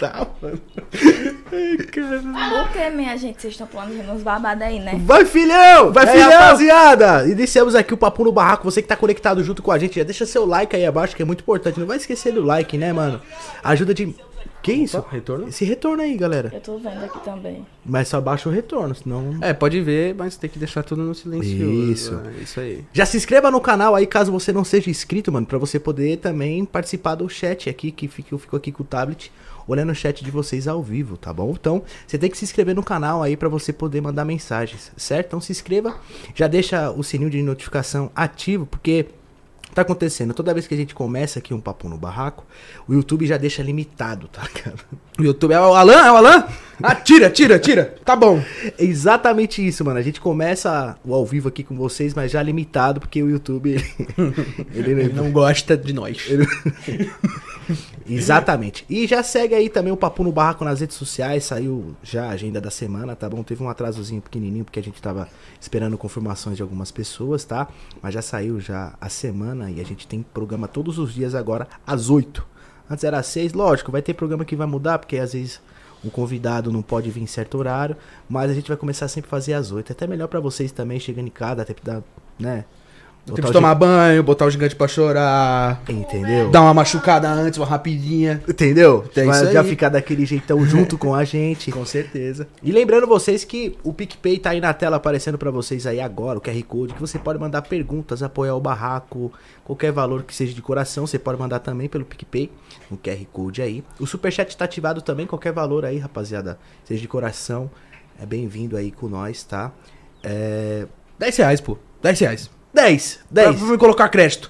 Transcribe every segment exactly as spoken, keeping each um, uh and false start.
tá, mano. Ai, caramba. Por que, minha gente, vocês estão planejando uns babados aí, né? Vai, filhão! Vai, É, filhão! rapaziada! Iniciamos aqui o Papo no Barraco. Você que tá conectado junto com a gente, já deixa seu like aí abaixo, que é muito importante. Não vai esquecer do like, né, mano? Ajuda de... Que isso? Opa, retorno? Esse retorno aí, galera. Eu tô vendo aqui também. Mas só baixa o retorno, senão... É, pode ver, mas tem que deixar tudo no silencioso. Isso. É isso aí. Já se inscreva no canal aí, caso você não seja inscrito, mano, pra você poder também participar do chat aqui, que fica- eu fico aqui com o tablet, olhando o chat de vocês ao vivo, tá bom? Então, você tem que se inscrever no canal aí pra você poder mandar mensagens, certo? Então se inscreva, já deixa o sininho de notificação ativo, porque... Tá acontecendo, toda vez que a gente começa aqui um Papo no Barraco, o YouTube já deixa limitado, tá ligado? O YouTube é o Alan? É o Alan? Ah, tira, tira, tira. Tá bom. É exatamente isso, mano. A gente começa o ao vivo aqui com vocês, mas já limitado, porque o YouTube, ele, ele, Ele não gosta de nós. ele- Exatamente. E já segue aí também o Papo no Barraco nas redes sociais, saiu já a agenda da semana, tá bom? Teve um atrasozinho pequenininho, porque a gente tava esperando confirmações de algumas pessoas, tá? Mas já saiu já a semana e a gente tem programa todos os dias agora, às oito. Antes era às seis, lógico, vai ter programa que vai mudar, porque às vezes um convidado não pode vir em certo horário, mas a gente vai começar sempre a fazer às oito. É até melhor pra vocês também, chegando em casa, até pra dar, né? Tem botar que o tomar banho, botar o gigante pra chorar, gi- Entendeu? dar uma machucada antes, uma rapidinha. Entendeu? É Vai isso já aí. ficar daquele jeitão junto com a gente. Com certeza. E lembrando vocês que o PicPay tá aí na tela aparecendo pra vocês aí agora, o Q R Code, que você pode mandar perguntas, apoiar o barraco, qualquer valor que seja de coração, você pode mandar também pelo PicPay, o Q R Code aí. O Superchat tá ativado também, qualquer valor aí, rapaziada, seja de coração, é bem-vindo aí com nós, tá? É... dez reais, pô. dez reais. dez, Pra, dez. pra me colocar crédito.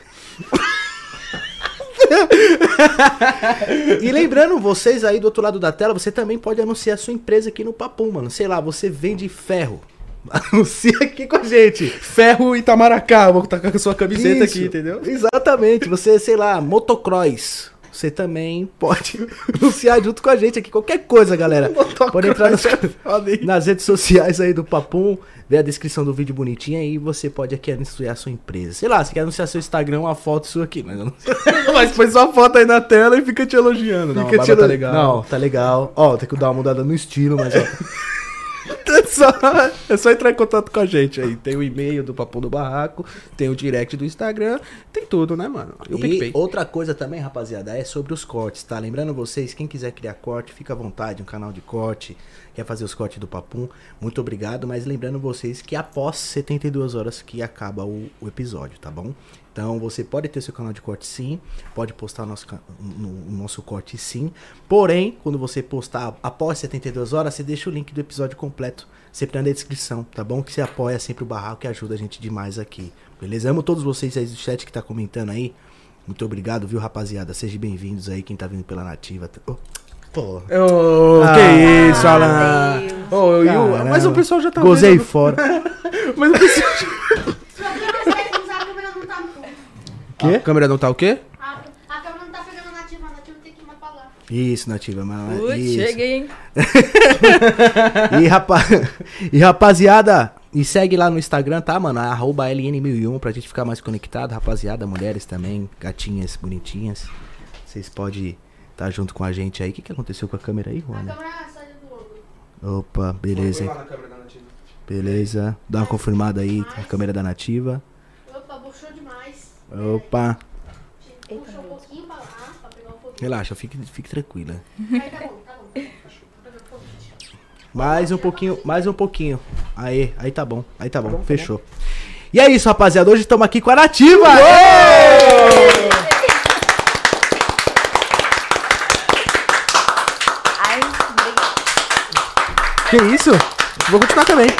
E lembrando, vocês aí do outro lado da tela, você também pode anunciar a sua empresa aqui no Papum, mano. Sei lá, você vende ferro. Anuncia aqui com a gente. Ferro e Itamaracá. Vou tacar com a sua camiseta Isso, aqui, entendeu? Exatamente. Você, sei lá, motocross. Você também pode anunciar junto com a gente aqui. Qualquer coisa, galera. Pode entrar nos- Foda aí. nas redes sociais aí do Papum, ver a descrição do vídeo bonitinha e você pode aqui anunciar a sua empresa. Sei lá, você quer anunciar seu Instagram, uma foto sua aqui, mas eu não sei. Mas põe sua foto aí na tela e fica te elogiando. Não, Fica a barba tirando- tá legal. Não, tá legal. Ó, tem que dar uma mudada no estilo, mas ó. É só, é só entrar em contato com a gente aí. Tem o e-mail do Papo do Barraco, tem o direct do Instagram, tem tudo, né, mano? E o E PicPay. outra coisa também, rapaziada, é sobre os cortes, tá? Lembrando vocês, quem quiser criar corte, fica à vontade, um canal de corte, quer fazer os cortes do Papum, muito obrigado, mas lembrando vocês que após setenta e duas horas que acaba o, o episódio, tá bom? Então você pode ter seu canal de corte sim, pode postar o nosso, ca- no, o nosso corte sim, porém, quando você postar após setenta e duas horas, você deixa o link do episódio completo sempre na descrição, tá bom? Que você apoia sempre o barraco, que ajuda a gente demais aqui, beleza? Amo todos vocês aí do chat que tá comentando aí, muito obrigado, viu, rapaziada? Sejam bem-vindos aí, quem tá vindo pela nativa. Oh, pô. Ô, Ah, que isso, Alan? Deus. Ô, eu- eu- Caramba. mas o pessoal já tá Gozei vendo. fora. Mas o pessoal já... Só que mais vezes usar a câmera não tá. Quê? A câmera não tá o quê? A, a câmera não tá pegando a nativa, a nativa tem que ir mais pra lá. Isso, nativa, mas Ui, isso. cheguei, hein? E, rapa... e rapaziada, me segue lá no Instagram, tá, mano? Arroba L N mil e um pra gente ficar mais conectado. Rapaziada, mulheres também, gatinhas bonitinhas. Vocês podem estar junto com a gente aí. O que, que aconteceu com a câmera aí, A Juana? câmera saiu do ângulo. Opa, beleza, hein? Beleza. Dá uma confirmada aí, a câmera da nativa. Opa, buchou demais. Opa. Eita, Puxou um meu Deus. pouquinho pra lá, pra pegar um pouquinho. Relaxa, fique, fique tranquila. Aí tá bom, tá bom. Mais um pouquinho, mais um pouquinho. Aí, aí tá bom, aí tá bom, fechou. E é isso, rapaziada. Hoje estamos aqui com a Nativa! Ai, obrigada. Que isso? Vou continuar também.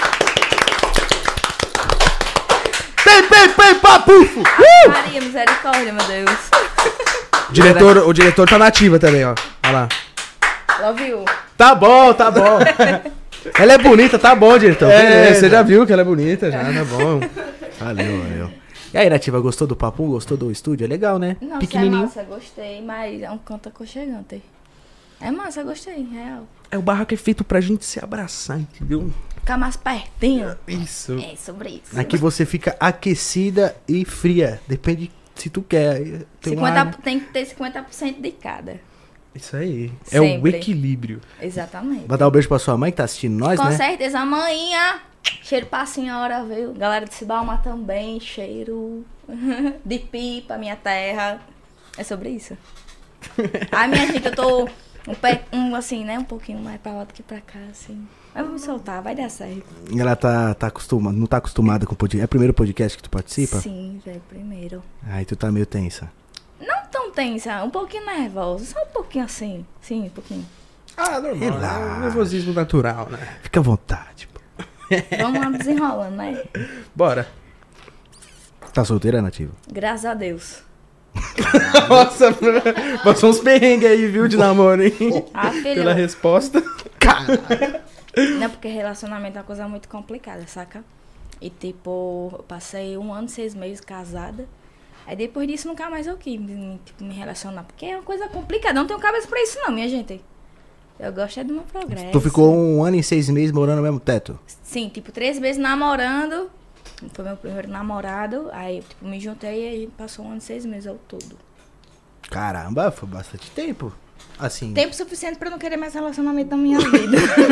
Pei, pei, pei, papufo! Maria, misericórdia, meu Deus. O diretor, o diretor tá nativa também, ó. Olha lá. Love you. Tá bom, tá bom. Ela é bonita, tá bom, diretor. É, Beleza. você já viu que ela é bonita, já, tá bom. Valeu, valeu. E aí, Nativa, gostou do papo? Gostou do estúdio? É legal, né? Nossa, é Pequenininho. massa, gostei, mas é um canto aconchegante. É massa, gostei, real. É, o barraco é feito pra gente se abraçar, entendeu? Ficar mais pertinho. Isso. É sobre isso. Aqui você fica aquecida e fria. Depende se tu quer. Tem, uma cinquenta, área- tem que ter cinquenta por cento de cada. Isso aí. É o Sempre. equilíbrio. Exatamente. Vai dar um beijo pra sua mãe que tá assistindo nós, Com né? certeza, amanhã. Cheiro pra senhora, viu? Galera de Cibalma também, cheiro de pipa, minha terra. É sobre isso. Ai, minha gente, eu tô um, pé, um assim, né? Um pouquinho mais pra lá do que pra cá, assim. Mas vou me soltar, vai dar certo. Ela tá, tá acostumada, não tá acostumada com o podcast. É o primeiro podcast que tu participa? Sim, velho, primeiro. Aí tu tá meio tensa. Não tão tensa, um pouquinho nervosa. Só um pouquinho assim. Sim, um pouquinho. Ah, normal. Relaxa. É um nervosismo natural, né? Fica à vontade, pô. Vamos lá desenrolando, né? Bora. Tá solteira, Nativa? Graças a Deus. Nossa, passou uns perrengues aí, viu, de namoro, hein? Ah, Pela filho. resposta. Não, porque relacionamento é uma coisa muito complicada, saca? E tipo, eu passei um ano e seis meses casada. Aí depois disso nunca mais eu quis me, tipo, me relacionar. Porque é uma coisa complicada. Não tenho cabeça pra isso não, minha gente. Eu gosto é do meu progresso. Tu ficou um ano e seis meses morando no mesmo teto? Sim, tipo, três meses namorando. Foi meu primeiro namorado. Aí, tipo, me juntei e a gente passou um ano e seis meses ao todo. Caramba, foi bastante tempo. Assim. Tempo suficiente pra eu não querer mais relacionamento na minha vida.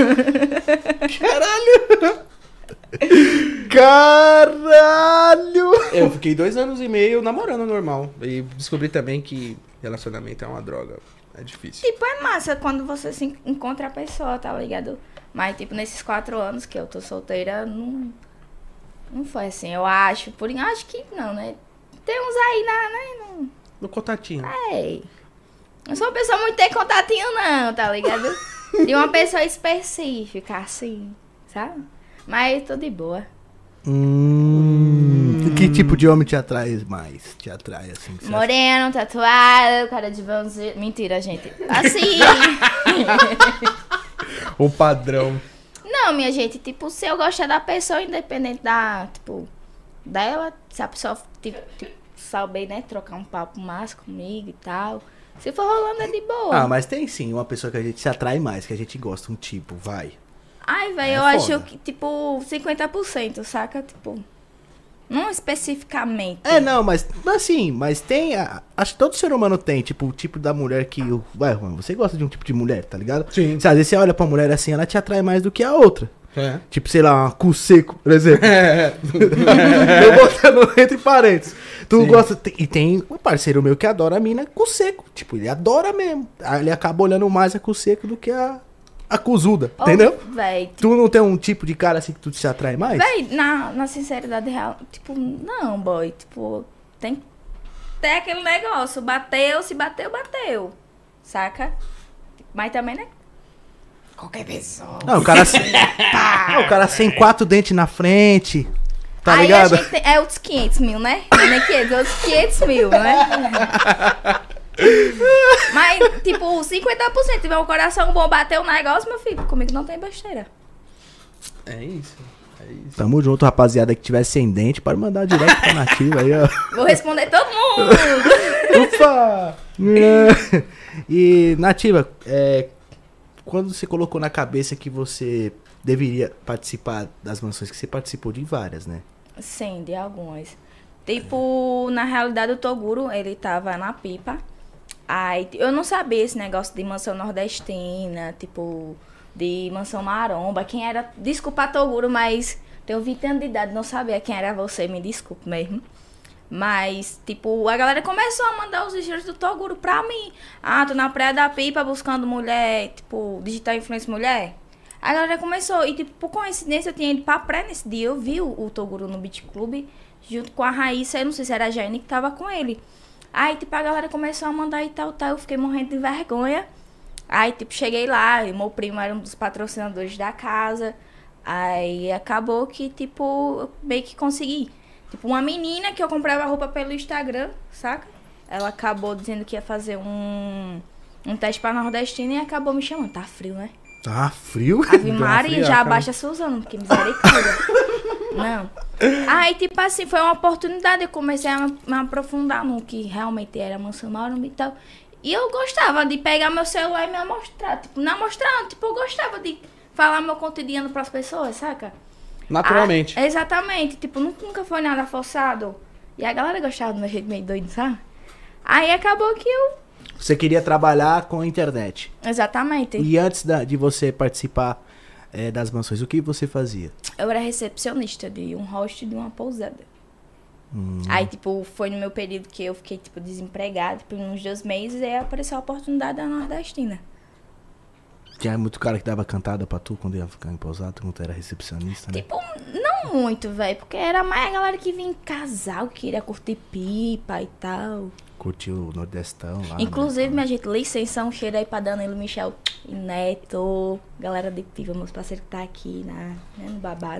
Caralho! Eu fiquei dois anos e meio namorando normal. E descobri também que relacionamento é uma droga. É difícil. Tipo, é massa quando você se encontra a pessoa, tá ligado? Mas, tipo, nesses quatro anos que eu tô solteira, não, não foi assim. Eu acho, por acho que não, né? Tem uns aí na, né? Não, No contatinho. é. Não sou uma pessoa muito ter contatinho, não, tá ligado? De uma pessoa específica, assim, sabe? Mas tô de boa. Hum, que tipo de homem te atrai mais? Te atrai assim? que você acha? Moreno, tatuado, cara de vãozinho. Mentira, gente. Assim. O padrão. Não, minha gente, tipo, se eu gostar da pessoa, independente da, tipo, dela, se a pessoa, tipo, tipo saber, né, trocar um papo massa comigo e tal. Se for rolando, é de boa. Ah, mas tem sim uma pessoa que a gente se atrai mais, que a gente gosta, um tipo, vai. Ai, velho, É eu foda. acho que, tipo, cinquenta por cento, saca? Tipo, não especificamente. É, não, mas assim, mas tem. a- acho que todo ser humano tem, tipo, o tipo da mulher que. o- Vai, Juan, você gosta de um tipo de mulher, tá ligado? Sim. Se às vezes você olha pra mulher assim, ela te atrai mais do que a outra. É. Tipo, sei lá, uma cu seco, por exemplo. É. Eu botando entre parênteses. Tu Sim. gosta. te- E tem um parceiro meu que adora a mina cu seco. Tipo, ele adora mesmo. Aí ele acaba olhando mais a cu seco do que a, a cuzuda, Ô, entendeu? Véi, Tu não tem um tipo de cara assim que tu te atrai mais? véi, na, na sinceridade real, tipo, não, boy. Tipo, tem que ter aquele negócio. Bateu, se bateu, bateu. Saca? Mas também, né? Qualquer pessoa. Não, o cara, sem- Não, o cara sem quatro dentes na frente. Tá Aí ligado? a gente tem, é outros quinhentos mil, né? Não é nem quinhentos, é outros quinhentos mil, né? Mas, tipo, cinquenta por cento tiver um coração bom, bater um negócio, meu filho, comigo não tem besteira. É isso. É isso. Tamo junto, rapaziada que tiver sem dente, pode mandar direto pra nativa aí, ó. Vou responder todo mundo. Ufa! É. E, Nativa, é, quando você colocou na cabeça que você deveria participar das mansões, que você participou de várias, né? Sim, de algumas. Tipo, na realidade, o Toguro, ele tava na pipa. Aí, eu não sabia esse negócio de mansão nordestina, tipo, de mansão maromba. Quem era... Desculpa, Toguro, mas tenho vinte anos de idade, não sabia quem era você, me desculpe mesmo. Mas, tipo, a galera começou a mandar os registros do Toguro pra mim. Ah, tô na Praia da Pipa buscando mulher, tipo, digital influência mulher. A galera começou, e tipo, por coincidência, eu tinha ido pra praia nesse dia, eu vi o, o Toguro no Beach Club, junto com a Raíssa, eu não sei se era a Jane que tava com ele. Aí, tipo, a galera começou a mandar e tal, tal, eu fiquei morrendo de vergonha. Aí, tipo, cheguei lá, e meu primo era um dos patrocinadores da casa. Aí, acabou que, tipo, eu meio que consegui. Tipo, uma menina que eu comprava roupa pelo Instagram, saca? Ela acabou dizendo que ia fazer um, um teste pra nordestina e acabou me chamando. Tá frio, né? Tá frio? Ave Deu uma Maria, friaca, já né? abaixa Suzano, porque misericórdia. Não. Aí, tipo assim, foi uma oportunidade. Eu comecei a me aprofundar no que realmente era Mansão Maromba e tal. E eu gostava de pegar meu celular e me amostrar. Tipo, não amostrar, tipo, eu gostava de falar meu cotidiano pras pessoas, saca? Naturalmente. Ah, exatamente. Tipo, nunca, nunca foi nada forçado. E a galera gostava do meu jeito meio doido, sabe? Aí acabou que eu Você queria trabalhar com a internet. Exatamente. E antes da- de você participar é, das mansões, o que você fazia? Eu era recepcionista de um host de uma pousada. Hum. Aí, tipo, foi no meu período que eu fiquei, tipo, desempregada, por uns dois meses, e aí apareceu a oportunidade da nordestina. Tinha muito cara que dava cantada pra tu quando ia ficar em pousada, quando tu era recepcionista, né? Tipo, não muito, velho, porque era mais a galera que vinha em casal, que queria curtir pipa e tal. Curtiu o Nordestão lá. Inclusive, né? minha gente, licença, um cheiro aí pra Danilo, Michel e Neto, galera de pipa, meus parceiros que tá aqui na, né, no babado.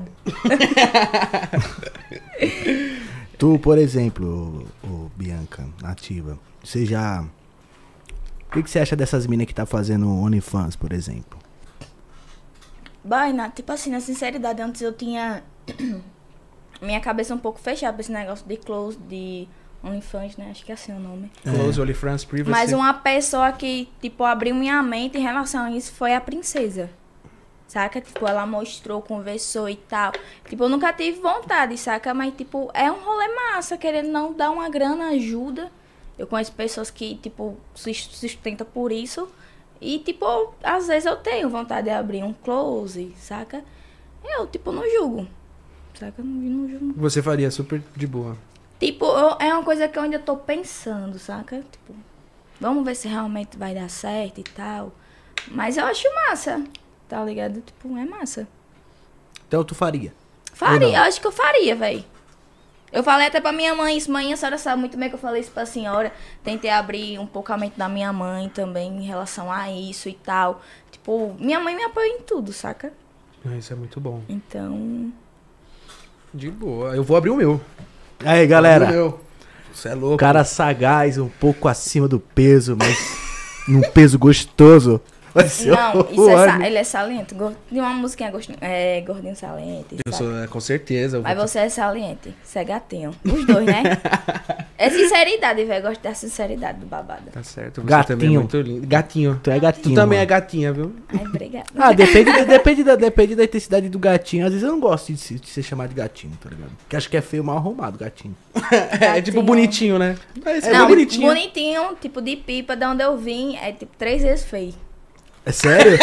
Tu, por exemplo, o, o Bianca, ativa, você já... O que, que você acha dessas minas que tá fazendo OnlyFans, por exemplo? Vai, na, tipo assim, na sinceridade, antes eu tinha minha cabeça um pouco fechada pra esse negócio de close, de OnlyFans, né? Acho que é assim o nome. Close, OnlyFans, Privacy. Mas uma pessoa que, tipo, abriu minha mente em relação a isso foi a princesa. Saca? Tipo, ela mostrou, conversou e tal. Tipo, eu nunca tive vontade, saca? Mas, tipo, é um rolê massa, querendo não dar uma grana, ajuda. Eu conheço pessoas que, tipo, se sustentam por isso. E, tipo, às vezes eu tenho vontade de abrir um close, saca? Eu, tipo, não julgo. Saca? Não, não julgo. Você faria super de boa. Tipo, eu- é uma coisa que eu ainda tô pensando, saca? Tipo, vamos ver se realmente vai dar certo e tal. Mas eu acho massa, tá ligado? Tipo, é massa. Então tu faria. Faria, não? eu acho que eu faria, velho. Eu falei até pra minha mãe isso, mãe, a senhora sabe muito bem que eu falei isso pra senhora. Tentei abrir um pouco a mente da minha mãe também em relação a isso e tal. Tipo, minha mãe me apoia em tudo, saca? Ah, isso é muito bom. Então, De boa. Eu vou abrir o meu. Aí, Abrir galera, o meu. Você é louco. cara sagaz, um pouco acima do peso, mas num peso gostoso. Vai ser não, o isso é sa- homem. ele é salento. Go- De uma musiquinha gostinho, é, gordinho salento. Eu saca? sou, é, com certeza. Eu Mas vou... você é saliente, você é gatinho. Os dois, né? É sinceridade, velho. Gosto da sinceridade do babado. Tá certo. Você Gatinho. também é muito lindo. Gatinho. Tu é gatinho. Tu também é mano. gatinha, viu? Ai, obrigada. Ah, depende, da- depende, da, depende da intensidade do gatinho. Às vezes eu não gosto de, se- de ser chamado de gatinho, tá ligado? Porque acho que é feio mal arrumado, gatinho. É, tipo bonitinho, né? É, isso é Não, bonitinho. bonitinho, tipo de pipa, de onde eu vim, é tipo três vezes feio. É sério?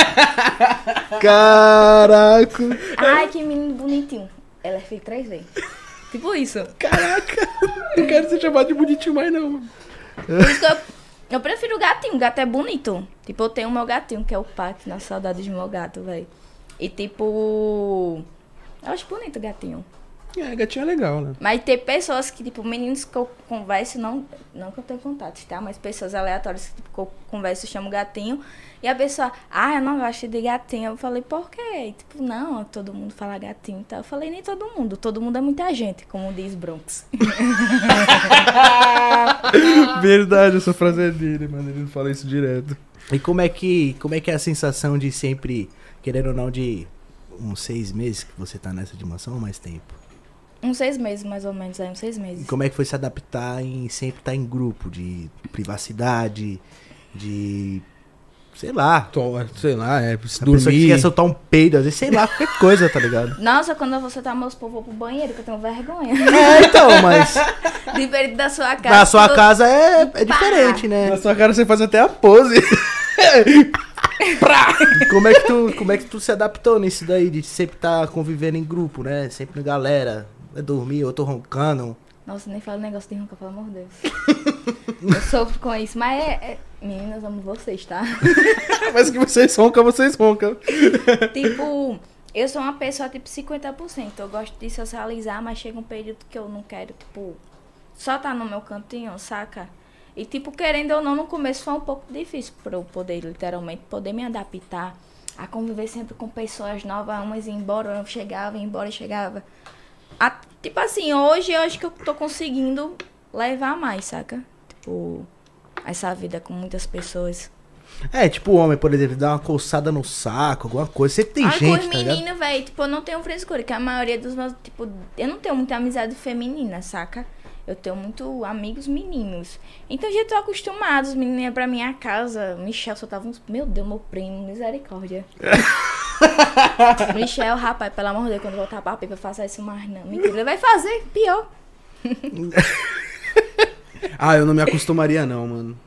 Caraca. Ai, que menino bonitinho. Ela é feia três vezes. Tipo isso. Caraca. Não quero ser chamado de bonitinho mais, não. Por isso que eu, eu prefiro o gatinho. O gato é bonito. Tipo, eu tenho o meu gatinho, que é o Pac, na saudade do meu gato, velho. E tipo. Eu acho bonito o gatinho. É, gatinho é legal, né? Mas tem pessoas que, tipo, meninos que eu converso, não, não que eu tenho contato, tá? Mas pessoas aleatórias que, tipo, que eu converso, eu chamo gatinho. E a pessoa, ah, eu não gosto de gatinho. Eu falei, por quê? Tipo, não, todo mundo fala gatinho e tal. Eu falei, nem todo mundo. Todo mundo é muita gente, como diz Bronx. Verdade, essa frase é dele, mano. Ele fala isso direto. E como é que, como é que é a sensação de sempre, querendo ou não, de uns seis meses que você tá nessa de mansão ou mais tempo? Uns seis meses, mais ou menos, aí, uns seis E meses. como é que foi se adaptar em sempre estar em grupo, de privacidade, de... sei lá. Tô, sei lá, é, se A pessoa que dormir. quer soltar um peido, às vezes, sei lá, qualquer coisa, tá ligado? Nossa, quando você tá meus povos, eu vou pro banheiro, que eu tenho vergonha. É, então, mas Diferente da sua casa. na sua tu- casa é, é Pá! diferente, né? Na sua cara você faz até a pose. Como é que tu, como é que tu se adaptou nisso daí, de sempre estar convivendo em grupo, né? Sempre na galera, vai dormir, eu tô roncando. Nossa, nem fala negócio de ronca, pelo amor de Deus. Eu sofro com isso, mas é... é... Meninas, amo vocês, tá? Mas que vocês roncam, vocês roncam. Tipo, eu sou uma pessoa tipo cinquenta por cento. Eu gosto de socializar, mas chega um período que eu não quero, tipo, só tá no meu cantinho, saca? E tipo, querendo ou não, no começo foi um pouco difícil pra eu poder, literalmente, poder me adaptar a conviver sempre com pessoas novas, umas iam embora, eu chegava, ia embora, chegava. A- tipo assim, hoje eu acho que eu tô conseguindo levar mais, saca? Tipo, essa vida com muitas pessoas. É, tipo o homem, por exemplo, dá uma coçada no saco, alguma coisa. Sempre tem Ah, gente, com os tá ligado? meninos, velho, tipo, eu não tenho frescura, que a maioria dos meus, tipo, eu não tenho muita amizade feminina, saca? Eu tenho muito amigos meninos. Então já tô acostumado, os meninos iam pra minha casa. Michel soltava uns. Meu Deus, meu primo, misericórdia. Michel, rapaz, pelo amor de Deus, quando voltar pra pipa, faça isso mais não. Mentira, ele vai fazer pior. Ah, eu não me acostumaria não, mano.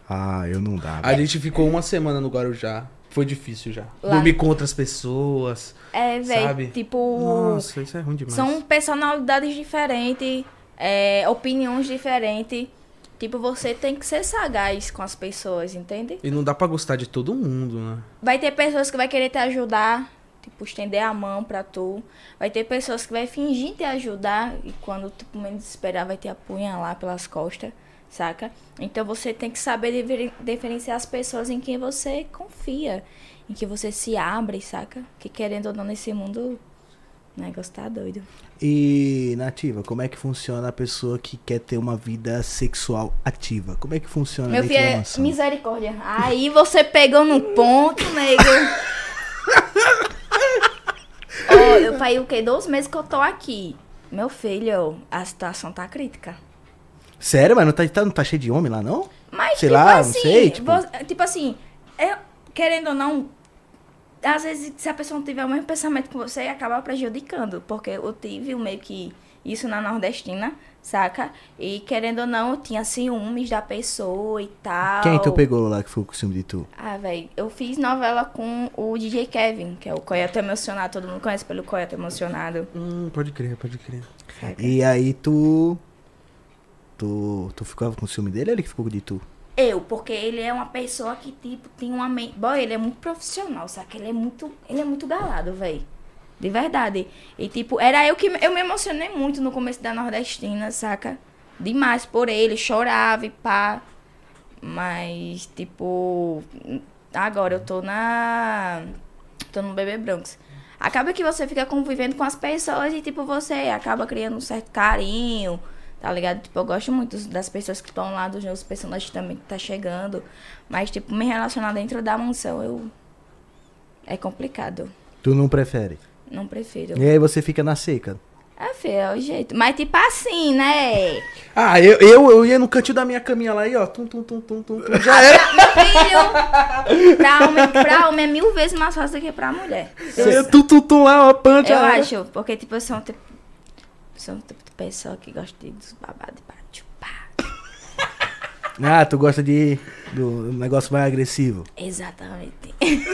Ah, eu não dá. A gente ficou uma semana no Guarujá. Foi difícil já. Lá. Dormir com outras pessoas. É, Sabe? velho, tipo... Nossa, isso é ruim demais. São personalidades diferentes, é, opiniões diferentes. Tipo, você tem que ser sagaz com as pessoas, entende? E não dá pra gostar de todo mundo, né? Vai ter pessoas que vai querer te ajudar, tipo, estender a mão pra tu. Vai ter pessoas que vai fingir te ajudar e quando tu menos esperar vai te apunhalar pelas costas, saca? Então você tem que saber diver- diferenciar as pessoas em quem você confia, em que você se abre, saca? Que querendo ou não nesse mundo, o negócio tá doido. E, Nativa, como é que funciona a pessoa que quer ter uma vida sexual ativa? Como é que funciona Meu dentro filho, da é mansão? misericórdia. Aí você pegou no ponto, nego. Ó, eu faz o quê? Dois meses que eu tô aqui. Meu filho, a situação tá crítica. Sério, mas não tá, tá- não tá cheio de homem lá, não? Mas, Sei tipo lá, não assim, sei, tipo- vo- tipo assim, é, querendo ou não, às vezes, se a pessoa não tiver o mesmo pensamento que você, acaba prejudicando. Porque eu tive meio que isso na nordestina, saca? E querendo ou não, eu tinha ciúmes da pessoa e tal. Quem tu pegou lá que foi com o ciúme de tu? Ah, velho, eu fiz novela com o D J Kevin, que é o Coyote Emocionado. Todo mundo conhece pelo Coyote Emocionado. Hum, pode crer, pode crer. Saca? E aí tu... Tu, tu ficava com o ciúme dele ou ele que ficou de tu? Eu, porque ele é uma pessoa que, tipo, tem uma mente... Boy, ele é muito profissional, saca? Ele é muito, ele é muito galado, velho. De verdade. E, tipo, era eu que... Eu me emocionei muito no começo da Nordestina, saca? Demais por ele, chorava e pá. Mas, tipo... Agora eu tô na... Tô no Bebê Brancos. Acaba que você fica convivendo com as pessoas e, tipo, você acaba criando um certo carinho... Tá ligado? Tipo, eu gosto muito das pessoas que estão lá, dos meus personagens também que tá chegando. Mas, tipo, me relacionar dentro da mansão, eu... É complicado. Tu não prefere? Não prefiro. E aí você fica na seca. É feio, é o jeito. Mas, tipo assim, né? Ah, eu, eu, eu ia no cantinho da minha caminha lá e ó, tum, tum, tum, tum, tum, tum, já era. Meu filho, pra homem, pra homem é mil vezes mais fácil do que pra mulher. Você ia tum, tum, tum lá, ó, pan, Eu já era. acho, porque, tipo, eu sou um tipo... Sou um tipo de pessoa que gosta de, dos babados pra chupar. Ah, tu gosta de do negócio mais agressivo. Exatamente.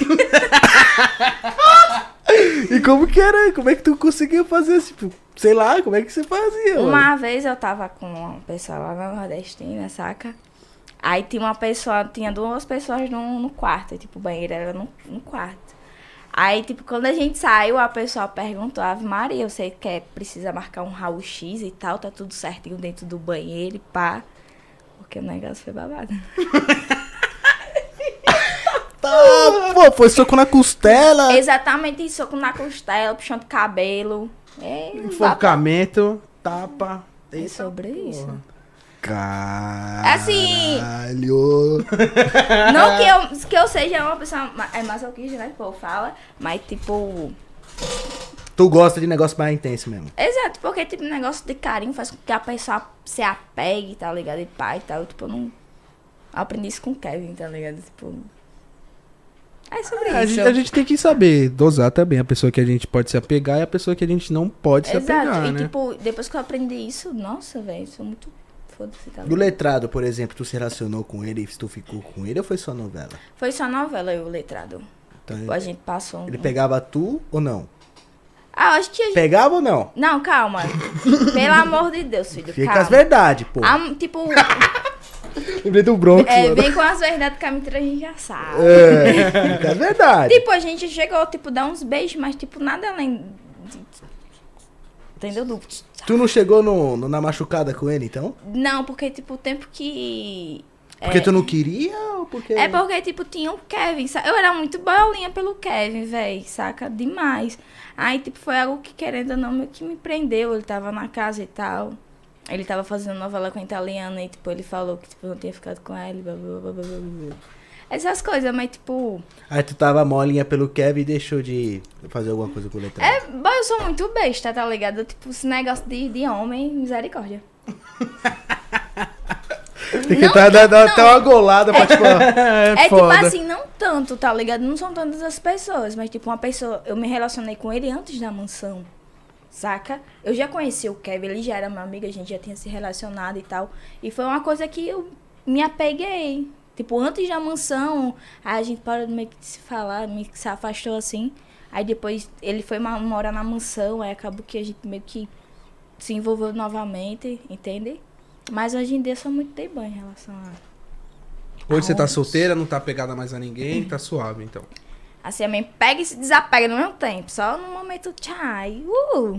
E como que era? Como é que tu conseguia fazer isso? Tipo, sei lá, como é que você fazia? mano? Uma vez eu tava com uma pessoa lá na Nordestina, saca? Aí tinha uma pessoa, tinha duas pessoas no, no quarto, tipo, o banheiro era no, no quarto. Aí, tipo, quando a gente saiu, a pessoa perguntou, Ave Maria, você quer, precisa marcar um raio-x e tal, tá tudo certinho dentro do banheiro e pá. Porque o negócio foi babado. Tá, pô, foi soco na costela. Exatamente isso, soco na costela, puxando cabelo. É, babado. Enforcamento, tapa. É Eita, sobre isso. Caralho. Assim. Não que eu, que eu seja uma pessoa ma- é masoquista, né? Que o povo fala. Mas, tipo. Tu gosta de negócio mais intenso mesmo. Exato, porque, tipo, negócio de carinho faz com que a pessoa se apegue, tá ligado? E pai e tal. Tipo, eu não. Aprendi isso com o Kevin, tá ligado? Tipo. É sobre É, a, isso. gente, a gente tem que saber dosar também a pessoa que a gente pode se apegar e a pessoa que a gente não pode se Exato. apegar, E, né? tipo, depois que eu aprendi isso, nossa, velho, sou muito. Foda-se, tá Do ligado? letrado, por exemplo, tu se relacionou com ele, tu ficou com ele ou foi só novela? Foi só novela, eu, letrado. Então, Tipo, a gente passou um. ele pegava tu ou não? Ah, eu acho que a gente. Pegava ou não? Não, calma. Pelo amor de Deus, filho. Fica calma. as verdades, pô. Ah, tipo, Lembrei do Bronx, é, mano. vem com as verdades que a mentira a gente já sabe. É, fica as verdades. Tipo, a gente chegou, tipo, dar uns beijos, mas, tipo, nada além. de- Entendeu? Do... Tu não chegou no, no- na machucada com ele, então? Não, porque, tipo, o tempo que. Porque é, tu não queria ou porque... É porque, tipo, tinha o Kevin, sabe? Eu era muito boiolinha pelo Kevin, véi, saca? Demais. Aí, tipo, foi algo que, querendo ou não, meio que me prendeu. Ele tava na casa e tal. Ele tava fazendo novela com a italiana e, tipo, ele falou que, tipo, não tinha ficado com ela. Blá, blá, blá, blá, blá, blá. Essas coisas, mas, tipo... Aí tu tava molinha pelo Kevin e deixou de fazer alguma coisa com o letrado. É, bom, eu sou muito besta, tá ligado? Tipo, esse negócio de, de homem, misericórdia. Tem que Não, dar, dar, dar não. até uma golada pra, tipo... É, É foda. tipo assim, não tanto, tá ligado? Não são tantas as pessoas, mas tipo, uma pessoa... Eu me relacionei com ele antes da mansão, saca? Eu já conheci o Kevin, ele já era meu amigo, a gente já tinha se relacionado e tal. E foi uma coisa que eu me apeguei, Tipo, antes da mansão, aí a gente parou meio que de se falar, meio que se afastou assim. Aí depois ele foi ma- morar na mansão, aí acabou que a gente meio que se envolveu novamente, entende? Mas hoje em dia eu sou muito de banho em relação a... Hoje você tá Aonde? solteira, não tá pegada mais a ninguém, tá suave, então. Assim, a mãe pega e se desapega no mesmo tempo. Só no momento, tchai, uh.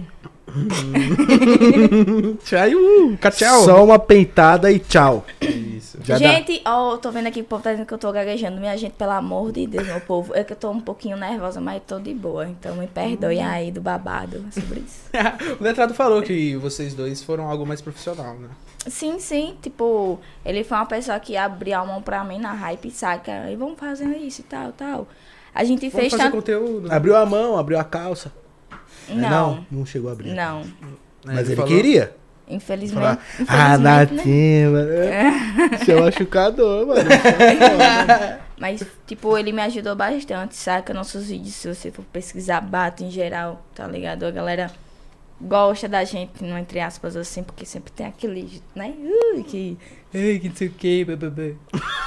Tchau, uh, tchau. Só uma pentada e tchau. Isso. Já dá. Gente, ó, tô vendo aqui o povo tá dizendo que eu tô gaguejando. Minha gente, pelo amor de Deus, meu povo. É que eu tô um pouquinho nervosa, mas tô de boa. Então me perdoe aí do babado sobre isso. O letrado falou que vocês dois foram algo mais profissional, né? Sim, sim, tipo, ele foi uma pessoa que abriu a mão pra mim na hype, saca? E vamos fazendo isso e tal, tal. A gente Vamos fez fazer tanto... conteúdo. Abriu a mão, abriu a calça. Não, Não, não chegou a abrir. não. É, Mas ele falou- queria. Infelizmente. Falar, ah, infelizmente, né? Nativa. Isso é machucador, mano. Mas, tipo, ele me ajudou bastante, saca? Nossos vídeos, se você for pesquisar, bate em geral, tá ligado? A galera gosta da gente, não entre aspas, assim, porque sempre tem aquele, né? Ui, que... Ai, que não sei o que, bebê.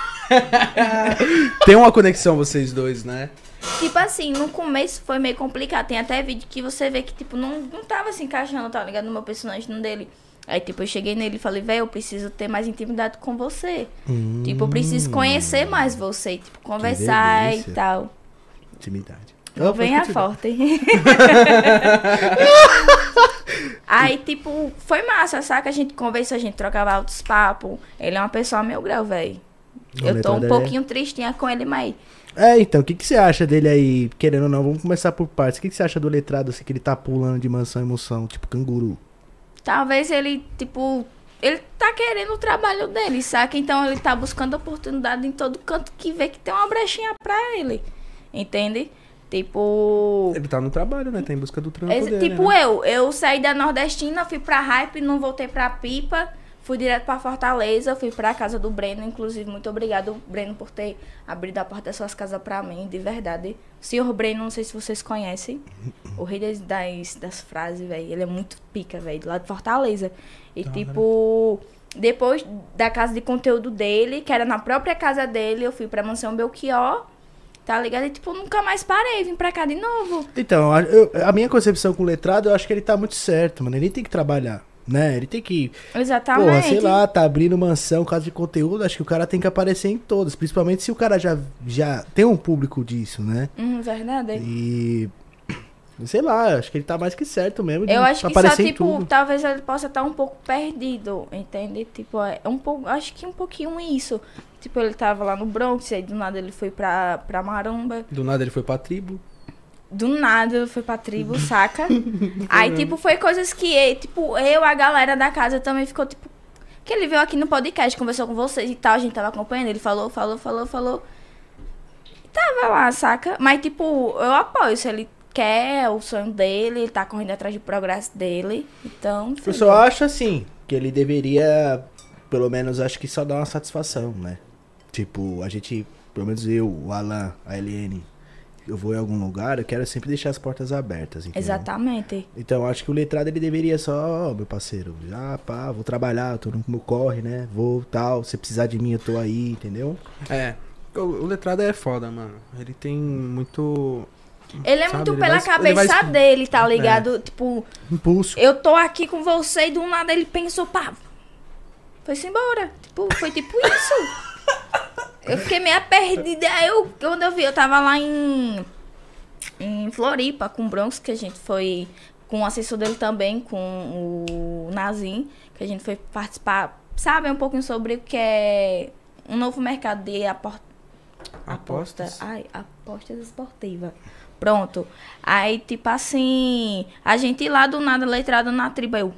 Tem uma conexão vocês dois, né? Tipo assim, no começo foi meio complicado. Tem até vídeo que você vê que, tipo, não, não tava se encaixando, tá ligado? No meu personagem, no dele. Aí, tipo, eu cheguei nele e falei, velho, eu preciso ter mais intimidade com você. Hum, Tipo, eu preciso conhecer mais você. Tipo, conversar e delícia. tal. Intimidade. Não Ah, pode venha continuar. forte. Aí, tipo, foi massa, saca? A gente conversou, a gente trocava altos papos. Ele é uma pessoa meu grau, velho. Eu tô um letrado é- pouquinho tristinha com ele, mas... É, então, o que, que você acha dele aí? Querendo ou não, vamos começar por partes. O que, que você acha do letrado, assim, que ele tá pulando de mansão em mansão, tipo canguru? Talvez ele, tipo... Ele tá querendo o trabalho dele, saca? Então ele tá buscando oportunidade em todo canto que vê que tem uma brechinha pra ele. Entende? Tipo... Ele tá no trabalho, né? Tá em busca do trampo Ex- dele, tipo né? eu, eu saí da Nordestina, fui pra Hype, não voltei pra Pipa, fui direto pra Fortaleza, fui pra casa do Breno, inclusive, muito obrigado, Breno, por ter abrido a porta das suas casas pra mim, de verdade. O senhor Breno, não sei se vocês conhecem, o rei das, das, das frases, velho, ele é muito pica, velho, lá de Fortaleza. E Da tipo, depois da casa de conteúdo dele, que era na própria casa dele, eu fui pra Mansão Belchior, tá ligado? E tipo, nunca mais parei, vim pra cá de novo. Então, a, eu- a minha concepção com o letrado, eu acho que ele tá muito certo, mano. Ele tem que trabalhar, né? Ele tem que... Exatamente. Porra, sei lá, tá abrindo mansão, casa de conteúdo, acho que o cara tem que aparecer em todas. Principalmente se o cara já, já tem um público disso, né? Hum, verdade. E... Sei lá, acho que ele tá mais que certo mesmo de Eu acho que só, aparecer em tipo, tudo. talvez ele possa estar um pouco perdido, entende? Tipo, é um pouco, acho que um pouquinho isso. Tipo, ele tava lá no Bronx, aí do nada ele foi pra, pra Maromba. Do nada ele foi pra tribo. Do nada ele foi pra tribo, saca? Aí, tipo, foi coisas que, tipo, eu, a galera da casa também ficou, tipo... Que ele veio aqui no podcast, conversou com vocês e tal, a gente tava acompanhando, ele falou, falou, falou, falou. E tava lá, saca? Mas, tipo, eu apoio, se ele quer, é o sonho dele, ele tá correndo atrás do progresso dele, então... Eu só acho assim, que ele deveria, pelo menos, acho que só dar uma satisfação, né? Tipo, a gente, pelo menos eu, o Alan, a Eliane, eu vou em algum lugar, eu quero sempre deixar as portas abertas, entendeu? Exatamente. Então, acho que o letrado, ele deveria só, ó, meu parceiro, já, pá, vou trabalhar, tô no meu corre, né? Vou, tal, se precisar de mim, eu tô aí, entendeu? É. O, o letrado é foda, mano. Ele tem muito... Ele é Sabe, muito ele pela vai- cabeça ele vai- dele, tá ligado? Tipo, Impulso. eu tô aqui com você e do nada ele pensou, pá, foi-se embora. Tipo, foi tipo isso. Eu fiquei meio perdida. Aí eu, quando eu vi, eu tava lá em, em Floripa com o Bronx, que a gente foi com o assessor dele também, com o Nazim, que a gente foi participar, sabe, um pouquinho sobre o que é um novo mercado de aporte. Apostas? Aposta, ai, apostas esportivas. Pronto. Aí, tipo assim, a gente lá do nada, letrado na tribo, eu...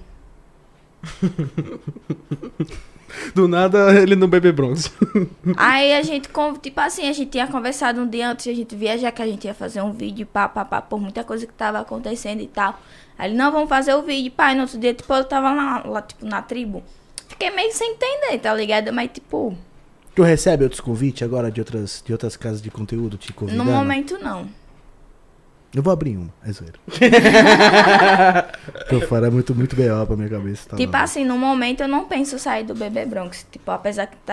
Do nada ele no bebê bronze. Aí a gente, con- tipo assim, a gente tinha conversado um dia antes, a gente viajar, que a gente ia fazer um vídeo, pá, pá, pá, por muita coisa que tava acontecendo e tal. Aí ele, não, vamos fazer o vídeo, pá, e no outro dia, tipo, eu tava lá, lá, tipo, na tribo. Fiquei meio sem entender, tá ligado? Mas, tipo, Tu recebe outros convites agora de outras, de outras casas de conteúdo te no convidando? momento, não. Eu vou abrir uma, é zoeira. Tô fora é muito, muito B O pra minha cabeça. Tá Tipo lá. assim, no momento eu não penso sair do Bebê Bronx. Tipo, apesar que tá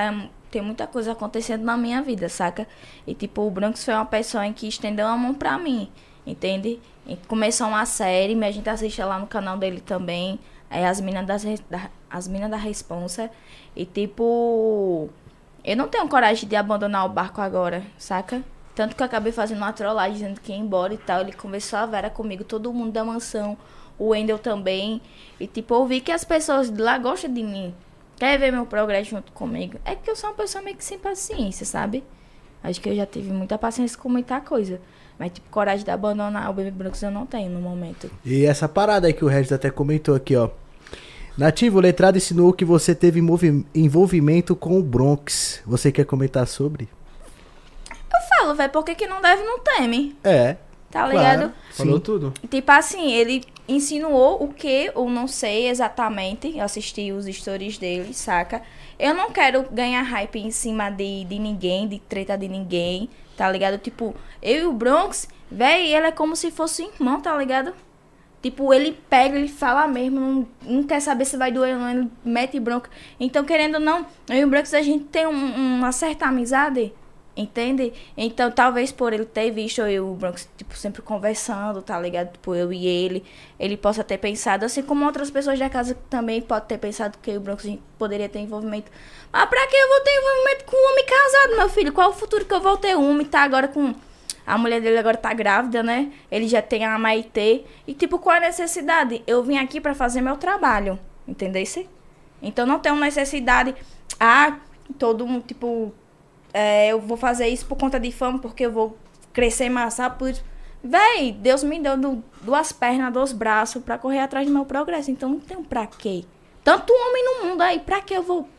tem muita coisa acontecendo na minha vida, saca? E, tipo, o Bronx foi uma pessoa em que estendeu a mão pra mim, entende? E começou uma série, a gente assiste lá no canal dele também, é As Minas das, Re- da, As Minas da Responsa. E, tipo, eu não tenho coragem de abandonar o barco agora, saca? Tanto que eu acabei fazendo uma trollagem dizendo que ia embora e tal. Ele conversou a Vera comigo, todo mundo da mansão, o Wendel também. E, tipo, eu vi que as pessoas de lá gostam de mim. Quer ver meu progresso junto comigo? É que eu sou uma pessoa meio que sem paciência, sabe? Acho que eu já tive muita paciência com muita coisa. Mas, tipo, coragem de abandonar o Baby Bronx eu não tenho no momento. E essa parada aí que o Regis até comentou aqui, ó. Nativo, o letrado ensinou que você teve envolvi- envolvimento com o Bronx. Você quer comentar sobre? Eu falo, velho, por que que não deve, não teme? É. Tá ligado? Falou Sim. tudo. Tipo assim, ele insinuou o que eu não sei exatamente. Eu assisti os stories dele, saca? Eu não quero ganhar hype em cima de, de ninguém, de treta de ninguém, tá ligado? Tipo, eu e o Bronx, véi, ele é como se fosse um irmão, tá ligado? Tipo, ele pega, ele fala mesmo, não, não quer saber se vai doer ou não, ele mete bronca. Então, querendo ou não, eu e o Bronx, a gente tem um, uma certa amizade, entende? Então, talvez por ele ter visto eu e o Bronx, tipo, sempre conversando, tá ligado? Tipo, eu e ele, ele possa ter pensado, assim como outras pessoas da casa também podem ter pensado que eu e o Bronx a gente poderia ter envolvimento. Mas pra que eu vou ter envolvimento com um homem casado, meu filho? Qual o futuro que eu vou ter? Um homem tá agora com... A mulher dele agora tá grávida, né? Ele já tem a Maitê. E, tipo, qual a necessidade? Eu vim aqui pra fazer meu trabalho, entendesse? Então, não tenho necessidade... Ah, todo mundo, tipo... É, eu vou fazer isso por conta de fama, porque eu vou crescer mais, sabe? Por isso. Véi, Deus me deu du- duas pernas, dois braços pra correr atrás do meu progresso. Então, não tenho pra quê. Tanto homem no mundo aí, pra que eu vou...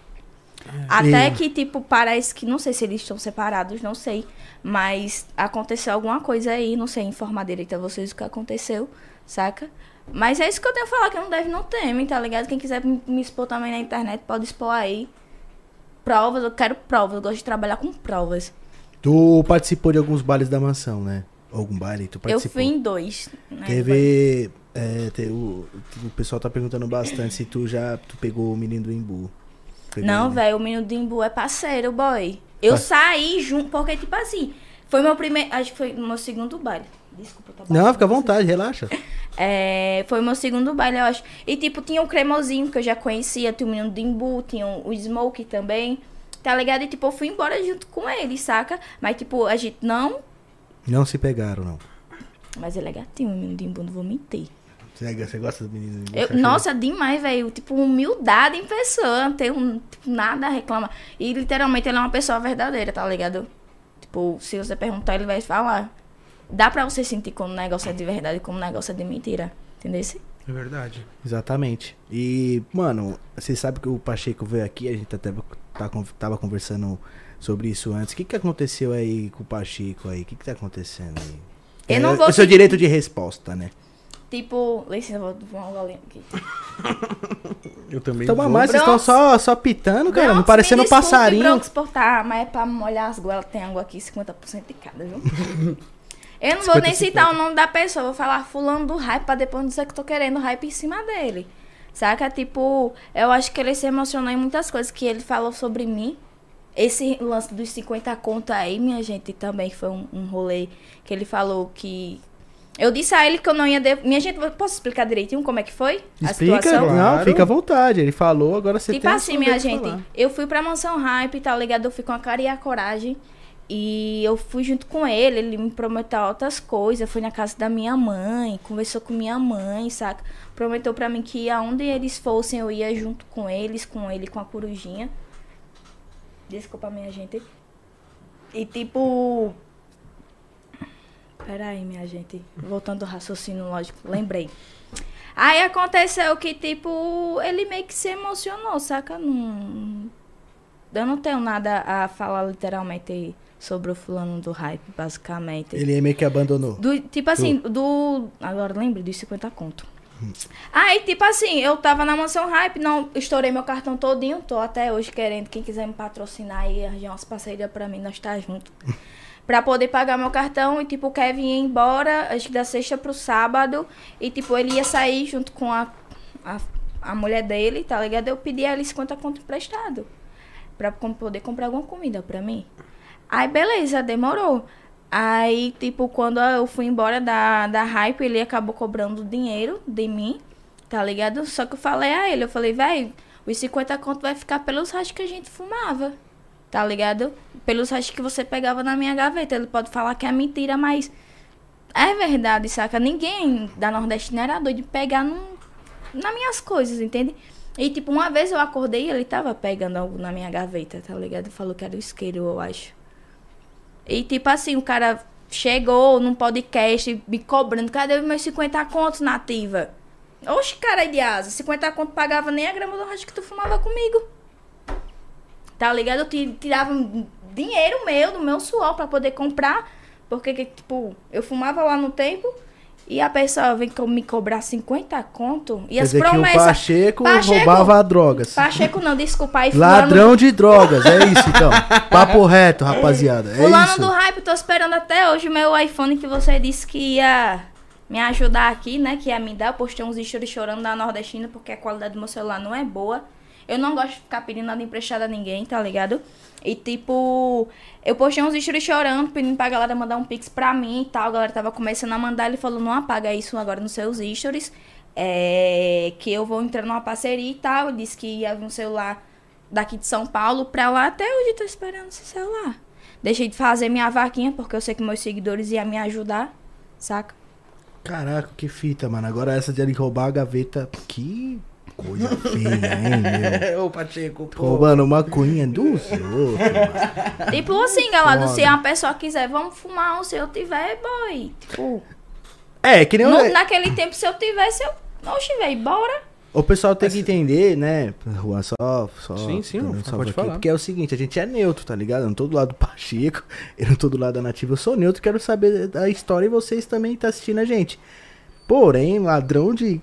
Até que, tipo, parece que... Não sei se eles estão separados, não sei. Mas aconteceu alguma coisa aí. Não sei informar direito a vocês o que aconteceu, saca? Mas é isso que eu tenho a falar, que não deve, não teme, tá ligado? Quem quiser me me expor também na internet, pode expor aí. Provas, eu quero provas. Eu gosto de trabalhar com provas. Tu participou de alguns bailes da mansão, né? Algum baile, tu Eu participou. fui em dois. Né? Teve... É, te- o, o pessoal tá perguntando bastante se tu já tu pegou o menino do Imbu. Pegou, Não, né? velho, o menino do Imbu é parceiro, boy. Eu Tá. saí junto, porque, tipo assim, foi meu primeiro. Acho que foi meu segundo baile. Desculpa, tá Não, batendo fica à vocês. vontade, relaxa. É, foi meu segundo baile, eu acho. E, tipo, tinha o Cremosinho, que eu já conhecia, tinha o menino do Imbu, tinha o Smoke também. Tá ligado? E, tipo, eu fui embora junto com ele, saca? Mas, tipo, a gente não. Não se pegaram, não. Mas ele é gatinho, o menino do Imbu, não vou mentir. Você, você gosta do menino do Imbu? Eu- Você acha nossa, demais, velho. Tipo, humildade em pessoa. Não tenho tipo, nada a reclamar. E literalmente ele é uma pessoa verdadeira, tá ligado? Tipo, se você perguntar, ele vai falar. Dá pra você sentir como o negócio é de verdade e como o negócio é de mentira. Entendeu? É verdade. Exatamente. E, mano, você sabe que o Pacheco veio aqui, a gente até tá, con- tava conversando sobre isso antes. O que que aconteceu aí com o Pacheco aí? O que que tá acontecendo aí? Eu não é, vou é seu te- direito de resposta, né? Tipo, licença, eu vou tomar um golinho aqui. Eu também Toma vou. mais, vocês estão Bronx. só, só pitando, cara, não Bronx, parecendo me um desculpe, passarinho. Bronx, por tá, mas é pra molhar as goelas, tem água aqui, cinquenta por cento de cada, viu? Eu não vou nem citar o nome da pessoa, vou falar fulano do hype pra depois não dizer que eu tô querendo hype em cima dele. Saca? Tipo, eu acho que ele se emocionou em muitas coisas que ele falou sobre mim. Esse lance dos cinquenta conto aí, minha gente, também foi um, um rolê que ele falou que... Eu disse a ele que eu não ia... De... Minha gente, eu posso explicar direitinho como é que foi a Explica, situação? não, Claro. fica à vontade. Ele falou, agora você Tipo tem a assim, sua minha vez de gente, falar. eu fui pra Mansão Hype, tá ligado? Eu fui com a cara e a coragem. E eu fui junto com ele, ele me prometeu outras coisas. Fui na casa da minha mãe, conversou com minha mãe, saca? Prometeu pra mim que aonde eles fossem, eu ia junto com eles, com ele, com a corujinha. Desculpa, minha gente. E tipo... Pera aí, minha gente. Voltando ao raciocínio lógico, lembrei. Aí aconteceu que, tipo, ele meio que se emocionou, saca? Não... Eu não tenho nada a falar literalmente sobre o fulano do hype, basicamente. Ele meio que abandonou. Do, tipo assim, do... Agora lembre dos cinquenta conto. Aí, tipo assim, eu tava na Mansão Hype, não estourei meu cartão todinho, tô até hoje querendo, quem quiser me patrocinar e arranjar umas parcerias pra mim, nós tá junto. Pra poder pagar meu cartão e, tipo, o Kevin ia embora, acho que da sexta pro sábado, e, tipo, ele ia sair junto com a, a, a mulher dele, tá ligado? Eu pedi a ele cinquenta conto emprestado. pra com- poder comprar alguma comida pra mim. Aí, beleza, demorou. Aí, tipo, quando eu fui embora da, da Hype, ele acabou cobrando dinheiro de mim, tá ligado? Só que eu falei a ele, eu falei, véi, os cinquenta conto vai ficar pelos rachos que a gente fumava, tá ligado? Pelos rachos que você pegava na minha gaveta. Ele pode falar que é mentira, mas é verdade, saca? Ninguém da Nordestina era doido de pegar num, nas minhas coisas, entende? E, tipo, uma vez eu acordei e ele tava pegando algo na minha gaveta, tá ligado? Falou que era o isqueiro, eu acho. E, tipo assim, o cara chegou num podcast me cobrando, cadê os meus cinquenta contos, nativa? Oxe, cara de asa, cinquenta conto pagava nem a grama do racho que tu fumava comigo. Tá ligado? Eu ti- tirava dinheiro meu, do meu suor, pra poder comprar. Porque, que, tipo, eu fumava lá no tempo e a pessoa vem co- me cobrar cinquenta conto. E Quer as dizer que o promessas... Pacheco, Pacheco- roubava drogas. Pacheco não, desculpa. Aí Ladrão de drogas, é isso então. Papo reto, rapaziada. É Fulano isso. do Hype, tô esperando até hoje o meu iPhone que você disse que ia me ajudar aqui, né? Que ia me dar. Eu postei uns stories chorando da Nordestina porque a qualidade do meu celular não é boa. Eu não gosto de ficar pedindo nada emprestado a ninguém, tá ligado? E tipo, eu postei uns stories chorando, pedindo pra galera mandar um pix pra mim e tal. A galera tava começando a mandar, ele falou, não apaga isso agora nos seus stories. É, que eu vou entrar numa parceria e tal. Ele disse que ia vir um celular daqui de São Paulo pra lá. Até hoje eu tô esperando esse celular. Deixei de fazer minha vaquinha, porque eu sei que meus seguidores iam me ajudar, saca? Caraca, que fita, mano. Agora essa de ele roubar a gaveta. Que coisa feia, hein, meu? Ô, Pacheco, pô. Roubando maconha dos outros, mano. Tipo assim, galera, Foda. se uma pessoa quiser, vamos fumar, ou se eu tiver, boy. Tipo, É, que nem no- o... naquele tempo, se eu tivesse, eu não estiver, bora. O pessoal tem que entender, né? Juan, só, só. Sim, sim, dando não, um salve pode aqui, falar. Porque é o seguinte, a gente é neutro, tá ligado? Eu não tô do lado do Pacheco, eu não tô do lado da Nativa, eu sou neutro, quero saber da história e vocês também tá assistindo a gente. Porém, ladrão de.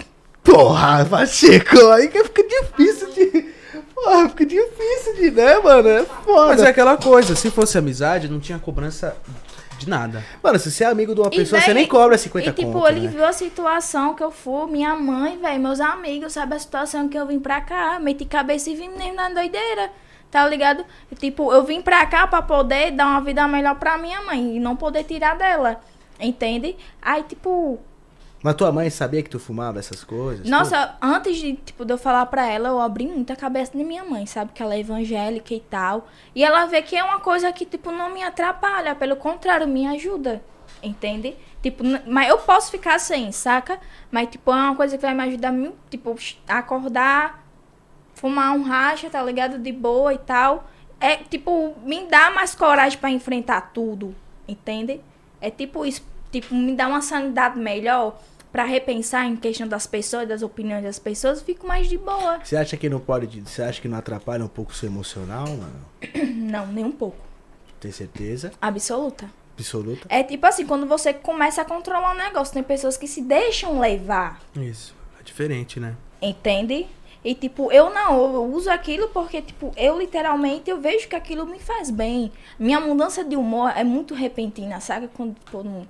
Porra, Pacheco, aí que fica difícil de. Porra, fica difícil de, né, mano? É foda. Mas é aquela coisa, se fosse amizade, não tinha cobrança de nada. Mano, se você é amigo de uma E, pessoa, você véi, nem cobra cinquenta E tipo, conto, ele né? viu a situação que eu fui, minha mãe, velho, meus amigos, sabe a situação que eu vim pra cá, meti cabeça e vim mesmo na doideira, tá ligado? E, tipo, eu vim pra cá pra poder dar uma vida melhor pra minha mãe e não poder tirar dela, entende? Aí, tipo, Mas tua mãe sabia que tu fumava essas coisas? nossa, antes de, tipo, de eu falar pra ela, eu abri muito a cabeça de minha mãe, sabe? Que ela é evangélica e tal. E ela vê que é uma coisa que, tipo, não me atrapalha, pelo contrário, me ajuda, entende? Tipo, n- mas eu posso ficar sem, saca? Mas, tipo, é uma coisa que vai me ajudar, mu- tipo, acordar, fumar um racha, tá ligado? De boa e tal. É, tipo, me dá mais coragem pra enfrentar tudo, entende? É tipo isso, tipo, me dá uma sanidade melhor pra repensar em questão das pessoas, das opiniões das pessoas, eu fico mais de boa. Você acha que não pode. Você acha que não atrapalha um pouco o seu emocional, mano? Não, nem um pouco. Tem certeza? Absoluta. Absoluta? É tipo assim, quando você começa a controlar o negócio, tem pessoas que se deixam levar, Isso, é diferente, né? entende? E tipo, eu não, eu uso aquilo porque, tipo, eu literalmente, eu vejo que aquilo me faz bem. Minha mudança de humor é muito repentina, sabe? Quando, tipo, não...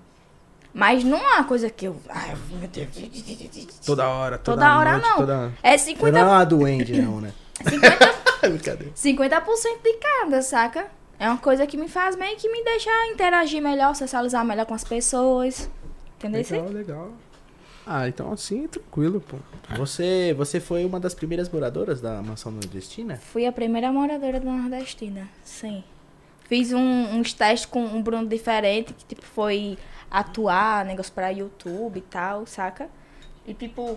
Mas não é uma coisa que eu... Ai, meu Deus. Toda hora, toda, Toda hora noite, não. Toda... É Você não é cinquenta, uma duende, não, né? cinquenta, Brincadeira. cinquenta por cento de cada, saca? É uma coisa que me faz bem, que me deixa interagir melhor, socializar melhor com as pessoas. Entendeu? Legal, legal. Ah, então assim, tranquilo, pô. Você, você foi uma das primeiras moradoras da mansão nordestina? Fui a primeira moradora da Nordestina, sim. Fiz um, uns testes com um Bruno diferente, que tipo, foi atuar, negócio pra YouTube e tal, saca? E tipo...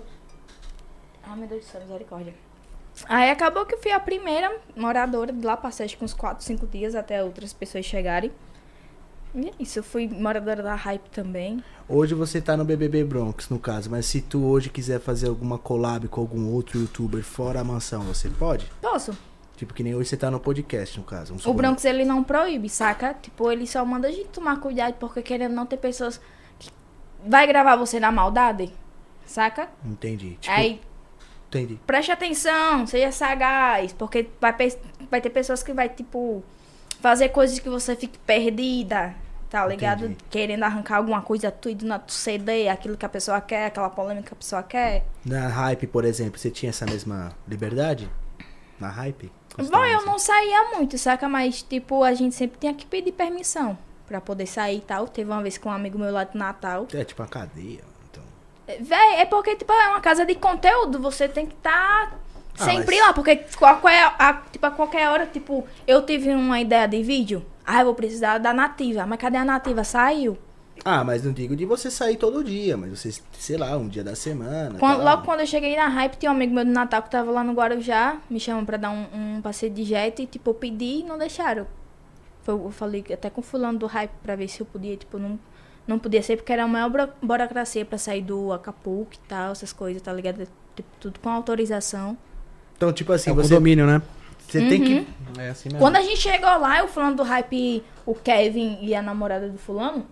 Ai, meu Deus do céu, misericórdia. Aí acabou que eu fui a primeira moradora de lá, passei acho que uns quatro, cinco dias até outras pessoas chegarem. E é isso, eu fui moradora da Hype também. Hoje você tá no B B B Bronx, no caso, mas se tu hoje quiser fazer alguma collab com algum outro youtuber fora a mansão, você pode? Posso? Tipo que nem hoje você tá no podcast, no caso. Um O segundo. Bronx, ele não proíbe, saca? Tipo, ele só manda a gente tomar cuidado, porque querendo não ter pessoas que vai gravar você na maldade, saca? Entendi. Tipo, Aí, entendi. preste atenção, seja sagaz, porque vai, pe- vai ter pessoas que vai, tipo, fazer coisas que você fique perdida, tá ligado? Entendi. Querendo arrancar alguma coisa tudo na tu ceder, aquilo que a pessoa quer, aquela polêmica que a pessoa quer. Na Hype, por exemplo, você tinha essa mesma liberdade? Na hype? Bom, eu não saía muito, saca? Mas, tipo, a gente sempre tinha que pedir permissão pra poder sair e tal. Teve uma vez com um amigo meu lá de Natal. É tipo uma cadeia, então. Véi, é porque, tipo, é uma casa de conteúdo. Você tem que estar Ah, sempre mas- lá. Porque qualquer, a, tipo, a qualquer hora, tipo, eu tive uma ideia de vídeo. Ah, eu vou precisar da nativa. Mas cadê a nativa? Saiu. Ah, mas não digo de você sair todo dia, mas você, sei lá, um dia da semana. Quando- tal. logo quando eu cheguei na hype, tinha um amigo meu do Natal que tava lá no Guarujá. Me chamam pra dar um, um passeio de jet. E, tipo, eu pedi e não deixaram. Foi- Eu falei até com o fulano do hype pra ver se eu podia, tipo, não, não podia ser, porque era a maior buro- burocracia pra sair do Acapulco e tal, essas coisas, tá ligado? Tipo, tudo com autorização. Então, tipo assim, É o você, condomínio, né? você tem que. É assim mesmo. Quando a gente chegou lá, o fulano do hype, o Kevin e a namorada do fulano,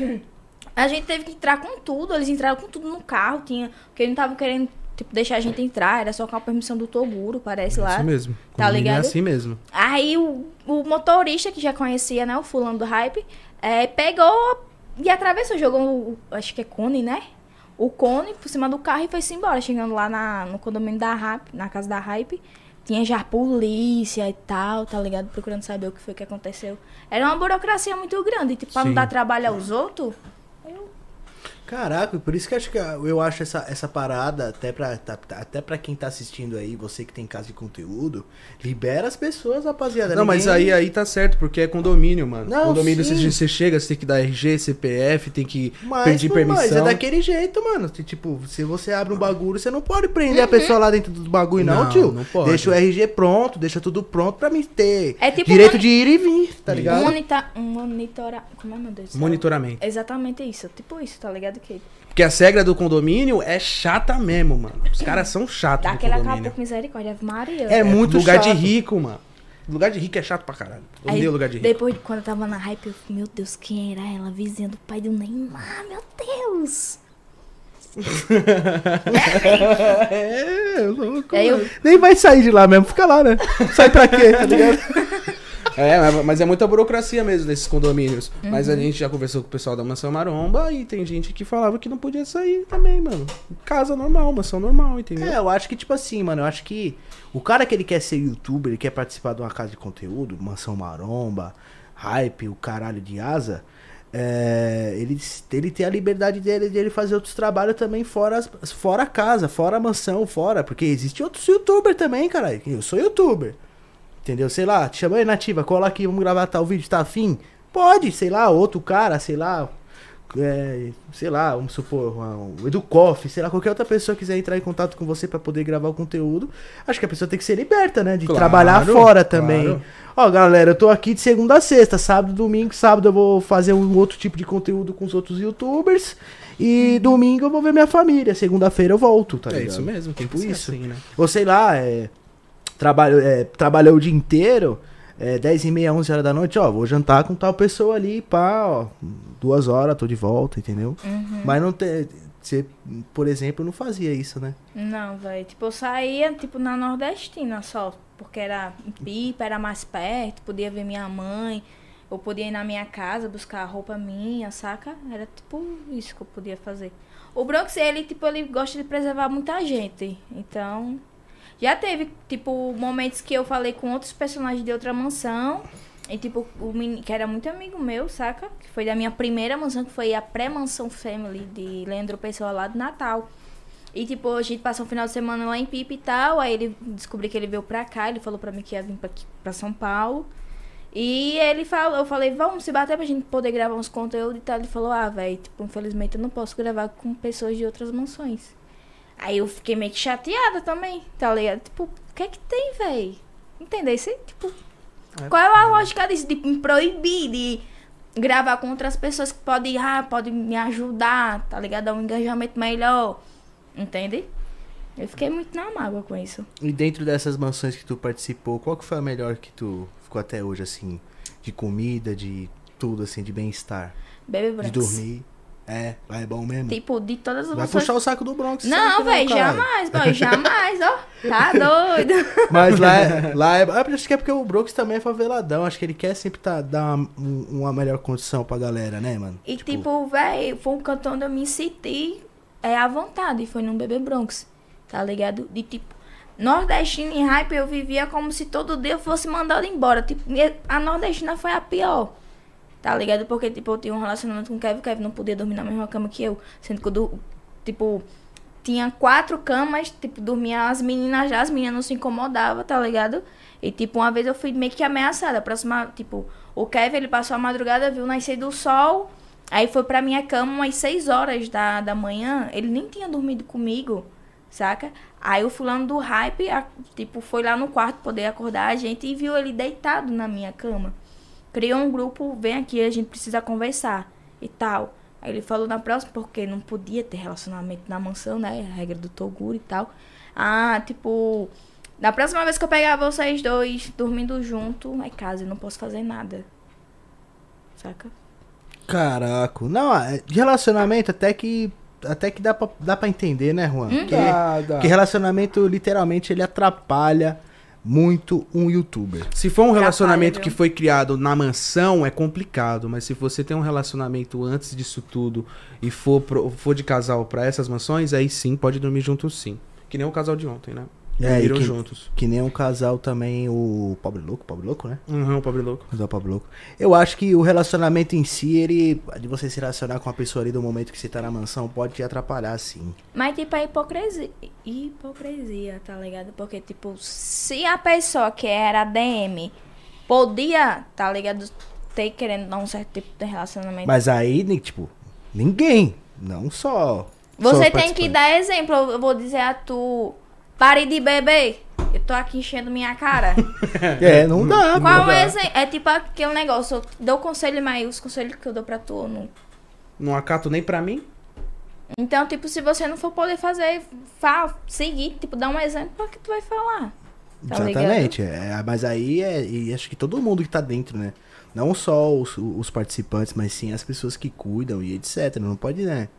a gente teve que entrar com tudo, eles entraram com tudo no carro, tinha, porque eles não estavam querendo, tipo, deixar a gente entrar, era só com a permissão do Toguro, parece É lá. isso mesmo. Tá Condomínio ligado? É assim mesmo. Aí o, o motorista, que já conhecia, né, o fulano do hype, é, pegou e atravessou, jogou, o, acho que é cone, né? O cone por cima do carro e foi-se embora. Chegando lá na, no condomínio da hype, na casa da hype, tinha já polícia e tal, tá ligado? Procurando saber o que foi que aconteceu. Era uma burocracia muito grande, tipo, pra não Sim. dar trabalho aos outros. Caraca, por isso que acho que eu acho essa, essa parada, até pra, tá- até pra quem tá assistindo aí, você que tem casa de conteúdo, libera as pessoas, rapaziada. Não, mas ninguém- aí, aí tá certo, porque é condomínio, mano. Não, Condomínio, sim. você, você chega, você tem que dar R G, C P F, tem que Mas, pedir pô, permissão. mas é daquele jeito, mano. Que, Tipo, se você abre um bagulho, você não pode prender a pessoa lá dentro do bagulho, não, Não, tio. não pode. Deixa o R G pronto, deixa tudo pronto pra mim ter É tipo direito moni- de ir e vir, tá ligado? Monita, monitora... Como é, meu Deus do céu? Monitoramento. Exatamente isso, tipo isso, tá ligado? Que Porque a regra do condomínio é chata mesmo, mano. Os caras são chatos dá do aquele condomínio. acabou com misericórdia, Ave Maria. É muito lugar chato. de rico, mano. Lugar de rico é chato pra caralho. Eu Aí, odeio lugar de rico. depois, de quando eu tava na hype, eu meu Deus, quem era ela? Vizinha do pai do Neymar, meu Deus. É, louco. Aí eu, Nem vai sair de lá mesmo, fica lá, né? Sai pra quê, tá ligado? É, mas- mas é muita burocracia mesmo nesses condomínios. Mas a Uhum. gente já conversou com o pessoal da Mansão Maromba e tem gente que falava que não podia sair também, mano. Casa normal, mansão normal, entendeu? É, eu acho que, tipo assim, mano, eu acho que o cara que ele quer ser youtuber, ele quer participar de uma casa de conteúdo, Mansão Maromba, Hype, o caralho de asa, é, ele, ele tem a liberdade dele, dele fazer outros trabalhos também fora, as- fora a casa, fora a mansão, fora, porque existe outros youtubers também, caralho. Eu sou youtuber. Entendeu? Sei lá, te chama aí, Nativa, cola aqui, vamos gravar tal vídeo, tá afim? Pode, sei lá, outro cara, sei lá, é, sei lá, vamos supor, um, o Educoff, sei lá, qualquer outra pessoa quiser entrar em contato com você pra poder gravar o conteúdo, acho que a pessoa tem que ser liberta, né? De Claro, trabalhar fora também. claro. Ó, galera, eu tô aqui de segunda a sexta, sábado, domingo, sábado eu vou fazer um outro tipo de conteúdo com os outros youtubers. E domingo eu vou ver minha família, segunda-feira eu volto, tá é ligado? isso mesmo, tem que Tipo ser isso. assim, né? Ou sei lá, é, trabalho, é, trabalhou o dia inteiro, é, dez e meia, onze horas da noite, ó, vou jantar com tal pessoa ali, pá, ó, duas horas, tô de volta, entendeu? Uhum. Mas não tem, você, por exemplo, não fazia isso, né? não, velho. Tipo, eu saía, tipo, na Nordestina só. Porque era em Pipa, era mais perto, podia ver minha mãe. Eu podia ir na minha casa buscar roupa minha, saca? Era tipo isso que eu podia fazer. O Bronx, ele, tipo, ele gosta de preservar muita gente. Então, já teve, tipo, momentos que eu falei com outros personagens de outra mansão. E, tipo, o menino, que era muito amigo meu, saca? Que foi da minha primeira mansão, que foi a pré-mansão Family de Leandro Pessoa lá de Natal. E, tipo, a gente passou um final de semana lá em Pipa e tal. Aí ele descobri que ele veio pra cá. Ele falou pra mim que ia vir pra, aqui, pra São Paulo. E ele falou, eu falei, vamos se bater pra gente poder gravar uns conteúdos e tal. Ele falou, ah, velho, tipo, infelizmente eu não posso gravar com pessoas de outras mansões. Aí eu fiquei meio que chateada também, tá ligado? Tipo, o que é que tem, velho? Entendeu? Isso, tipo, É, qual é a lógica disso? De me proibir de gravar com outras pessoas que podem, ah, podem me ajudar, tá ligado? Dar um engajamento melhor. Entende? Eu fiquei muito na mágoa com isso. E dentro dessas mansões que tu participou, qual que foi a melhor que tu ficou até hoje, assim? De comida, de tudo, assim, de bem-estar? Baby De Bronx. dormir? É, lá é bom mesmo. Tipo, de todas as Vai mansões. puxar o saco do Bronx. Não, sabe, velho, caralho. jamais, boy, jamais, ó. Tá doido. Mas lá é, lá é. ah, Acho que é porque o Bronx também é faveladão. Acho que ele quer sempre tá, dar uma, um- uma melhor condição pra galera, né, mano? E tipo, velho, foi um canto onde eu me senti é, à vontade. Foi num Bebê Bronx, tá ligado? De tipo, Nordestina em hype, eu vivia como se todo dia eu fosse mandado embora. Tipo, a nordestina foi a pior. Tá ligado? Porque, tipo, eu tinha um relacionamento com o Kevin. O Kevin não podia dormir na mesma cama que eu. Sendo que eu, dur- tipo, tinha quatro camas. Tipo, dormia as meninas já. As meninas não se incomodavam, tá ligado? E, tipo, uma vez eu fui meio que ameaçada. A próxima, tipo, o Kevin, ele passou a madrugada, viu nascer do sol. Aí foi pra minha cama umas seis horas da, da manhã. Ele nem tinha dormido comigo, saca? Aí o fulano do hype, a- tipo, foi lá no quarto poder acordar a gente e viu ele deitado na minha cama. Criou um grupo, vem aqui, a gente precisa conversar e tal. Aí ele falou na próxima, porque não podia ter relacionamento na mansão, né? A regra do Toguro e tal. Ah, tipo, na próxima vez que eu pegar vocês dois dormindo junto, é casa, eu não posso fazer nada. Saca? Caraca. Não, é- de relacionamento até que. Até que dá pra, dá pra entender, né, Juan? Porque, Dá, dá. porque relacionamento, literalmente, ele atrapalha muito um youtuber. Se for um Atrapalha, relacionamento viu? que foi criado na mansão, é complicado. Mas se você tem um relacionamento antes disso tudo e for, pro- for de casal pra essas mansões, aí sim, pode dormir juntos sim. Que nem o casal de ontem, né? É, Dormiram e que- juntos. Que nem um casal também, o Pobre Louco, Pobre Louco, né? Uhum, pobre louco. Casal Pobre Louco. Eu acho que o relacionamento em si, ele. De você se relacionar com a pessoa ali do momento que você tá na mansão, pode te atrapalhar, sim. Mas, tipo, é hipocrisia. Hipocrisia, tá ligado? Porque, tipo, se a pessoa que era D M podia, tá ligado? Ter querendo dar um certo tipo de relacionamento. Mas aí, ni- tipo, ninguém. Não só. só Você os tem que participantes. dar exemplo. Eu vou dizer a tu, pare de beber. Eu tô aqui enchendo minha cara. É, não dá. Qual pô. é o exemplo? É tipo aquele negócio. Eu dou conselho, mas os conselhos que eu dou pra tu, eu não. Não acato nem pra mim? Então, tipo, se você não for poder fazer, fa seguir, tipo, dar um exemplo, pra que tu vai falar? Tá Exatamente. É, mas aí é. E acho que todo mundo que tá dentro, né? Não só os, os participantes, mas sim as pessoas que cuidam e etcétera. Não pode, né?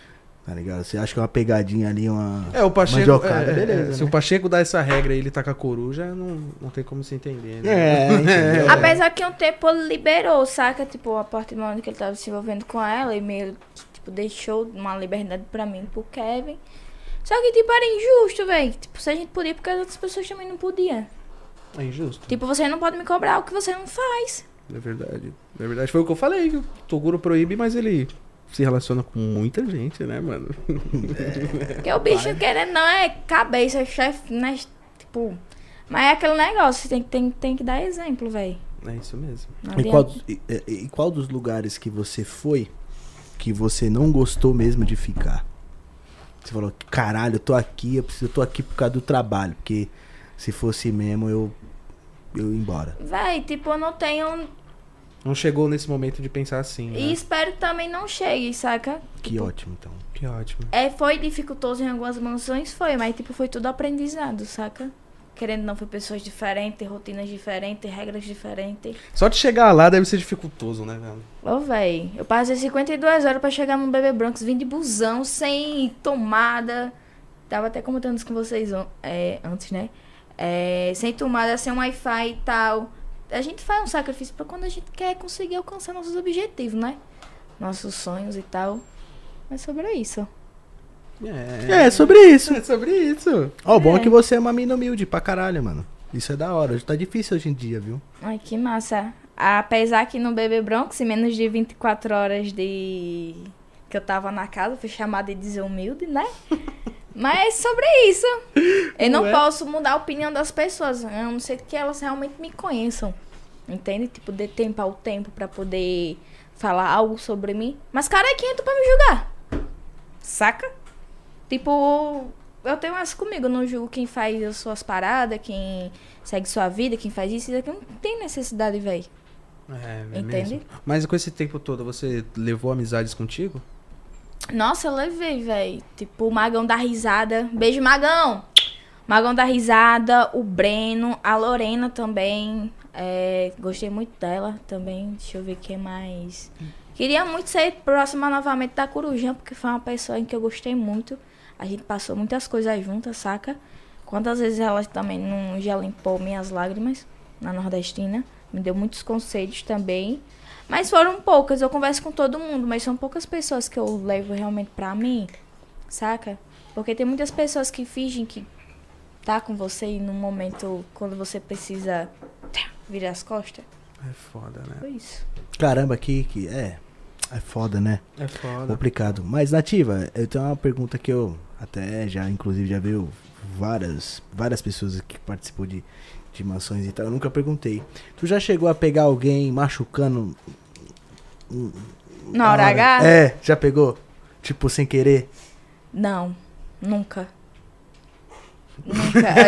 Tá ligado? Você acha que é uma pegadinha ali, uma. É, o Pacheco. Mandiocada, é, é, beleza, é, Se né? o Pacheco dá essa regra e ele tá com a coruja, não, não tem como se entender, né? É, entendeu? Apesar que um tempo ele liberou, saca? Tipo, a partir do momento que ele tava se envolvendo com ela e meio, tipo, deixou uma liberdade pra mim, pro Kevin. Só que, tipo, era injusto, velho. Tipo, se a gente podia, porque as outras pessoas também não podiam. É injusto. Tipo, você não pode me cobrar o que você não faz. É verdade. É verdade. Foi o que eu falei, que o Toguro proíbe, mas ele se relaciona com muita gente, né, mano? Porque o bicho, querendo não, é cabeça, chefe, né? Tipo... Mas é aquele negócio, você tem, tem, tem que dar exemplo, velho. É isso mesmo. Não E qual, adianta. e, e- e qual dos lugares que você foi que você não gostou mesmo de ficar? Você falou, caralho, eu tô aqui, eu, preciso, eu tô aqui por causa do trabalho, porque se fosse mesmo eu, eu ia embora. Véi, tipo, eu não tenho... Não chegou nesse momento de pensar assim, né? E espero que também não chegue, saca? Que Tipo, ótimo, então. Que ótimo. É, foi dificultoso em algumas mansões, foi, mas tipo, foi tudo aprendizado, saca? Querendo ou não, foi pessoas diferentes, rotinas diferentes, regras diferentes. Só de chegar lá deve ser dificultoso, né, velho? Ô, véi, eu passei cinquenta e duas horas pra chegar no Bebê Broncos, vim de busão, sem tomada. Tava até comentando isso com vocês on- é, antes, né? É, sem tomada, sem Wi-Fi e tal. A gente faz um sacrifício pra quando a gente quer conseguir alcançar nossos objetivos, né? Nossos sonhos e tal. Mas sobre isso. É, É, sobre isso. é sobre isso. Ó, o bom é É. que você é uma mina humilde pra caralho, mano. Isso é da hora. Tá difícil hoje em dia, viu? Ai, que massa. Apesar que no Bebê Broncos, em menos de vinte e quatro horas de... que eu tava na casa, fui chamada de desumilde, né? Mas é sobre isso. Eu não Ué? posso mudar a opinião das pessoas, a não ser que elas realmente me conheçam. Entende? Tipo, de tempo ao tempo pra poder falar algo sobre mim. Mas cara é quinhentos pra me julgar. Saca? Tipo, eu tenho essa comigo. Eu não julgo quem faz as suas paradas, quem segue sua vida, quem faz isso e aquilo. Não tem necessidade, velho. É, é Entende? mesmo. Mas com esse tempo todo, você levou amizades contigo? Nossa, eu levei, velho. Tipo, o Magão da Risada. Beijo, Magão! Magão da Risada, o Breno, a Lorena também. É, gostei muito dela também. Deixa eu ver quem mais. Queria muito ser próxima novamente da Corujão, porque foi uma pessoa em que eu gostei muito. A gente passou muitas coisas juntas, saca? Quantas vezes ela também não já limpou minhas lágrimas na Nordestina. Me deu muitos conselhos também. Mas foram poucas, eu converso com todo mundo, mas são poucas pessoas que eu levo realmente pra mim, saca? Porque tem muitas pessoas que fingem que tá com você e no momento quando você precisa virar as costas. É foda, né? Foi isso. Caramba, que, que é, é foda, né? É foda. Complicado. Mas, Nativa, eu tenho uma pergunta que eu até já, inclusive, já viu várias, várias pessoas que participou de, de mansões e tal. Eu nunca perguntei. Tu já chegou a pegar alguém machucando? um- Na hora a H? É, já pegou? Tipo, sem querer? Não, nunca. Nunca.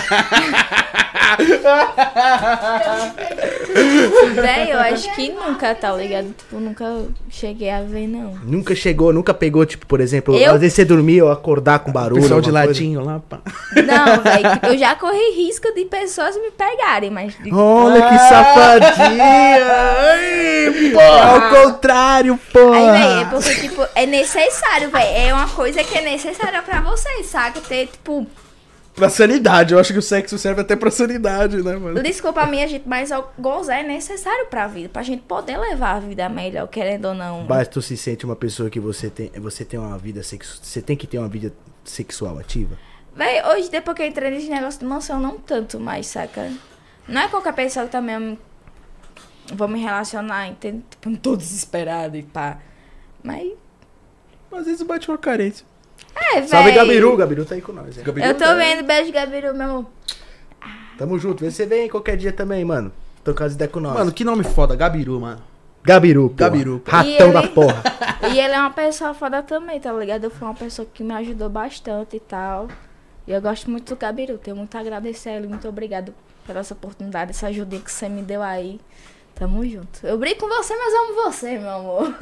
Véi, eu acho que nunca, tá ligado? Tipo, nunca cheguei a ver, não. Nunca chegou, nunca pegou, tipo, por exemplo, Eu? às vezes você dormia ou acordar com O barulho. pessoal de alguma coisa? ladinho lá, pá. Não, velho, eu já corri risco de pessoas me pegarem, mas... Olha que Ah! safadinha! Ai, porra, ao contrário, porra! Aí, véi, é porque, tipo, é necessário, véi. É uma coisa que é necessária pra vocês, saca? Ter, tipo... Pra sanidade, eu acho que o sexo serve até pra sanidade, né, mano? Desculpa a minha, gente, mas o gozar é necessário pra vida. Pra gente poder levar a vida melhor, querendo ou não. Mas tu se sente uma pessoa que você tem, você tem uma vida sexual, você tem que ter uma vida sexual ativa? Véi, hoje, depois que eu entrei nesse negócio de mansão, não tanto mais, saca? Não é qualquer pessoa que também eu me- vou me relacionar, entende? Tipo, não tô desesperado e pá. Mas, Às vezes bate uma carência. é, véi. Salve, Gabiru! Gabiru tá aí com nós, hein? Eu tô vendo, beijo, Gabiru, meu amor. Tamo junto, vê se você vem qualquer dia também, mano. Trocar as ideias com nós. Mano, que nome foda, Gabiru, mano. Gabiru, porra. Gabiru, E Ratão ele- da porra. E ele é uma pessoa foda também, tá ligado? Eu fui uma pessoa que me ajudou bastante e tal. E eu gosto muito do Gabiru, tenho muito a agradecer a ele, muito obrigado pela essa oportunidade, essa ajuda que você me deu aí. Tamo junto. Eu brinco com você, mas amo você, meu amor.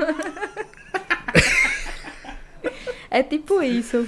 É tipo isso.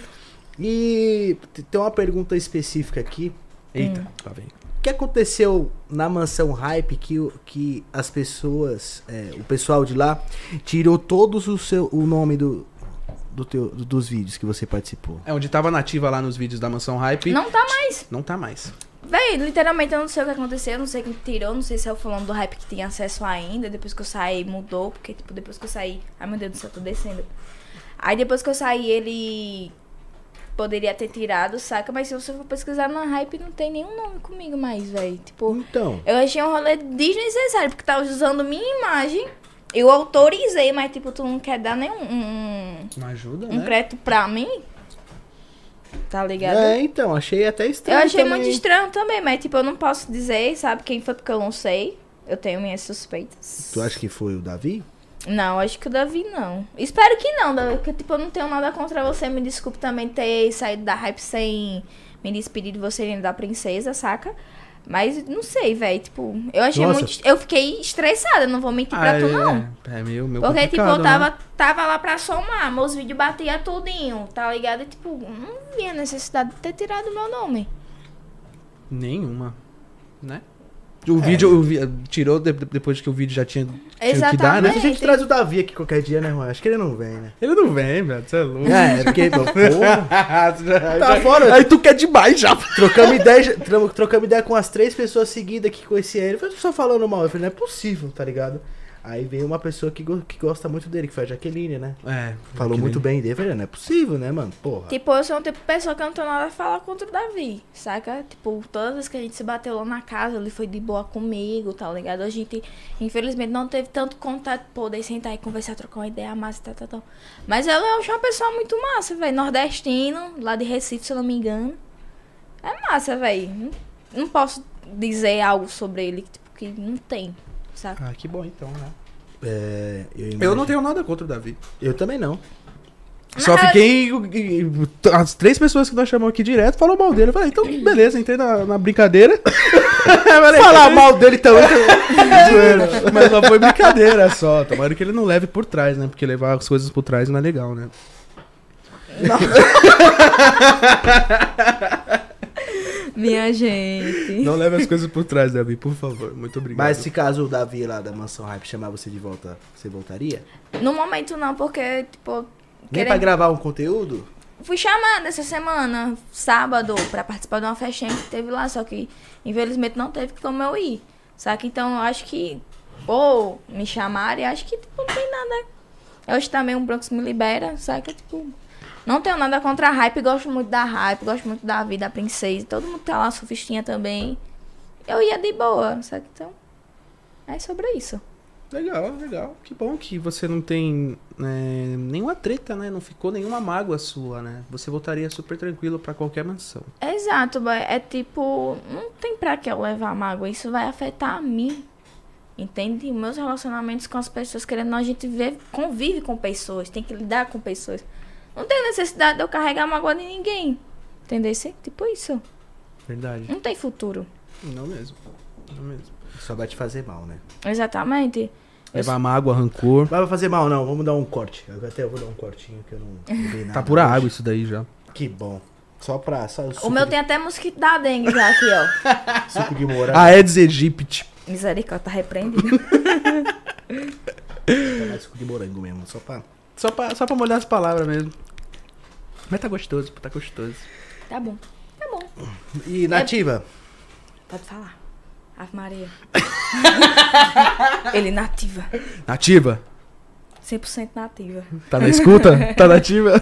E t- tem uma pergunta específica aqui. Eita, Hum. tá vendo? O que aconteceu na mansão Hype que, o- que as pessoas, é, o pessoal de lá, tirou todos o seu, o nome do, do teu, do- dos vídeos que você participou? É onde tava nativa lá nos vídeos da Mansão Hype. Não tá mais. Não tá mais. Véi, literalmente eu não sei o que aconteceu, não sei quem tirou, não sei se é o fulano do hype que tinha acesso ainda. Depois que eu saí, mudou, porque, tipo, depois que eu saí. Ai, meu Deus do céu, tô descendo. Aí depois que eu saí, ele poderia ter tirado, saca? Mas se você for pesquisar na hype, não tem nenhum nome comigo mais, véi. Tipo, Então, eu achei um rolê desnecessário, porque tava usando minha imagem. Eu autorizei, mas, tipo, tu não quer dar nenhum um, Não ajuda, um né? crédito pra mim? Tá ligado? é, então, achei até Eu estranho achei também. muito estranho também, mas tipo, eu não posso dizer, sabe, quem foi, porque eu não sei. Eu tenho minhas suspeitas. Tu acha que foi o Davi? Não, acho que o Davi não. Espero que não, Davi, porque tipo, eu não tenho nada contra você. Me desculpe também ter saído da hype sem me despedir de você nem da princesa, saca? Mas não sei, velho. Tipo, eu achei Nossa. muito. Eu fiquei estressada, não vou mentir pra tu, não. É, é meio, meio Porque, tipo, complicado, eu tava, né? tava lá pra somar, meus vídeos batiam tudinho, tá ligado? E, tipo, não via necessidade de ter tirado o meu nome. Nenhuma, né? O vídeo o vi- tirou de- de- depois que o vídeo já tinha, tinha que dar, né? Mas a gente traz o Davi aqui qualquer dia, né, mano? Acho que ele não vem, né? Ele não vem, velho. Você é louco. É, é porque, porra, tá fora. Aí tu quer demais já. trocamos ideia, já- tro- trocamos ideia com as três pessoas seguidas que conhecia ele. Foi só falando mal. Eu falei, não é possível, tá ligado? Aí veio uma pessoa que, go- que gosta muito dele, que foi a Jaqueline, né? É. Falou muito bem dele. Eu falei, não é possível, né, mano? Porra. Tipo, eu sou um tipo de pessoa que eu não tenho nada a falar contra o Davi, saca? Tipo, todas as vezes que a gente se bateu lá na casa, ele foi de boa comigo, tá ligado? A gente, infelizmente, não teve tanto contato pra poder sentar e conversar, trocar uma ideia massa, tá, tá, tá. Mas ela eu acho uma pessoa muito massa, velho. Nordestino, lá de Recife, se eu não me engano. É massa, velho. Não, não posso dizer algo sobre ele, tipo, que não tem, saca? Ah, que bom então, né? É, eu, Eu não imagino- tenho nada contra o Davi. Eu também não. Só Mas- fiquei. As três pessoas que nós chamamos aqui direto falaram mal dele. Eu falei, então, beleza, entrei na, na brincadeira. Falar mal dele também. Mas não foi brincadeira só. Tomara que ele não leve por trás, né? Porque levar as coisas por trás não é legal, né? Minha gente. Não leve as coisas por trás, Davi, por favor. Muito obrigado. Mas se caso o Davi lá da Mansão Hype chamar você de volta, você voltaria? No momento não, porque, tipo... Nem querendo- pra gravar um conteúdo? Fui chamada essa semana, sábado, pra participar de uma festinha que teve lá, só que infelizmente não teve como eu ir, saca? Então eu acho que, ou me chamarem, acho que tipo, não tem nada. Eu acho que também o Bronx me libera, saca? Tipo, Não tenho nada contra a hype, gosto muito da hype, gosto muito da vida, da princesa. Todo mundo tá lá, surfistinha também. Eu ia de boa, sabe? Então, é sobre isso. Legal, legal. Que bom que você não tem é, nenhuma treta, né? Não ficou nenhuma mágoa sua, né? Você voltaria super tranquilo pra qualquer mansão. Exato, boy. É tipo, não tem pra que eu levar mágoa, isso vai afetar a mim. Entende? Meus relacionamentos com as pessoas, querendo ou não, a gente vê, convive com pessoas, tem que lidar com pessoas. Não tem necessidade de eu carregar mágoa de ninguém. Entendeu? Tipo isso. Verdade. Não tem futuro. Não mesmo. Não mesmo. Só vai te fazer mal, né? Exatamente. Levar mágoa, rancor. Mas vai fazer mal, não. Vamos dar um corte. Eu até vou dar um cortinho que eu não, não vi nada. Tá pura hoje. água isso daí já. Que bom. Só pra... Só O suco meu de, tem até mosquito da dengue já aqui, ó. suco de morango. Aedes aegypti. Misericórdia, tá repreendido. É mais suco de morango mesmo. Só pra... Só pra, só pra molhar as palavras mesmo. Mas tá gostoso, tá gostoso. Tá bom, tá bom. E nativa? Pode falar. Ave Maria. Ele nativa. Nativa? cem por cento nativa. Tá na escuta? Tá nativa?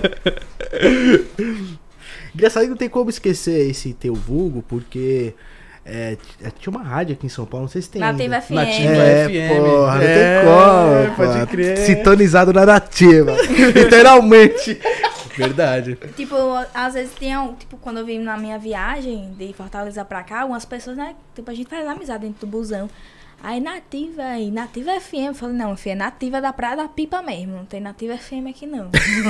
Engraçado que não tem como esquecer esse teu vulgo, porque é, tinha uma rádio aqui em São Paulo, não sei se tem Nativa ainda. F M. Nativa É, F M. porra, não É, tem como. pode pô. crer. Sintonizado na nativa. Literalmente. Verdade. Tipo, às vezes tinha, tipo, quando eu vim na minha viagem de Fortaleza pra cá, algumas pessoas, né, tipo, a gente faz amizade dentro do busão. Aí nativa, aí, nativa F M. Eu falei, não, filha, é nativa da Praia da Pipa mesmo, não tem nativa F M aqui não.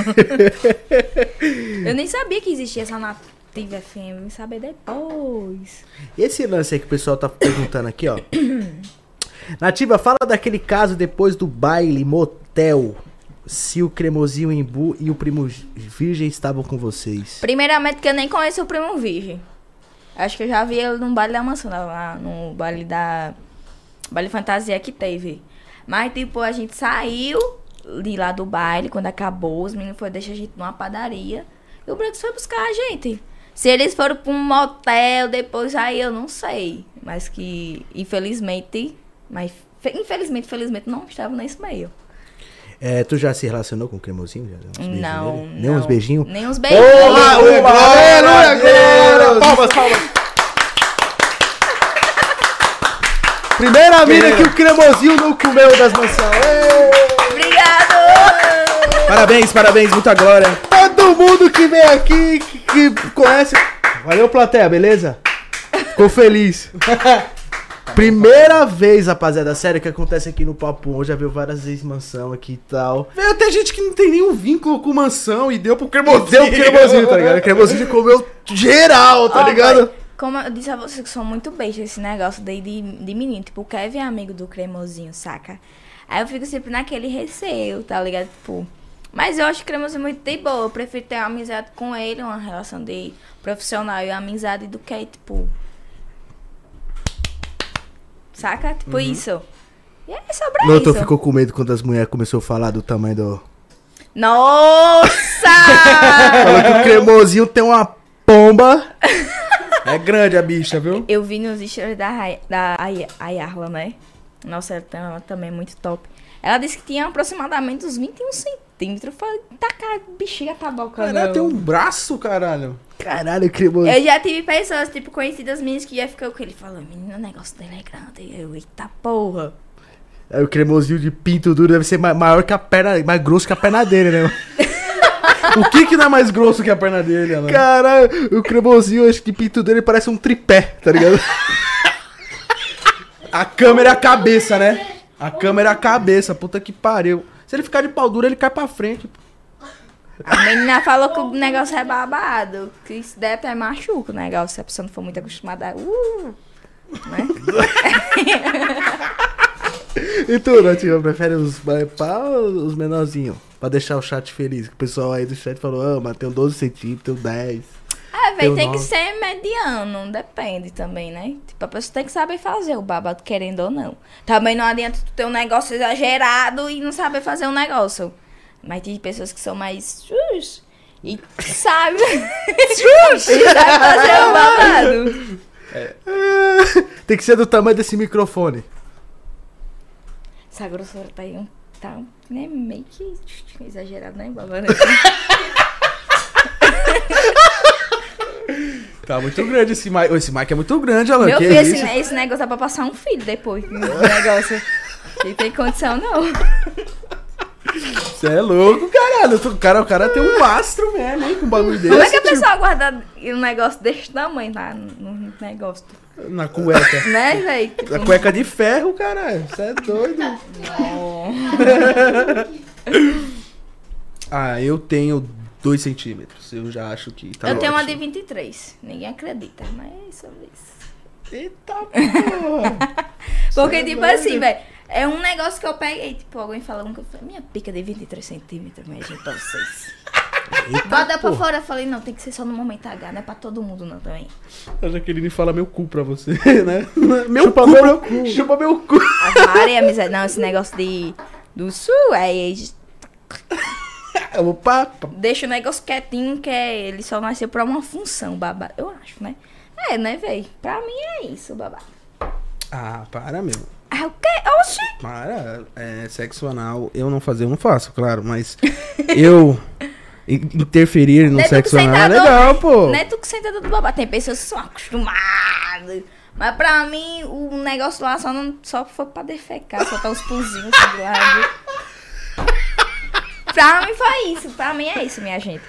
Eu nem sabia que existia essa nativa F M, vim saber depois. E esse lance aí que o pessoal tá perguntando aqui, ó. Nativa, fala daquele caso depois do baile, motel. Se o Cremosinho Imbu e o Primo Virgem estavam com vocês. Primeiramente que eu nem conheço o Primo Virgem. Acho que eu já vi ele num baile da mansão, lá no baile da... Baile fantasia que teve. Mas, tipo, a gente saiu de lá do baile, quando acabou, os meninos foram deixar a gente numa padaria. E o Branco foi buscar a gente. Se eles foram pra um motel depois, aí eu não sei. Mas que, infelizmente... Mas, infelizmente, felizmente, não estava nesse meio. É, tu já se relacionou com o Cremosinho? Já deu uns beijinhos Não, nele? não. Nem uns beijinhos? Nem uns beijinhos. Porra, uma, aleluia, glória! Palmas, palmas! Primeira mina que o Cremosinho não comeu das mansões. Obrigado! Parabéns, parabéns, muita glória. Todo mundo que vem aqui, que, que conhece... Valeu, plateia, beleza? Ficou feliz. Primeira vez, rapaziada, sério, que acontece aqui no Papo. Eu já viu várias vezes mansão aqui e tal. Meu, tem gente que não tem nenhum vínculo com mansão e deu pro cremosinho. Deu o Cremosinho, tá ligado? O Cremosinho comeu geral, tá Ó, ligado? pai, como eu disse a vocês que são muito besta esse negócio daí de, de menino. Tipo, o Kevin é amigo do Cremosinho, saca? Aí eu fico sempre naquele receio, tá ligado? Tipo... Mas eu acho o Cremosinho muito de boa. Eu prefiro ter uma amizade com ele, uma relação de profissional e amizade do que, tipo... Saca? Tipo Uhum. isso. E é sobre Não, tu isso. ficou com medo quando as mulheres começaram a falar do tamanho do... Nossa! Falou que o Cremosinho tem uma pomba. É grande a bicha, viu? Eu vi nos stories da, Ray- da Ay- Ayarla, né? Nossa, ela tá- ela também é muito top. Ela disse que tinha aproximadamente uns vinte e um centímetros. Eu falei, tá cara, bexiga tá boca, Caralho, não. tem um braço, caralho. Caralho, o Cremosinho... Eu já tive pessoas, tipo, conhecidas minhas que já ficou com ele. Falou, menino, o negócio dele é grande. Eu, eita porra. Aí o Cremosinho de pinto duro deve ser ma- maior que a perna... Mais grosso que a perna dele, né? O que que não é mais grosso que a perna dele, Alan? Caralho, o Cremosinho, acho que o pinto dele parece um tripé, tá ligado? A câmera é a cabeça, né? A câmera é a cabeça, puta que pariu. Se ele ficar de pau duro, ele cai pra frente. A menina falou que o negócio é babado. Que se der até machuca o negócio. Se a pessoa não for muito acostumada. Uh, né? E tu, Nativa, prefere os mais pá ou os menorzinhos? Pra deixar o chat feliz. Que o pessoal aí do chat falou, ah, mas tem doze centímetros, tem dez. É, Tem velho, o tem que nome. ser mediano, depende também, né? Tipo, a pessoa tem que saber fazer o babado, querendo ou não. Também não adianta tu ter um negócio exagerado e não saber fazer um negócio. Mas tem pessoas que são mais... chus e sabe... e sabe fazer o babado. Tem que ser do tamanho desse microfone. Essa grossura tá aí um... Tá um, né, meio que exagerado, né, babado? Tá muito grande esse mic. Esse mic é muito grande, Alan. Meu que filho, isso? esse, esse negócio dá pra passar um filho depois. O negócio. Não tem condição, não. Você é louco, caralho. O cara, o cara tem um mastro mesmo, hein? Com um bagulho desse. Como é que a tipo, pessoa guarda um negócio desse tamanho lá no, no negócio? Na cueca. Né, velho? Tipo, Na cueca de ferro, caralho. Você é doido. não. Ah, eu tenho dois centímetros. Eu já acho que tá Eu tenho uma de ótimo. vinte e três. Ninguém acredita, mas é sobre isso. Eita porra. Porque, Cê é tipo doido. assim, velho, é um negócio que eu peguei, tipo, alguém falou, que eu falei, minha pica de vinte e três centímetros, minha gente, pra vocês. Bota pra fora, eu falei, não, tem que ser só no momento H, não é pra todo mundo não também. A Jaqueline fala meu cu pra você, né? Meu Chupa cu, meu meu cu. cu. Chupa meu cu. A Maria, amizade, não, esse negócio de, do sul, aí Opa. deixa o negócio quietinho, que é, ele só nasceu pra uma função, babado, eu acho, né? É, né, velho? Pra mim é isso, babado. Ah, para, meu. Ah, o quê? Oxi! Para. É, sexo anal, eu não fazer, eu não faço, claro, mas eu in- interferir no Não é tu sexo que anal é sentador, legal, pô. Não é tu que senta do babado. Tem pessoas que são acostumadas. Mas pra mim, o negócio lá só, não, só foi pra defecar, soltar os pulzinhos assim do lado. Pra mim foi isso. Pra mim é isso, minha gente.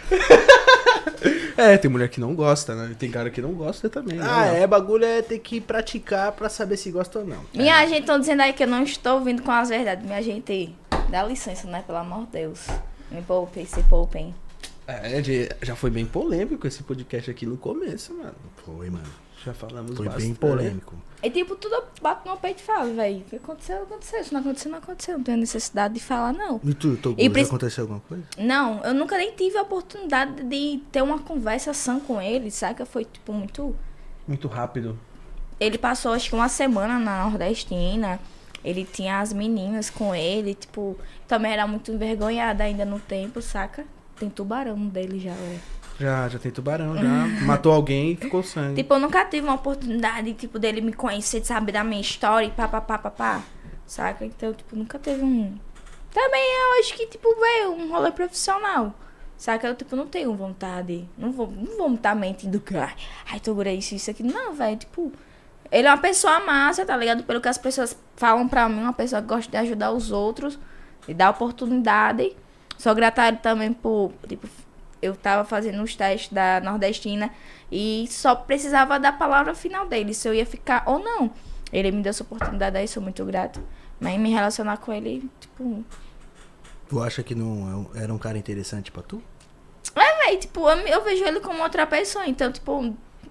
É, tem mulher que não gosta, né? Tem cara que não gosta também. Ah, né? é, bagulho é ter que praticar pra saber se gosta ou não. Minha gente, estão dizendo aí que eu não estou vindo com as verdades. Minha gente, dá licença, né? Pelo amor de Deus. Me poupem, se poupem. É, de- já foi bem polêmico esse podcast aqui no começo, mano. Foi, mano. Já falamos Foi bastante. bem polêmico. E tipo, tudo eu bato no peito e falo, velho. O que aconteceu, aconteceu. Se não aconteceu, não aconteceu. Não tenho necessidade de falar, não. E tu, Togu, E já preci- aconteceu alguma coisa? Não, eu nunca nem tive a oportunidade de ter uma conversa sã com ele, saca? Foi, tipo, muito... Muito rápido. Ele passou, acho que uma semana na Nordestina. Ele tinha as meninas com ele, tipo... Também era muito envergonhada ainda no tempo, saca? Tem tubarão dele já, velho. Já, já tem tubarão, já. Matou alguém e ficou sangue. Tipo, eu nunca tive uma oportunidade, tipo, dele me conhecer, de saber da minha história e pá, pá, pá, pá, pá. Saca? Então, tipo, nunca teve um... Também eu acho que, tipo, velho, um rolê profissional. Saca? Eu, tipo, não tenho vontade. Não vou, não vou estar mentindo que, ai, ai, Toguro, isso, isso aqui. Não, velho, tipo... Ele é uma pessoa massa, tá ligado? Pelo que as pessoas falam pra mim, uma pessoa que gosta de ajudar os outros e dar oportunidade. Sou grata a ele também por, tipo, eu tava fazendo os testes da Nordestina e só precisava da palavra final dele, se eu ia ficar ou não. Ele me deu essa oportunidade aí, sou muito grata. Mas me relacionar com ele, tipo... Tu acha que não é um- era um cara interessante pra tu? É, velho, tipo, eu, eu vejo ele como outra pessoa, então, tipo...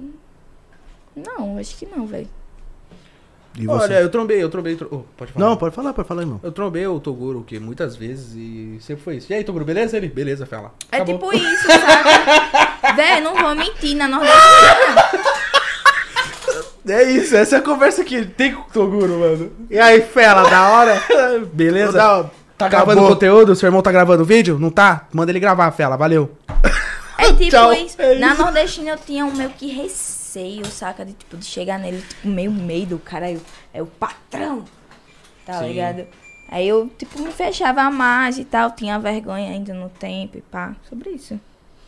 Não, acho que não, velho. E você? Olha, eu trombei, eu trombei. tro- oh, pode falar. Não, pode falar, pode falar, irmão. Eu trombei o Toguro, que muitas vezes, e sempre foi isso. E aí, Toguro, beleza? Ele, beleza, fala. É Acabou. tipo isso, sabe? Velho, não vou mentir, na Nordestina... É isso, essa é a conversa que tem com o Toguro, mano. E aí, fela, da hora? Beleza? Não, Tá acabou. gravando conteúdo? Seu irmão tá gravando vídeo? Não tá? Manda ele gravar, fela, valeu. É tipo Tchau. isso. É Na isso. Nordestina eu tinha um meio que receio, saca? De, tipo, de chegar nele, tipo, meio medo, cara. Eu, é o patrão, tá Sim. ligado? Aí eu, tipo, me fechava mais e tal. Tinha vergonha ainda no tempo e pá. Sobre isso.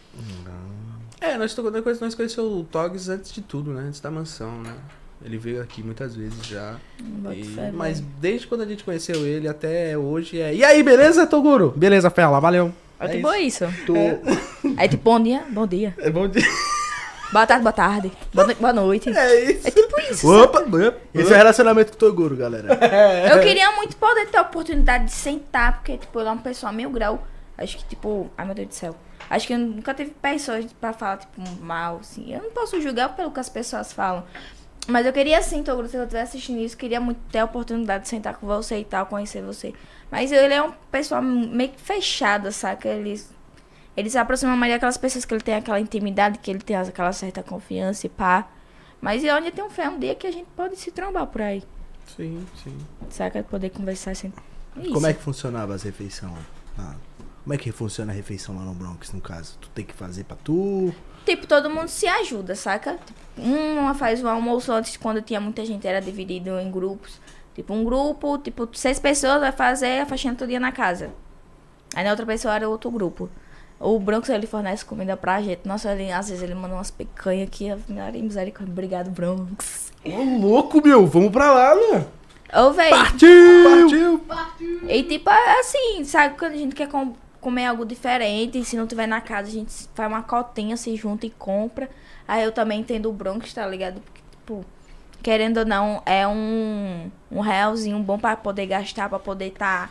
É, nós, to- nós nós conhecemos o Togs antes de tudo, né? Antes da mansão, né? Ele veio aqui muitas vezes já. Não boto E- fé, mas velho. desde quando a gente conheceu ele até hoje é. E aí, beleza, Toguro? Beleza, fela, valeu. É tipo isso. Tu... É tipo, bom dia, bom dia. É bom dia. Boa tarde, boa tarde. Boa noite, boa noite. É isso. É tipo isso. Opa, opa. Esse é o relacionamento com o Toguro, galera. Eu queria muito poder ter a oportunidade de sentar, porque, tipo, ele é uma pessoa meio grau. Acho que, tipo, ai meu Deus do céu. Acho que eu nunca teve pessoas pra falar, tipo, mal, assim. Eu não posso julgar pelo que as pessoas falam. Mas eu queria sim, Toguro, se eu estivesse assistindo isso, queria muito ter a oportunidade de sentar com você e tal, conhecer você. Mas ele é uma pessoa meio que fechada, saca? Ele, ele se aproxima mais daquelas pessoas que ele tem aquela intimidade, que ele tem aquela certa confiança e pá. Mas eu ainda tenho fé um dia que a gente pode se trombar por aí. Sim, sim. Saca? Poder conversar sem. Isso. Como é que funcionava as refeições? Ah, como é que funciona a refeição lá no Bronx, no caso? Tu tem que fazer pra tu? Tipo, todo mundo se ajuda, saca? Tipo, uma faz o almoço antes, quando tinha muita gente, era dividido em grupos. Tipo, um grupo, tipo, seis pessoas vai fazer a faxina todo dia na casa. Aí na outra pessoa era outro grupo. O Bronx, ele fornece comida pra gente. Nossa, ele, às vezes ele manda umas picanhas aqui. Maria misericórdia. Obrigado, Bronx. Ô, louco, meu. Vamos pra lá, né? Ô, véi. Partiu! Partiu! E tipo, é assim, sabe? Quando a gente quer com- comer algo diferente, se não tiver na casa, a gente faz uma cotinha, se junta e compra. Aí eu também entendo o Bronx, tá ligado? Porque, tipo, querendo ou não, é um, um realzinho bom pra poder gastar, pra poder tá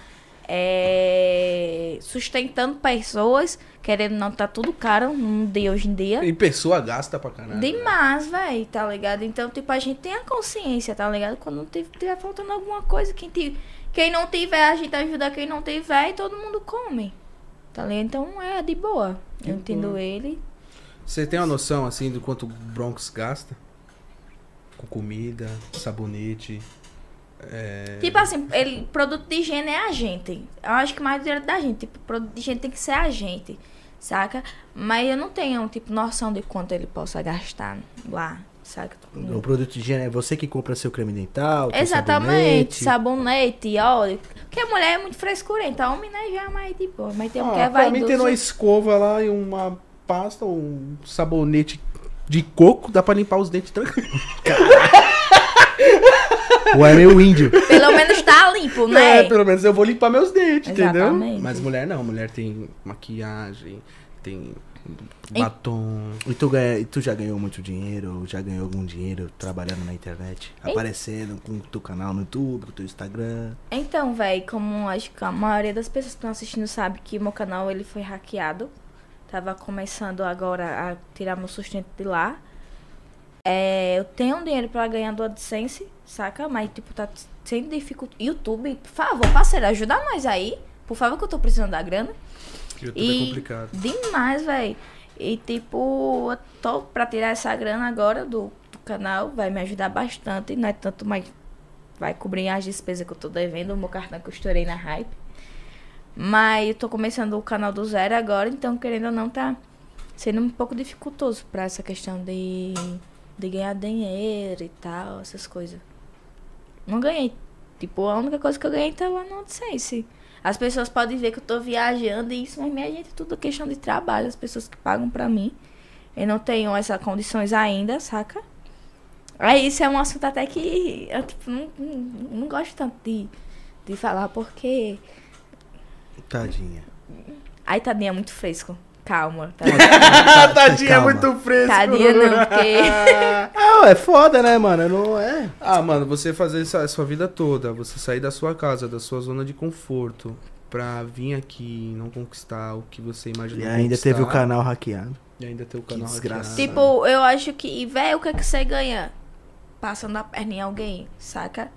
é, sustentando pessoas. Querendo ou não, tá tudo caro no dia hoje em dia. E pessoa gasta pra caralho. Demais, velho, tá ligado? Então, tipo, a gente tem a consciência, tá ligado? Quando tiver, tiver faltando alguma coisa, quem, tiver, quem não tiver, a gente ajuda quem não tiver e todo mundo come. Tá ligado? Então, é de boa. Que Eu entendo boa. ele. Você tem uma noção, assim, do quanto o Bronx gasta? Com comida, sabonete... É... Tipo assim, ele, produto de higiene é a gente. Eu acho que mais direito da gente. Tipo, produto de higiene tem que ser a gente, saca? Mas eu não tenho, tipo, noção de quanto ele possa gastar lá, saca? O produto de higiene é você que compra seu creme dental, teu Exatamente, sabonete. sabonete, óleo. Porque a mulher é muito frescurenta, a homem, né, já é mais de boa. Mas tem um Ah, que é pra mim vaidoso. tendo uma escova lá e uma pasta, um sabonete de coco, dá pra limpar os dentes tranquilo. Ou é meio índio. Pelo menos tá limpo, né? É, pelo menos eu vou limpar meus dentes, entendeu? Exatamente. Mas mulher não, mulher tem maquiagem, tem Em- batom. E tu, ganha, e tu já ganhou muito dinheiro? Já ganhou algum dinheiro trabalhando na internet? Em- Aparecendo com o teu canal no YouTube, com o teu Instagram? Então, velho, como acho que a maioria das pessoas que estão assistindo sabe que meu canal ele foi hackeado. Tava começando agora a tirar meu sustento de lá. É, eu tenho dinheiro pra ganhar do AdSense, saca? Mas, tipo, tá sendo dificuldade. YouTube, por favor, parceiro, ajuda nós aí. Por favor, que eu tô precisando da grana. YouTube E é complicado. demais, velho. E, tipo, eu tô pra tirar essa grana agora do, do canal. Vai me ajudar bastante. Não é tanto, mas vai cobrir as despesas que eu tô devendo. O meu cartão que eu estourei na Hype. Mas eu tô começando o canal do zero agora. Então, querendo ou não, tá sendo um pouco dificultoso pra essa questão de, de ganhar dinheiro e tal. Essas coisas. Não ganhei. Tipo, a única coisa que eu ganhei tá lá no AdSense. As pessoas podem ver que eu tô viajando e isso, mas minha gente, tudo é questão de trabalho. As pessoas que pagam pra mim. Eu não tenho essas condições ainda, saca? Aí isso é um assunto até que eu tipo, não, não, não gosto tanto de, de falar, porque... Tadinha. Ai, tadinha, é muito fresco. Calma. Tá? Tadinha, é Calma. muito fresco. Tadinha não, porque... Ah, é foda, né, mano? Não é. Ah, mano, você fazer essa, a sua vida toda, você sair da sua casa, da sua zona de conforto, pra vir aqui e não conquistar o que você imaginou E ainda conquistar, teve o canal hackeado. E ainda ter o canal desgraça. hackeado. Tipo, eu acho que, velho, o que é que você ganha? Passando a perna em alguém, saca?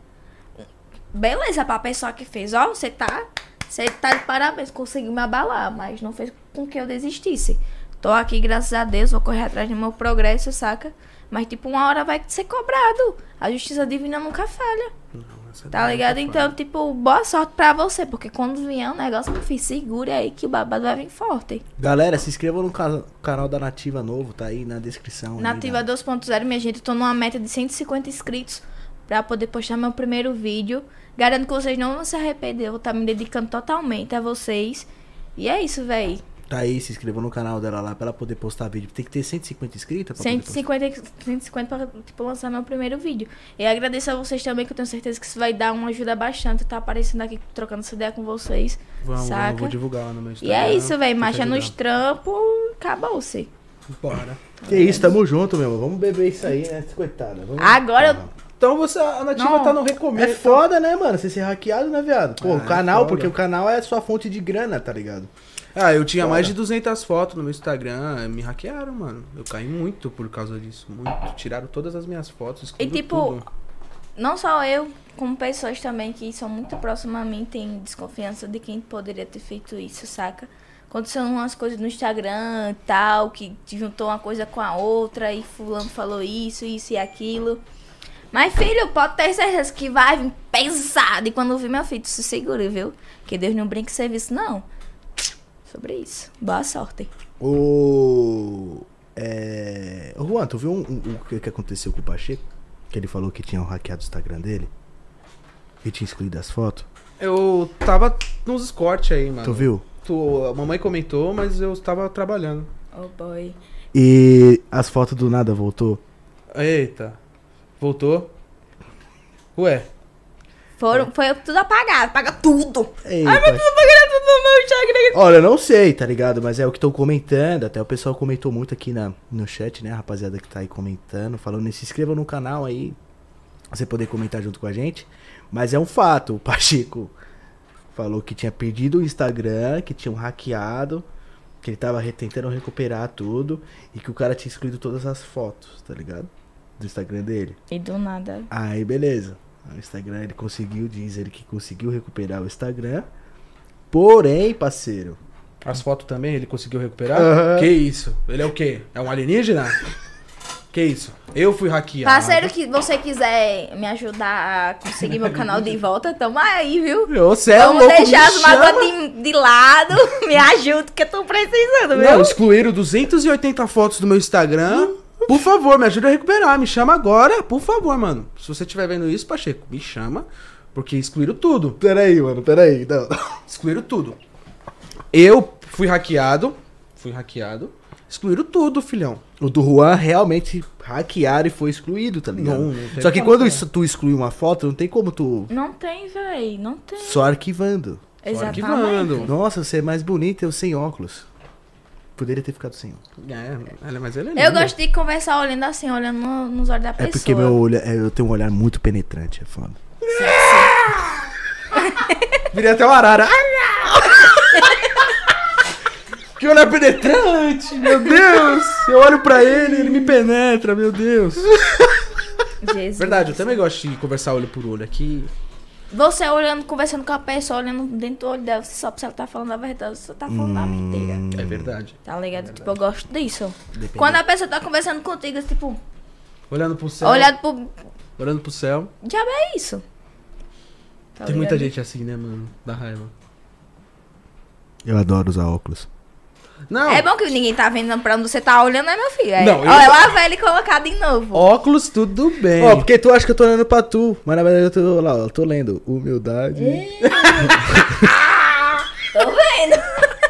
Beleza, pra pessoa que fez, ó, você tá... Você tá de parabéns, conseguiu me abalar, mas não fez com que eu desistisse. Tô aqui, graças a Deus, vou correr atrás do meu progresso, saca? Mas, tipo, uma hora vai ser cobrado. A justiça divina nunca falha. Não, essa Tá daí ligado? não Então, fala. tipo, boa sorte pra você. Porque quando vier um negócio, meu filho, segure aí que o babado vai vir forte. Galera, se inscrevam no ca- canal da Nativa Novo, tá aí na descrição. aí, Nativa galera. dois ponto zero, minha gente, eu tô numa meta de cento e cinquenta inscritos pra poder postar meu primeiro vídeo. Garanto que vocês não vão se arrepender. Eu vou estar me dedicando totalmente a vocês. E é isso, véi. Tá aí, se inscreva no canal dela lá pra ela poder postar vídeo. Tem que ter cento e cinquenta inscritos pra cento e poder cinquenta, cento e cinquenta pra, tipo, lançar meu primeiro vídeo. E agradeço a vocês também, que eu tenho certeza que isso vai dar uma ajuda bastante. Tá aparecendo aqui, trocando essa ideia com vocês. Vamos, saca? vamos, vou divulgar lá no meu E Instagram. é isso, véi. tem que Marcha nos ajudar. trampos, acabou-se. Bora. Que isso, tamo junto, meu. Vamos beber isso aí, né? Coitada. Vamos... Agora eu- Ah, Então você, a Nativa Não. tá no É recomeço. foda, né, mano? Você ser hackeado, né, viado? Pô, Ah, o canal, é foda. porque o canal é sua fonte de grana, tá ligado? Ah, eu tinha Foda. mais de duzentas fotos no meu Instagram, me hackearam, mano. Eu caí muito por causa disso, muito. Tiraram todas as minhas fotos, E tudo, tipo, tudo. não só eu, como pessoas também que são muito próximas a mim, têm desconfiança de quem poderia ter feito isso, saca? Aconteceu umas coisas no Instagram e tal, que juntou uma coisa com a outra e fulano falou isso, isso e aquilo. Mas, filho, pode ter certeza que vai vir pesado. E quando eu vi meu filho, se segura, viu? Que Deus não brinca em serviço, não. Sobre isso. Boa sorte. O. É. Ô, Juan, tu viu um- um- o que, que aconteceu com o Pacheco? Que ele falou que tinham hackeado o Instagram dele? E tinha excluído as fotos? Eu tava nos cortes aí, mano. Tu viu? Tu, a mamãe comentou, mas eu estava trabalhando. Oh boy. E as fotos do nada voltou? Eita. Voltou? Ué. Foram, foi tudo apagado, apaga tudo. Eita. Ai, meu Deus, apagaram tudo no meu Instagram. Olha, eu não sei, tá ligado? Mas é o que estão comentando. Até o pessoal comentou muito aqui na, no chat, né? A rapaziada que tá aí comentando, falando, se inscreva no canal aí, pra você poder comentar junto com a gente. Mas é um fato, o Pacheco falou que tinha perdido o Instagram, que tinham hackeado, que ele tava re- tentando recuperar tudo e que o cara tinha excluído todas as fotos, tá ligado? Do Instagram dele. E do nada. Aí, beleza. O Instagram, ele conseguiu, diz ele que conseguiu recuperar o Instagram. Porém, parceiro, As fotos também ele conseguiu recuperar? Aham. Que isso? Ele é o quê? É um alienígena? Que isso? Eu fui hackeado. Parceiro, que você quiser me ajudar a conseguir meu canal de volta, tamo aí, viu? Você é Vamos louco, deixar me as mágoas chama. de, de lado. Me ajuda, que eu tô precisando, viu? Não, excluíram duzentas e oitenta fotos do meu Instagram. Por favor, me ajuda a recuperar. Me chama agora, por favor, mano. Se você estiver vendo isso, Pacheco, me chama. Porque excluíram tudo. peraí, mano, peraí. Não. Excluíram tudo. Eu fui hackeado. Fui hackeado. Excluíram tudo, filhão. O do Juan realmente hackearam e foi excluído, tá ligado? Não, não tem Só que como, quando né? isso- tu exclui uma foto, não tem como tu Não tem, véi, não tem. só arquivando. Exatamente. arquivando. Nossa, você é mais bonita, eu sem óculos. Poderia ter ficado sem óculos. É, ela- mas ele é Eu lindo. gosto de conversar olhando assim, olhando no- nos olhos da É pessoa. porque meu olho, é, eu tenho um olhar muito penetrante, é foda. Virei até uma arara. Ah, não! Que olhar penetrante, meu Deus. Eu olho pra ele, ele me penetra, meu Deus. Jesus. Verdade, eu também gosto de conversar olho por olho aqui. Você olhando, conversando com a pessoa, olhando dentro do olho dela, você sabe se ela tá falando a verdade, você tá falando a mentira. É verdade. Tá ligado? Tipo, eu gosto disso. Depende. Quando a pessoa tá conversando contigo, tipo, Olhando pro céu. olhado pro. Olhando pro céu. Diabo é isso. Tá Tem muita ligado? gente assim, né, mano? Da raiva. Eu adoro usar óculos. Não. É bom que ninguém tá vendo pra onde você tá olhando, né, meu filho? É, Não, eu- olha lá, velho, e colocar de novo. Óculos, tudo bem. Ó, porque tu acha que eu tô olhando pra tu, mas na verdade eu tô lá, ó, eu tô lendo. Humildade. Tô vendo.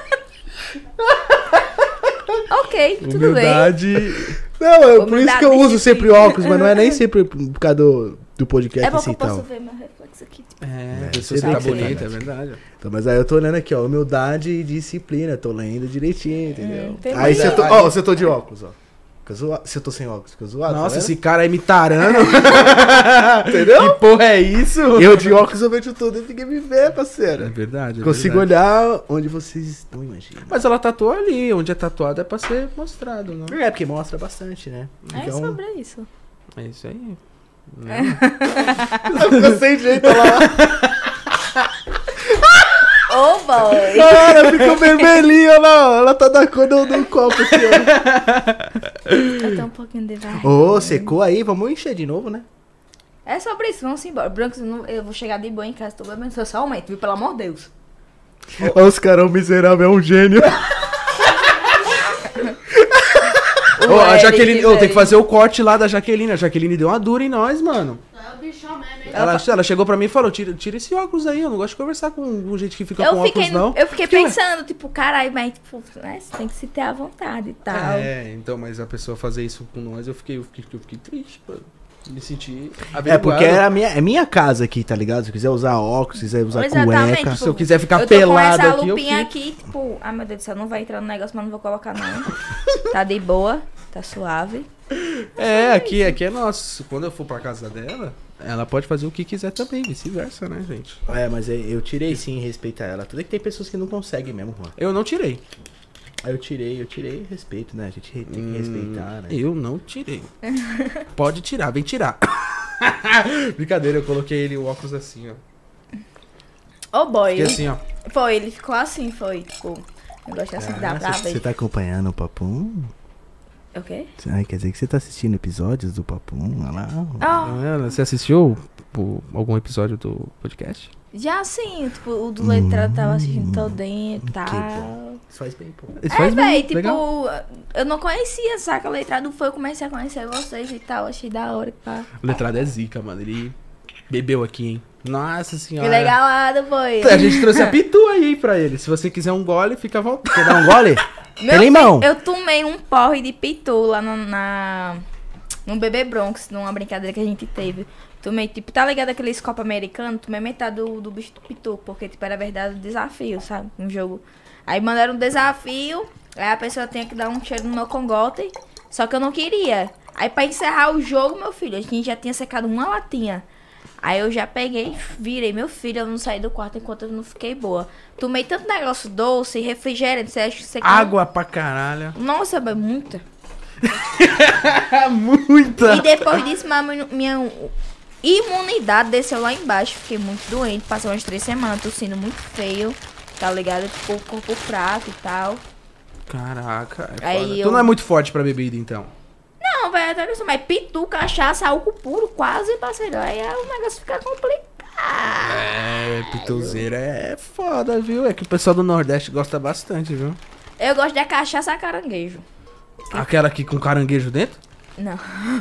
ok, tudo bem. Humildade. Não, é por isso Humildade, que eu uso disciplina. sempre óculos, mas não é nem sempre por causa do, do podcast É bom que assim eu e tal. posso ver meu reflexo aqui. Tipo. É, É, se você você tem tá que ser bonita, é verdade. verdade. Então, mas aí eu tô olhando aqui, ó, humildade e disciplina, tô lendo direitinho, entendeu? Hum, tem aí mais se eu tô, aí- ó, se eu tô de óculos, ó. Fica zoado. Se eu tô sem óculos, fica zoado. Nossa, tá esse cara aí me tarando. Entendeu? Que porra é isso? vendo? Eu de óculos eu vejo tudo e ninguém me vê, É parceiro. verdade, é Consigo verdade. olhar onde vocês não imaginam. Mas ela tatuou ali, onde é tatuado é pra ser mostrado, não? É, porque mostra bastante, né? É sobre isso. É isso aí. Ficou sem jeito lá. Ô, boy. Cara, ficou vermelhinha lá, ó. Ela tá da cor do, do copo aqui, ó. Eu tenho um pouquinho de vergonha. Ô, secou aí, vamos encher de novo, né? É sobre isso, vamos embora. Brancos, eu não- eu vou chegar de boa em casa, tô bebendo socialmente, viu? Pelo amor de Deus. Ó, os caras, o miserável é um gênio. Ô, a Eric, Jaqueline, ô, tem que velho. fazer o corte lá da Jaqueline. A Jaqueline deu uma dura em nós, mano. É o bichão mesmo, hein? Ela, ela chegou pra mim e falou: tira, tira esse óculos aí, eu não gosto de conversar com, com gente que fica Eu com fiquei, óculos, não. eu fiquei Fiquei, ué. pensando, tipo, caralho, mas tipo, né, você tem que se ter à vontade e tal. É, então, mas a pessoa fazer isso com nós, eu fiquei, eu fiquei, eu fiquei triste, pô. Me senti É averiguado. porque era minha, é minha casa aqui, tá ligado? Se eu quiser usar óculos, se quiser usar Exatamente, cueca. Se eu quiser ficar eu tô pelado com essa aqui, eu lupinha fico. aqui, tipo, ai meu Deus do céu, não vai entrar no negócio, mas não vou colocar não. Tá de boa, tá suave. É, aqui, aqui é nosso. Quando eu for pra casa dela, ela pode fazer o que quiser também, vice-versa, né, gente? É, mas é- eu tirei sim em respeito a ela. Tudo é que tem pessoas que não conseguem mesmo, Juan. Eu não tirei. Aí eu tirei, eu tirei respeito, né? A gente re- tem que respeitar, né? Eu não tirei. Pode tirar, vem tirar. Brincadeira, eu coloquei ele o óculos assim, ó. Ô boy, Fiquei assim, ó. foi, ele ficou assim, foi, tipo, negócio assim que dá pra Você ver. tá acompanhando o Papum? O quê? Ai, quer dizer que você tá assistindo episódios do Papum? Olha lá. Ah, Ela, você assistiu o- algum episódio do podcast? já assim, tipo, o do letrado tava assistindo todinho e tal. bom. Isso faz bem, pô. Isso É, faz bem, véi, tipo, legal. eu não conhecia, saca? O letrado foi, eu comecei a conhecer vocês e tal, achei da hora, pá. O letrado é zica, mano. Ele bebeu aqui, hein? Nossa Que senhora. legalado, foi. A gente trouxe a pitu aí pra ele. Se você quiser um gole, fica à vontade. Quer dar um gole? Meu Tem limão. filho, eu tomei um porre de pitu lá no, na, no Bebê Bronx, numa brincadeira que a gente teve. Tomei, tipo, tá ligado aqueles copos americanos? Tomei metade do, do bicho do pitu, porque, tipo, era verdade o desafio, sabe? Um jogo. Aí mandaram um desafio, aí a pessoa tinha que dar um cheiro no meu congote, só que eu não queria. Aí pra encerrar o jogo, meu filho, a gente já tinha secado uma latinha. Aí eu já peguei, virei, meu filho, eu não saí do quarto enquanto eu não fiquei boa. Tomei tanto negócio doce, refrigerante, você acha que você... Água pra caralho. Nossa, mas muita. Muita. E depois disso, minha, minha imunidade desceu lá embaixo. Fiquei muito doente, passei umas três semanas tossindo muito feio, tá ligado? Tipo, o corpo fraco e tal. Caraca, é Aí foda. eu- Tu não é muito forte pra bebida, então? Não, velho, até isso, mas pitu, cachaça, álcool puro, quase, parceiro. Aí é, o negócio fica complicado. É, pituzeira é foda, viu? É que o pessoal do Nordeste gosta bastante, viu? Eu gosto da cachaça caranguejo. Aquela aqui com caranguejo dentro? Não.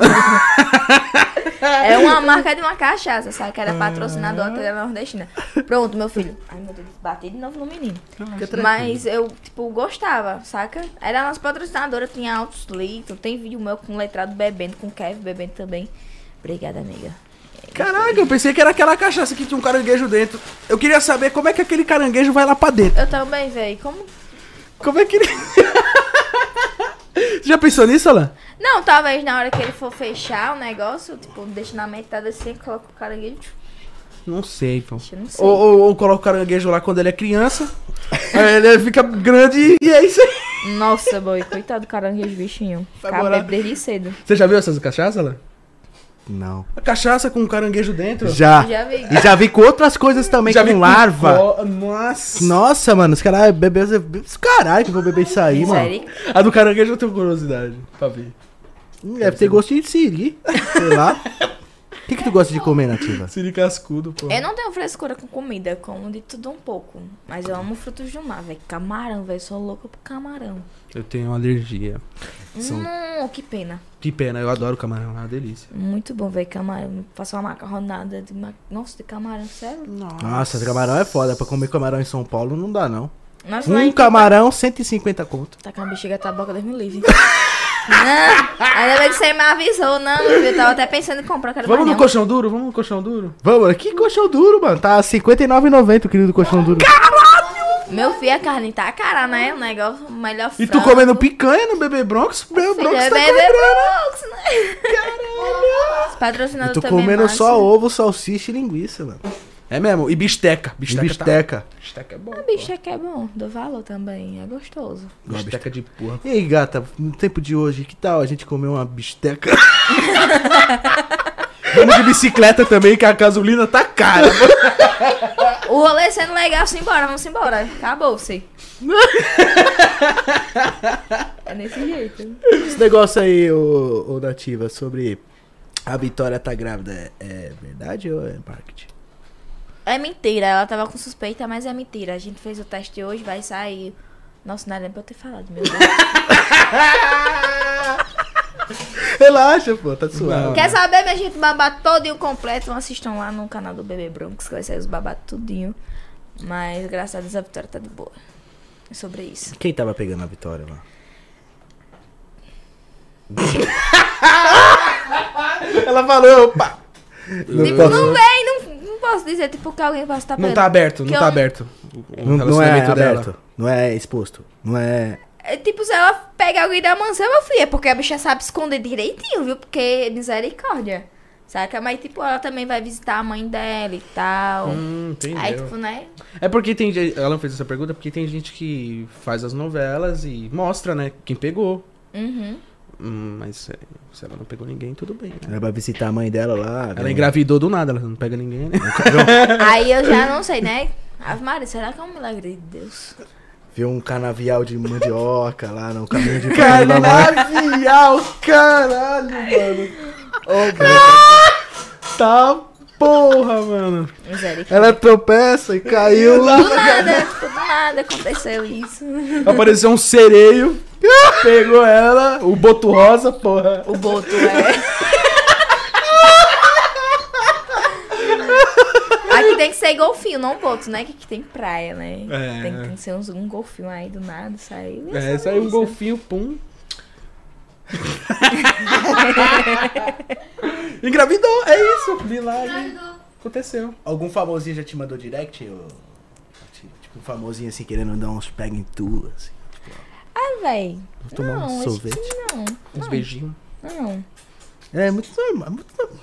É uma marca de uma cachaça, sabe? Que era patrocinadora da nordestina. Pronto, meu filho. Ai, meu Deus, bati de novo no menino. Mas eu, tipo, gostava, saca? Era a nossa patrocinadora, tinha altos litros. Tem vídeo meu com letrado bebendo, com Kevin bebendo também. Obrigada, amiga. Caraca, eu pensei que era aquela cachaça que tinha um caranguejo dentro. Eu queria saber como é que aquele caranguejo vai lá pra dentro. Eu também, velho. Como... Como é que ele... Já pensou nisso, Alan? Não, talvez na hora que ele for fechar o negócio, tipo, deixa na metade assim, coloca o caranguejo. Não sei, pô. Eu não sei. Ou, ou, ou coloca o caranguejo lá quando ele é criança. Aí ele fica grande e é isso aí. Nossa, boy, coitado do caranguejo, bichinho. Vai Ficava morar. bebendo desde cedo. Você já viu essas cachaças, Alan? Não. A cachaça com um caranguejo dentro? Já. Já vi. E já vi com outras coisas também, Já vi com larva. co- Nossa. Nossa, mano, os caras bebem... Os caralho que eu vou beber isso aí, mano. Sério? A do caranguejo eu tenho curiosidade pra ver. Hum, Deve ter gostinho de siri. Sei lá. O que, que tu gosta de comer, Nativa? Siri cascudo, pô. Eu não tenho frescura com comida, como de tudo um pouco. Mas eu amo frutos do mar, velho. Camarão, velho. Sou louca por camarão. Eu tenho alergia. São- Hum, que pena. Que pena, eu adoro camarão, é uma delícia. Muito bom, velho. Camarão. Passar uma macarronada de ma... Nossa, de camarão, sério? Nossa, camarão é foda. Pra comer camarão em São Paulo não dá, não. Nossa, lá Um em- camarão, cento e cinquenta conto. Tá com a bexiga tá boca, Deus me livre. Não, ainda bem que você me avisou, não, meu filho. Eu tava até pensando em comprar, quero Vamos mais no não. colchão duro? Vamos no colchão duro? Vamos, que colchão duro, mano. Tá cinquenta e nove reais e noventa centavos o quilo do colchão duro. Meu filho, a carne tá cara, né? O negócio, o melhor E tu frango. comendo picanha no Bebê Bronx? Bebê Filho, Bronx é tá Bebê cobrando. Bronx, né? Caralho. E Patrocinador tô também comendo massa. só ovo, salsicha e linguiça, mano. É mesmo, e bisteca. E Bisteca. bisteca. Tá... Bisteca é bom. A bisteca é bom, dou valor também, é gostoso. Pô. Bisteca de porra. E aí, gata, no tempo de hoje, que tal a gente comer uma bisteca? Vamos de bicicleta também, que a gasolina tá cara. O rolê sendo legal, simbora, vamos embora. Acabou-se. É desse jeito. Esse negócio aí, ô, ô Nativa, sobre a Vitória tá grávida, é, é verdade ou é marketing? É mentira, ela tava com suspeita, mas é mentira. A gente fez o teste hoje, vai sair. Nossa, não era pra eu ter falado, meu Deus. Relaxa, pô, tá suave. Quer saber, minha gente, babado todinho completo? Assistam lá no canal do Bebê Bronx, que vai sair os babados tudinho. Mas, graças a Deus, a Vitória tá de boa. É sobre isso. Quem tava pegando a Vitória lá? Ela falou, opa. Não tipo, posso- não vem, não, não posso dizer, tipo, que alguém possa estar Não tá aberto, não Que tá eu- aberto. o- o Não, não é relacionamento dela. aberto, não é exposto, não é... É tipo, se ela pegar alguém da mansão, meu filho, é porque a bicha sabe esconder direitinho, viu? Porque misericórdia. Saca? Mas, tipo, ela também vai visitar a mãe dela e tal. Hum, entendeu. Aí, tipo, né? É porque tem gente. Ela fez essa pergunta porque tem gente que faz as novelas e mostra, né? Quem pegou. Uhum. Hum, mas é, se ela não pegou ninguém, tudo bem, né? Ela vai visitar a mãe dela lá. Ela né? engravidou do nada, ela não pega ninguém, né? Aí eu já não sei, né? Ave Maria, será que é um milagre de Deus? Viu um canavial de mandioca lá no caminho de casa da mãe. Canavial, caralho, mano. Tá porra, mano. Misericórdia. Ela tropeça e caiu lá. Do nada, tipo, do nada aconteceu isso. Apareceu um sereio, pegou ela, o boto rosa, porra. O boto é. botei golfinho, não boto, né? Que aqui tem praia, né? É. Tem, tem que ser uns, um golfinho aí do nada, saiu. É, saiu um golfinho, pum. Engravidou, é isso. Milagre. Engravidou. Aconteceu. Algum famosinho já te mandou direct? Ou... Tipo, um famosinho assim, querendo dar uns pega em tu, assim. Tipo, Ah, véi. vou tomar Não, um acho sorvete. que não. Uns Não, beijinhos. não. É, muito normal, muito normal.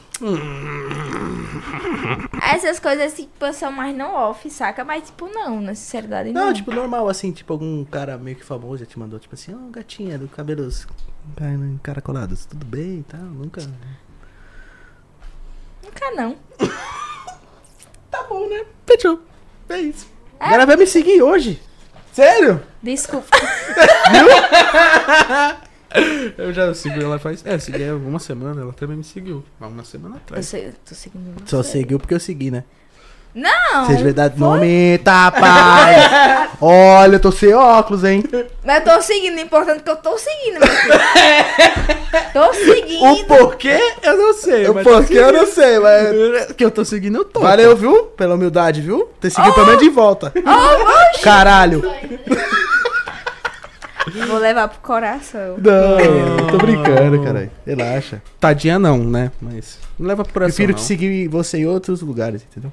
Essas coisas, tipo, são mais não off, saca? Mas, tipo, não, na sinceridade, não. Não, tipo, normal, assim, tipo, algum cara meio que famoso já te mandou, tipo assim, ó, gatinha do cabelos encaracolados, tudo bem e tal, nunca... Nunca não. Tá bom, né? Fechou. É isso. É. Ela vai me seguir hoje. Sério? Desculpa. Eu já sigo ela faz... É, segui ela uma semana, ela também me seguiu. Há uma semana Eu atrás. sei, tô seguindo você. Só seguiu porque eu segui, né? Não! Seja verdade, nome, tá, pai. Olha, eu tô sem óculos, hein? Mas eu tô seguindo, o importante é que eu tô seguindo, meu filho. Tô seguindo. O porquê, eu não sei. Eu mas porque eu não sei, mas... que eu tô seguindo, eu tô. Valeu, viu? Pela humildade, viu? Ter seguido pelo menos de volta. Oh, Caralho. vou levar pro coração. Não, tô brincando, caralho. Relaxa. Tadinha não, né? Mas não leva pro coração, Prefiro não. te seguir você em outros lugares, entendeu?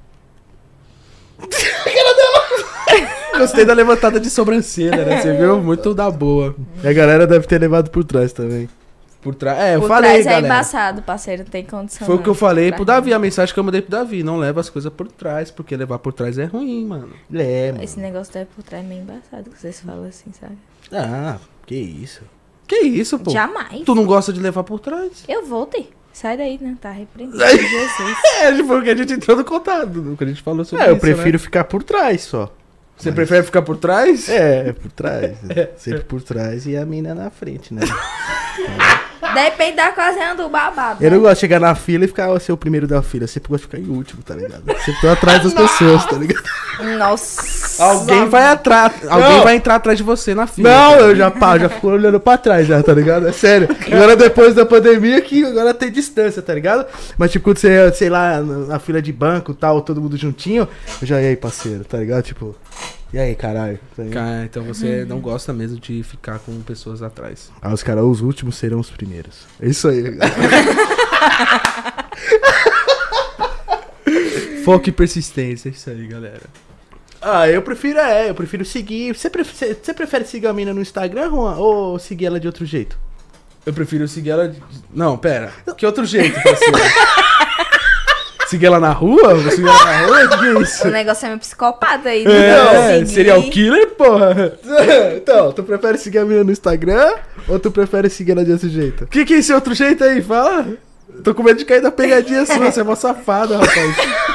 Gostei da levantada de sobrancelha, né? Você viu? Muito da boa. E a galera deve ter levado por trás também. Por trás. É, eu Por falei, trás é galera. embaçado, parceiro, não tem condição. Foi o não. que eu falei Pra pro mim. Davi, a mensagem que eu mandei pro Davi. Não leva as coisas por trás, porque levar por trás é ruim, mano. É, mano. Esse negócio daí por trás é meio embaçado, que vocês falam assim, sabe? Ah, que isso. Que isso, pô? Jamais. Tu não gosta de levar por trás? Eu vou ter. Sai daí, né? Tá repreendido. Aí- Jesus. É, foi o que a gente entrou no contato, do que a gente falou sobre É, eu isso, prefiro né? ficar por trás só. Você prefere ficar por trás? É, por trás. Sempre por trás e a mina na frente, né? Depende da ocasião do babado. Eu não né? gosto de chegar na fila e ficar ser o primeiro da fila. Eu sempre gosto de ficar em último, tá ligado? Eu sempre tô atrás das pessoas, tá ligado? Nossa. Alguém vai atrás, alguém vai entrar atrás de você na fila. Não, cara. eu já, pá, já fico olhando pra trás já, tá ligado? É sério. Agora depois da pandemia que agora tem distância, tá ligado? Mas tipo, quando você, sei lá, na na fila de banco e tal, todo mundo juntinho, eu já, e aí, parceiro, tá ligado? Tipo, e aí, caralho? Tá ligado? Cara, então você não gosta mesmo de ficar com pessoas atrás. Ah, os caras, os últimos serão os primeiros. É isso aí, galera. Foco e persistência, é isso aí, galera. Ah, eu prefiro, é, eu prefiro seguir. Você prefere, você prefere seguir a mina no Instagram, Juan, ou seguir ela de outro jeito? Eu prefiro seguir ela. de- Não, pera. Que outro jeito, parceiro? Seguir ela na rua? Vou seguir ela na rua? O que é isso? O negócio é meio psicopata aí. É, Não, serial killer, porra. Então, tu prefere seguir a mina no Instagram, ou tu prefere seguir ela de outro jeito? O que, que é esse outro jeito aí? Fala. Tô com medo de cair na pegadinha sua, você é mó safado, rapaz.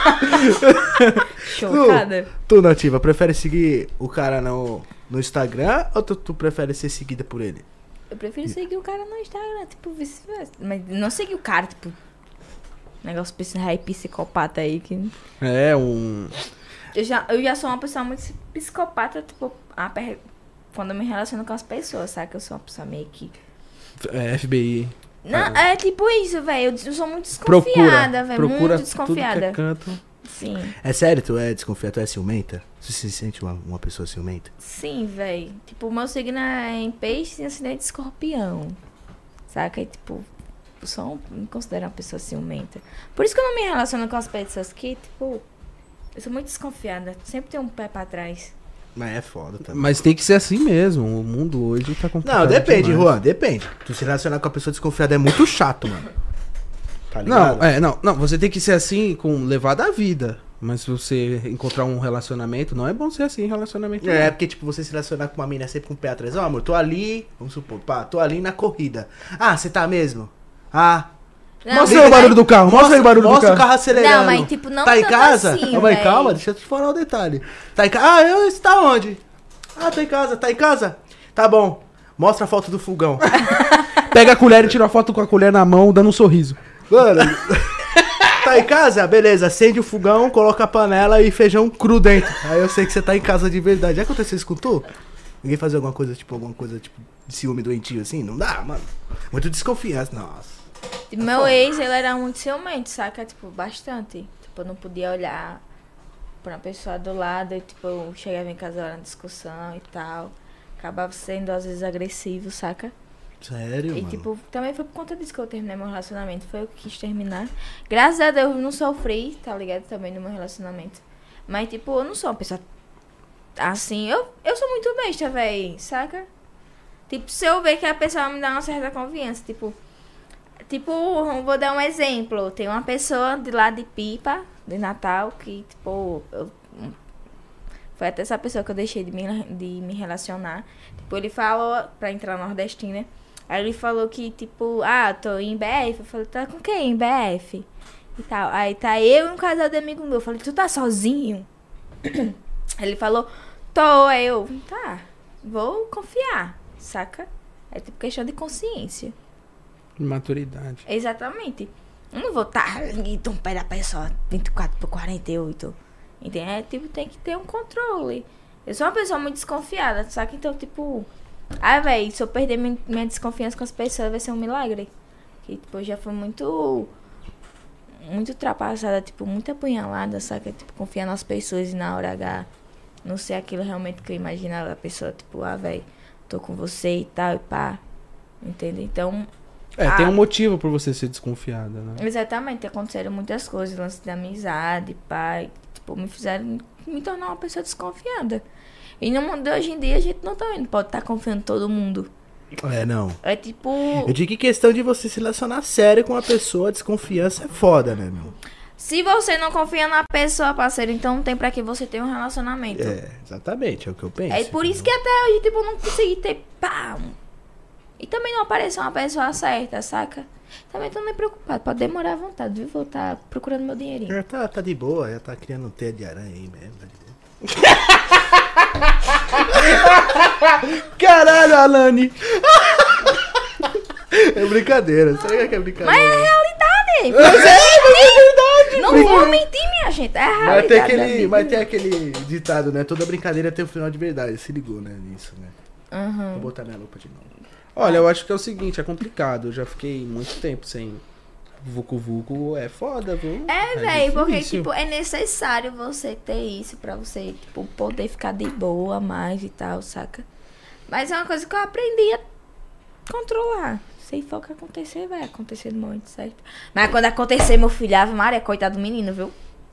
Chocada. Tu, Nativa, prefere seguir o cara no, no Instagram, ou tu, tu prefere ser seguida por ele? Eu prefiro seguir o cara no Instagram, tipo, vice-versa. Mas não seguir o cara, tipo. Negócio psi- aí, psicopata aí que. É, um. Eu já, eu já sou uma pessoa muito psicopata, tipo, a per- quando eu me relaciono com as pessoas, sabe? Que eu sou uma pessoa meio que. É, F B I. Não, é tipo isso, velho. Eu sou muito Procura. desconfiada, velho. Procura Muito tudo que desconfiada. é canto. Sim. É sério, tu é desconfiado, tu é ciumenta? Você se sente uma, uma pessoa ciumenta? Sim, velho. Tipo, o meu signo é em peixe e acidente de escorpião. Saca? E, tipo, eu sou um, me considero uma pessoa ciumenta. Por isso que eu não me relaciono com as pessoas que, tipo, eu sou muito desconfiada. Sempre tenho um pé pra trás. Mas é foda também. Mas tem que ser assim mesmo. O mundo hoje tá complicado. Não, depende, demais. Juan, depende. Tu se relacionar com a pessoa desconfiada é muito chato, mano. Tá ligado? Não, é, não, não, você tem que ser assim com levada à vida. Mas se você encontrar um relacionamento, não é bom ser assim em relacionamento. É, não. porque, tipo, você se relacionar com uma mina sempre com o pé atrás. Ó, amor, tô ali, vamos supor, pá, tô ali na corrida. Ah, você tá mesmo? Ah. Não, Mostra mas- aí o barulho do carro, mostra aí o barulho mostra do o carro. carro acelerando. Não, mas, tipo, não Tá em tanto casa? assim, Calma aí, véi. calma, deixa eu te falar o detalhe. Tá em casa? Ah, eu, você tá onde? Ah, tô em casa, tá em casa? Tá bom. Mostra a foto do fogão. Pega a colher e tira a foto com a colher na mão, dando um sorriso. Mano, tá em casa? Beleza, acende o fogão, coloca a panela e feijão cru dentro. Aí eu sei que você tá em casa de verdade. Já aconteceu isso com tu? Ninguém fazer alguma coisa, tipo, alguma coisa, tipo, de ciúme doentio assim? Não dá, mano. Muito desconfiança, nossa. Tipo, meu ex, ele era muito ciumento, saca? Tipo, bastante. Tipo, eu não podia olhar por uma pessoa do lado, e, tipo, eu chegava em casa era uma discussão e tal. Acabava sendo, às vezes, agressivo, saca? Sério, E, mano? tipo, também foi por conta disso que eu terminei meu relacionamento. Foi eu que quis terminar. Graças a Deus, eu não sofri, tá ligado? Também no meu relacionamento. Mas, tipo, eu não sou uma pessoa assim. Eu, eu sou muito besta, véi, saca? Tipo, se eu ver que a pessoa me dá uma certa confiança, tipo... Tipo, vou dar um exemplo. Tem uma pessoa de lá de Pipa, de Natal, que, tipo... Eu, foi até essa pessoa que eu deixei de me, de me relacionar. Tipo, ele falou pra entrar na Nordestina. Aí ele falou que, tipo, ah, tô em B F. Eu falei, tá com quem em B F? E tal. Aí tá eu e um casal de amigo meu. Eu falei, tu tá sozinho? Ele falou, tô. Aí eu, tá, vou confiar, saca? É tipo questão de consciência. Maturidade. Exatamente. Eu não vou estar tá, um pé da pessoa vinte e quatro por quarenta e oito. Entende? É, tipo, tem que ter um controle. Eu sou uma pessoa muito desconfiada, saca? Então, tipo... Ah, velho, se eu perder minha, minha desconfiança com as pessoas, vai ser um milagre. Que, tipo, eu já fui muito... Muito ultrapassada, tipo, muito apunhalada, saca? Tipo, confiar nas pessoas e na hora H não ser aquilo realmente que eu imaginava. A pessoa, tipo, ah, velho, tô com você e tal, e pá. Entende? Então... É, ah, tem um motivo por você ser desconfiada, né? Exatamente, aconteceram muitas coisas, lance de amizade, pai, tipo, me fizeram me tornar uma pessoa desconfiada. E no mundo de hoje em dia a gente não também não pode estar confiando em todo mundo. É, não. É tipo. Eu digo que questão de você se relacionar sério com uma pessoa, desconfiança é foda, né, meu? Se você não confia na pessoa, parceiro, então não tem pra que você ter um relacionamento. É, exatamente, é o que eu penso. É por isso que até hoje, tipo, eu não consegui ter pá. E também não apareceu uma pessoa certa, saca? Também tô nem preocupado, pode demorar à vontade, viu? Vou estar procurando meu dinheirinho. Já tá, tá de boa, já tá criando teia de aranha aí mesmo, tá de boa. Caralho, Alane! É brincadeira, sabe que é brincadeira? Mas é realidade! Mas é, mas é verdade! Não vou mentir, minha gente, é a realidade. Mas tem, da aquele, vida. mas tem aquele ditado, né? Toda brincadeira tem um final de verdade. Se ligou, né? Nisso, né? Uhum. Vou botar minha lupa de novo. Olha, eu acho que é o seguinte, é complicado. Eu já fiquei muito tempo sem Vucu Vucu, é foda, viu? É, velho, porque, difícil. tipo, é necessário você ter isso pra você, tipo, poder ficar de boa mais e tal, saca? Mas é uma coisa que eu aprendi a controlar. Se for o que acontecer, vai acontecer no momento certo. Mas quando acontecer, meu filho, Ave Maria, coitado do menino, viu?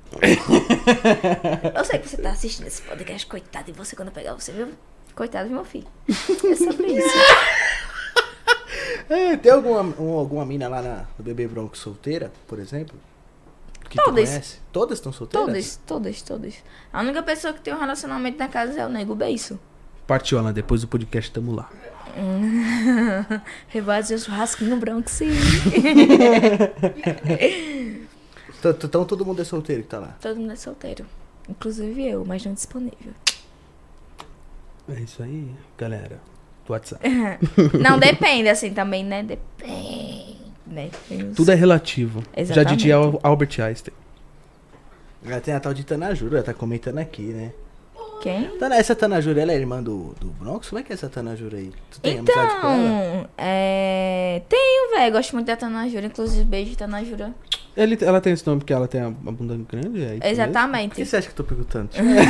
Eu sei que você tá assistindo esse podcast, coitado de você quando eu pegar você, viu? Coitado do meu filho. É sobre isso. É, tem alguma, um- alguma mina lá na, no Bebê Bronco solteira, por exemplo? Que tu Todas. conhece? Todas estão solteiras? Todas, todas, todas. A única pessoa que tem um relacionamento na casa é o Nego Beiço. Partiu, Alan, depois do podcast tamo lá. Rebate o churrasco no Bronx. Então todo mundo é solteiro que tá lá. Todo mundo é solteiro. Inclusive eu, mas não disponível. É isso aí, galera. Do WhatsApp. Não, depende, assim, também, né? Depende. Né? Tem os- Tudo é relativo. Já Exatamente. dizia Al- Albert Einstein. Já tem a tal de Tanajura, ela tá comentando aqui, né? Quem? Tana- Essa Tanajura, ela é irmã do, do Bronx? Como é que é essa Tanajura aí? Tu tem amizade com ela? Então, é... Tenho, velho. Gosto muito da Tanajura. Inclusive, beijo, Tanajura. Ele, ela tem esse nome porque ela tem a, a bunda grande? É isso Por que Exatamente. você acha que eu tô perguntando?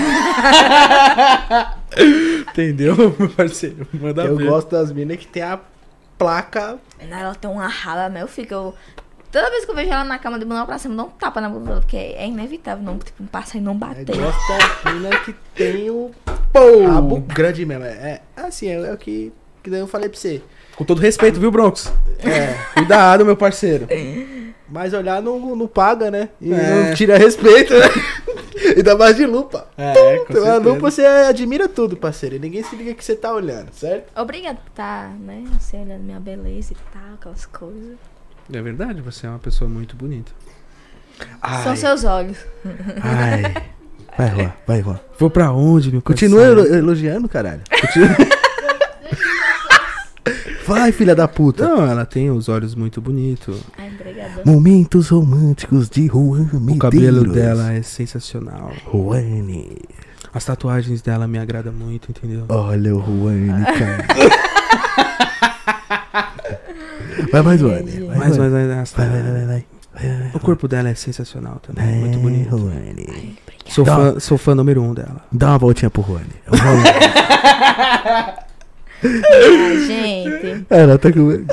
mesmo? Entendeu, meu parceiro? Manda eu ver. gosto das minas que tem a placa. Ela tem uma rala, meu filho. Eu... Toda vez que eu vejo ela na cama de bunda pra cima, eu dou um tapa na bunda dela, porque é inevitável, não, tipo, passar e não Eu bater. gosto das minas que tem o Pô! rabo grande mesmo. É, é assim, é, é o que, que daí eu falei pra você. Com todo respeito, viu, Bronx? É, Cuidado, meu parceiro. mas olhar não, não paga, né? E É. não tira respeito, né? E dá mais de lupa. É, com Então, a certeza. lupa você admira tudo, parceiro. E ninguém se liga que você tá olhando, certo? Obrigada por tá, né? Você olhando minha beleza e tal, aquelas coisas. É verdade, você é uma pessoa muito bonita. São seus olhos. Ai. Vai, Juan, vai, Juan. Vou pra onde, meu Continua parceiro? elo- elogiando, caralho. Continua. Vai, filha da puta. Não, ela tem os olhos muito bonitos. Ai, obrigada. Momentos românticos de Juan Medeiros. O cabelo dela é sensacional. Juane. As tatuagens dela me agradam muito, entendeu? Olha o Juane, cara. Vai mais, Juane. Vai, Mas, Juane. mas, mas, as- Vai, vai, vai, vai. vai, vai. o corpo dela é sensacional também, É, muito bonito. Juane. Ai, obrigada. Sou Dá- fã, sou fã número um dela. Dá uma voltinha pro Rony. O Rony- Ai, gente. Ela tá com...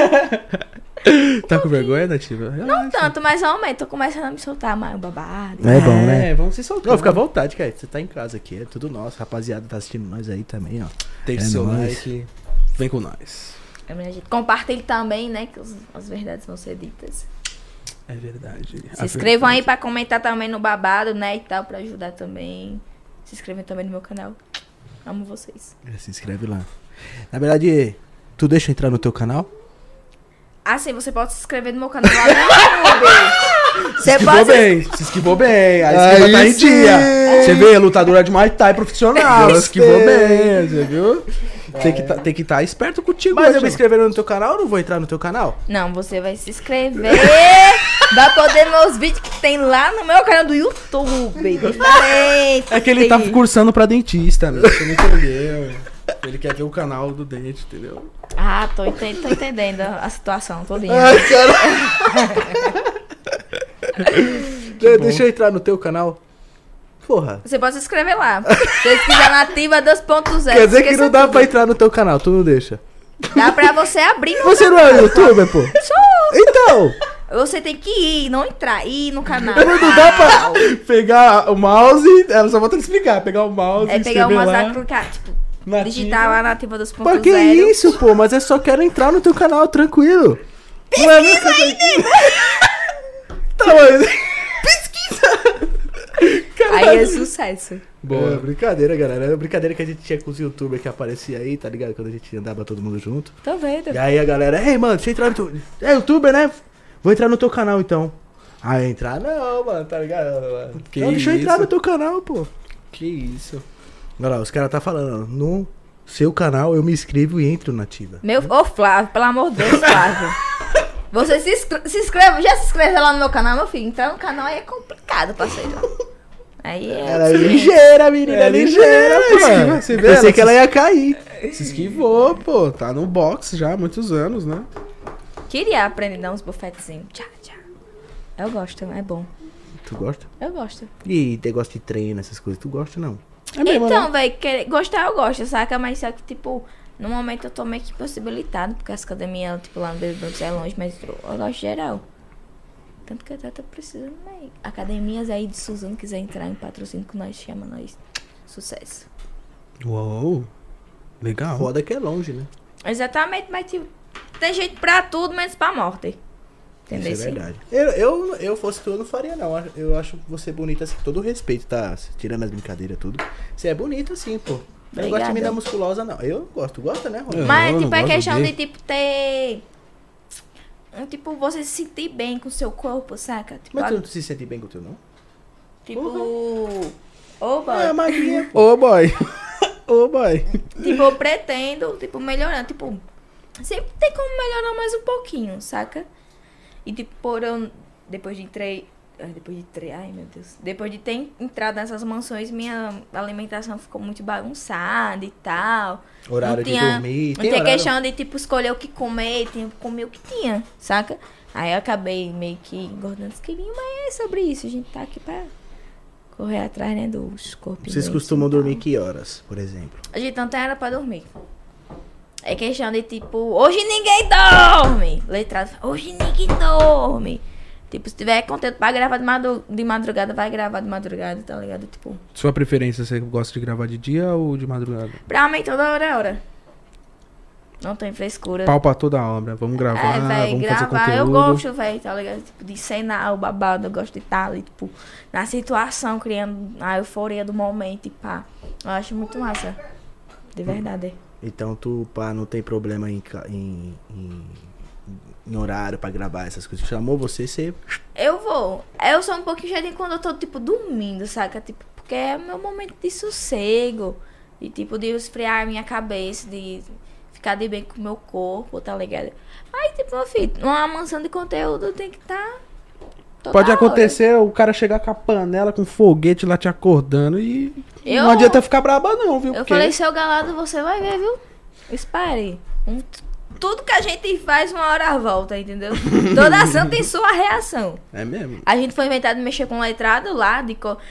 Tá com vergonha, Nativa? Não tanto, mas realmente tô começando a me soltar mais o babado. É bom, né? É, vamos se soltar. Não, fica à vontade, cara. Você tá em casa aqui, é tudo nosso. Rapaziada, tá assistindo nós aí também, ó. Deixa É seu nóis. like. Vem com nós. É, minha gente. Compartilhe também, né? Que os- as verdades vão ser ditas. É verdade. Se inscrevam aí pra comentar também no babado, né? E tal, pra ajudar também. Se inscrevam também no meu canal. Amo vocês. É, se inscreve lá. Na verdade, tu deixa eu entrar no teu canal? Ah, sim, você pode se inscrever no meu canal lá no YouTube. Você Esquivou pode. bem, se esquivou bem. A Aí esquiva tá em sim. dia. Você vê, lutadora de Muay Thai profissional. Gostei. Esquivou bem, você viu? Tem que tá, tem que estar esperto contigo. Mas eu Angela. me inscrevendo no teu canal ou não vou entrar no teu canal? Não, você vai se inscrever. Vai poder ver os vídeos que tem lá no meu canal do YouTube. Diferente. É que ele tá cursando pra dentista, meu. Você não entendeu. Ele quer ver o canal do dente, entendeu? Ah, tô, enten- tô entendendo a situação todinha. Ai, cara. De- Deixa eu entrar no teu canal. Porra. Você pode se inscrever lá. Pesquisa Nativa dois ponto zero. Quer dizer que esqueça não dá tudo. pra entrar no teu canal, tu não deixa. Dá pra você abrir no Você não é youtuber, pô? Sou. Então, Você tem que ir, não entrar. Ir no canal. não dá pra... Pegar o mouse, ela só volta a explicar. Pegar o mouse, É pegar escrever uma lá, lá, clicar, tipo, Nativa. digitar lá Nativa dois ponto zero. Pra que isso, pô? Mas eu só quero entrar no teu canal, tranquilo. Não é nunca... Tá, mas... Aí é sucesso. Boa. É, brincadeira, galera. É brincadeira que a gente tinha com os youtubers que aparecia aí, tá ligado? Quando a gente andava todo mundo junto. Tô vendo. E aí a galera, ei, mano, deixa eu entrar no teu... É youtuber, né? Vou entrar no teu canal, então. Ah, entrar não, mano, tá ligado? Mano? Que Não, deixa eu entrar isso? no teu canal, pô. Que isso. Olha lá, os caras tá falando, ó, no seu canal eu me inscrevo e entro na Nativa. Meu, ô Flávio, pelo amor de Deus, Flávio. Você se, inscre- se inscreve, já se inscreveu lá no meu canal, meu filho? Entrar no canal aí é complicado, parceiro. Aí é. Ela é diferente. ligeira, menina, É ligeira, ligeira, pô. esquiva, você vê, Pensei ela que ela ia cair. Se esquivou, pô. Tá no box já há muitos anos, né? Queria aprender a dar uns bufetezinhos. Tchá, tchá. Eu gosto, é bom. Tu gosta? Eu gosto. E negócio de treino, essas coisas, tu gosta não? É mesmo, né? Então, velho, querer- gostar eu gosto, saca? Mas só que, tipo, no momento eu tô meio que possibilitado, porque as academias, tipo, lá no Belo Horizonte é longe, mas eu, eu gosto geral. Tanto que eu tô precisando, mas academias aí de Suzano quiser entrar em patrocínio com nós, chama nós. Sucesso. Uou. Legal. Foda que é longe, né? Exatamente, mas tipo, tem jeito pra tudo, menos pra morte. Entendeu? Isso é verdade. Eu, eu, eu fosse tu, eu não faria, não. Eu acho você bonita assim, com todo o respeito, tá? Tirando as brincadeiras e tudo. Você é bonita assim, pô. Eu não gosto de Obrigada. menina musculosa, não. Eu gosto. Tu gosta, né, Rony? Eu Mas, não, tipo, não é gosto questão de- de, tipo, ter... um, Tipo, você se sentir bem com o seu corpo, saca? Tipo, Mas tu a- não se sente bem com o teu, não? tipo... Ô, boy. É, magrinha. Ô, boy. Ô, boy. Tipo, eu pretendo, tipo, melhorar. Tipo, sempre tem como melhorar mais um pouquinho, saca? E, tipo, por eu... Depois de entrei... ai, Depois de tre... Ai, meu Deus. Depois de ter entrado nessas mansões, minha alimentação ficou muito bagunçada e tal. Horário Não de tinha- dormir. Não Tem tinha horário? questão de, tipo, escolher o que comer, tinha que comer o que tinha, saca? Aí eu acabei meio que engordando os quilinhos, mas é sobre isso. A gente tá aqui pra correr atrás, né, dos corpos. Vocês costumam dormir que horas, por exemplo? A gente não tem hora pra dormir. É questão de, tipo, hoje ninguém dorme. Letrado, fala, hoje ninguém dorme. Tipo, se tiver conteúdo pra gravar de, madru- de madrugada, vai gravar de madrugada, tá ligado? Tipo, Sua preferência, você gosta de gravar de dia ou de madrugada? pra mim toda hora é hora. Não tem frescura. Pau pra toda a obra. Vamos gravar, É, velho, vamos gravar. fazer Eu conteúdo. gosto, velho, tá ligado? Tipo, de cenar o babado. Eu gosto de estar ali, tipo, na situação, criando a euforia do momento e pá. Eu acho muito massa. De verdade. Então tu, pá, não tem problema em, ca- em, em, em horário pra gravar essas coisas. Chamou você, você... Eu vou. Eu sou um pouquinho chatinha quando eu tô, tipo, dormindo, saca? Tipo, porque é o meu momento de sossego. E, tipo, de esfriar minha cabeça, de ficar de bem com o meu corpo, tá ligado? Aí, tipo, meu filho, uma mansão de conteúdo tem que estar. Tá Pode acontecer o cara chegar com a panela, com foguete lá te acordando e Eu- não adianta ficar braba não, viu? Eu Porque- falei, seu galado, você vai ver, viu? Espere. Um- tudo que a gente faz, uma hora volta, entendeu? Toda ação tem sua reação. É mesmo? A gente foi inventado de mexer com letrado lá, de co-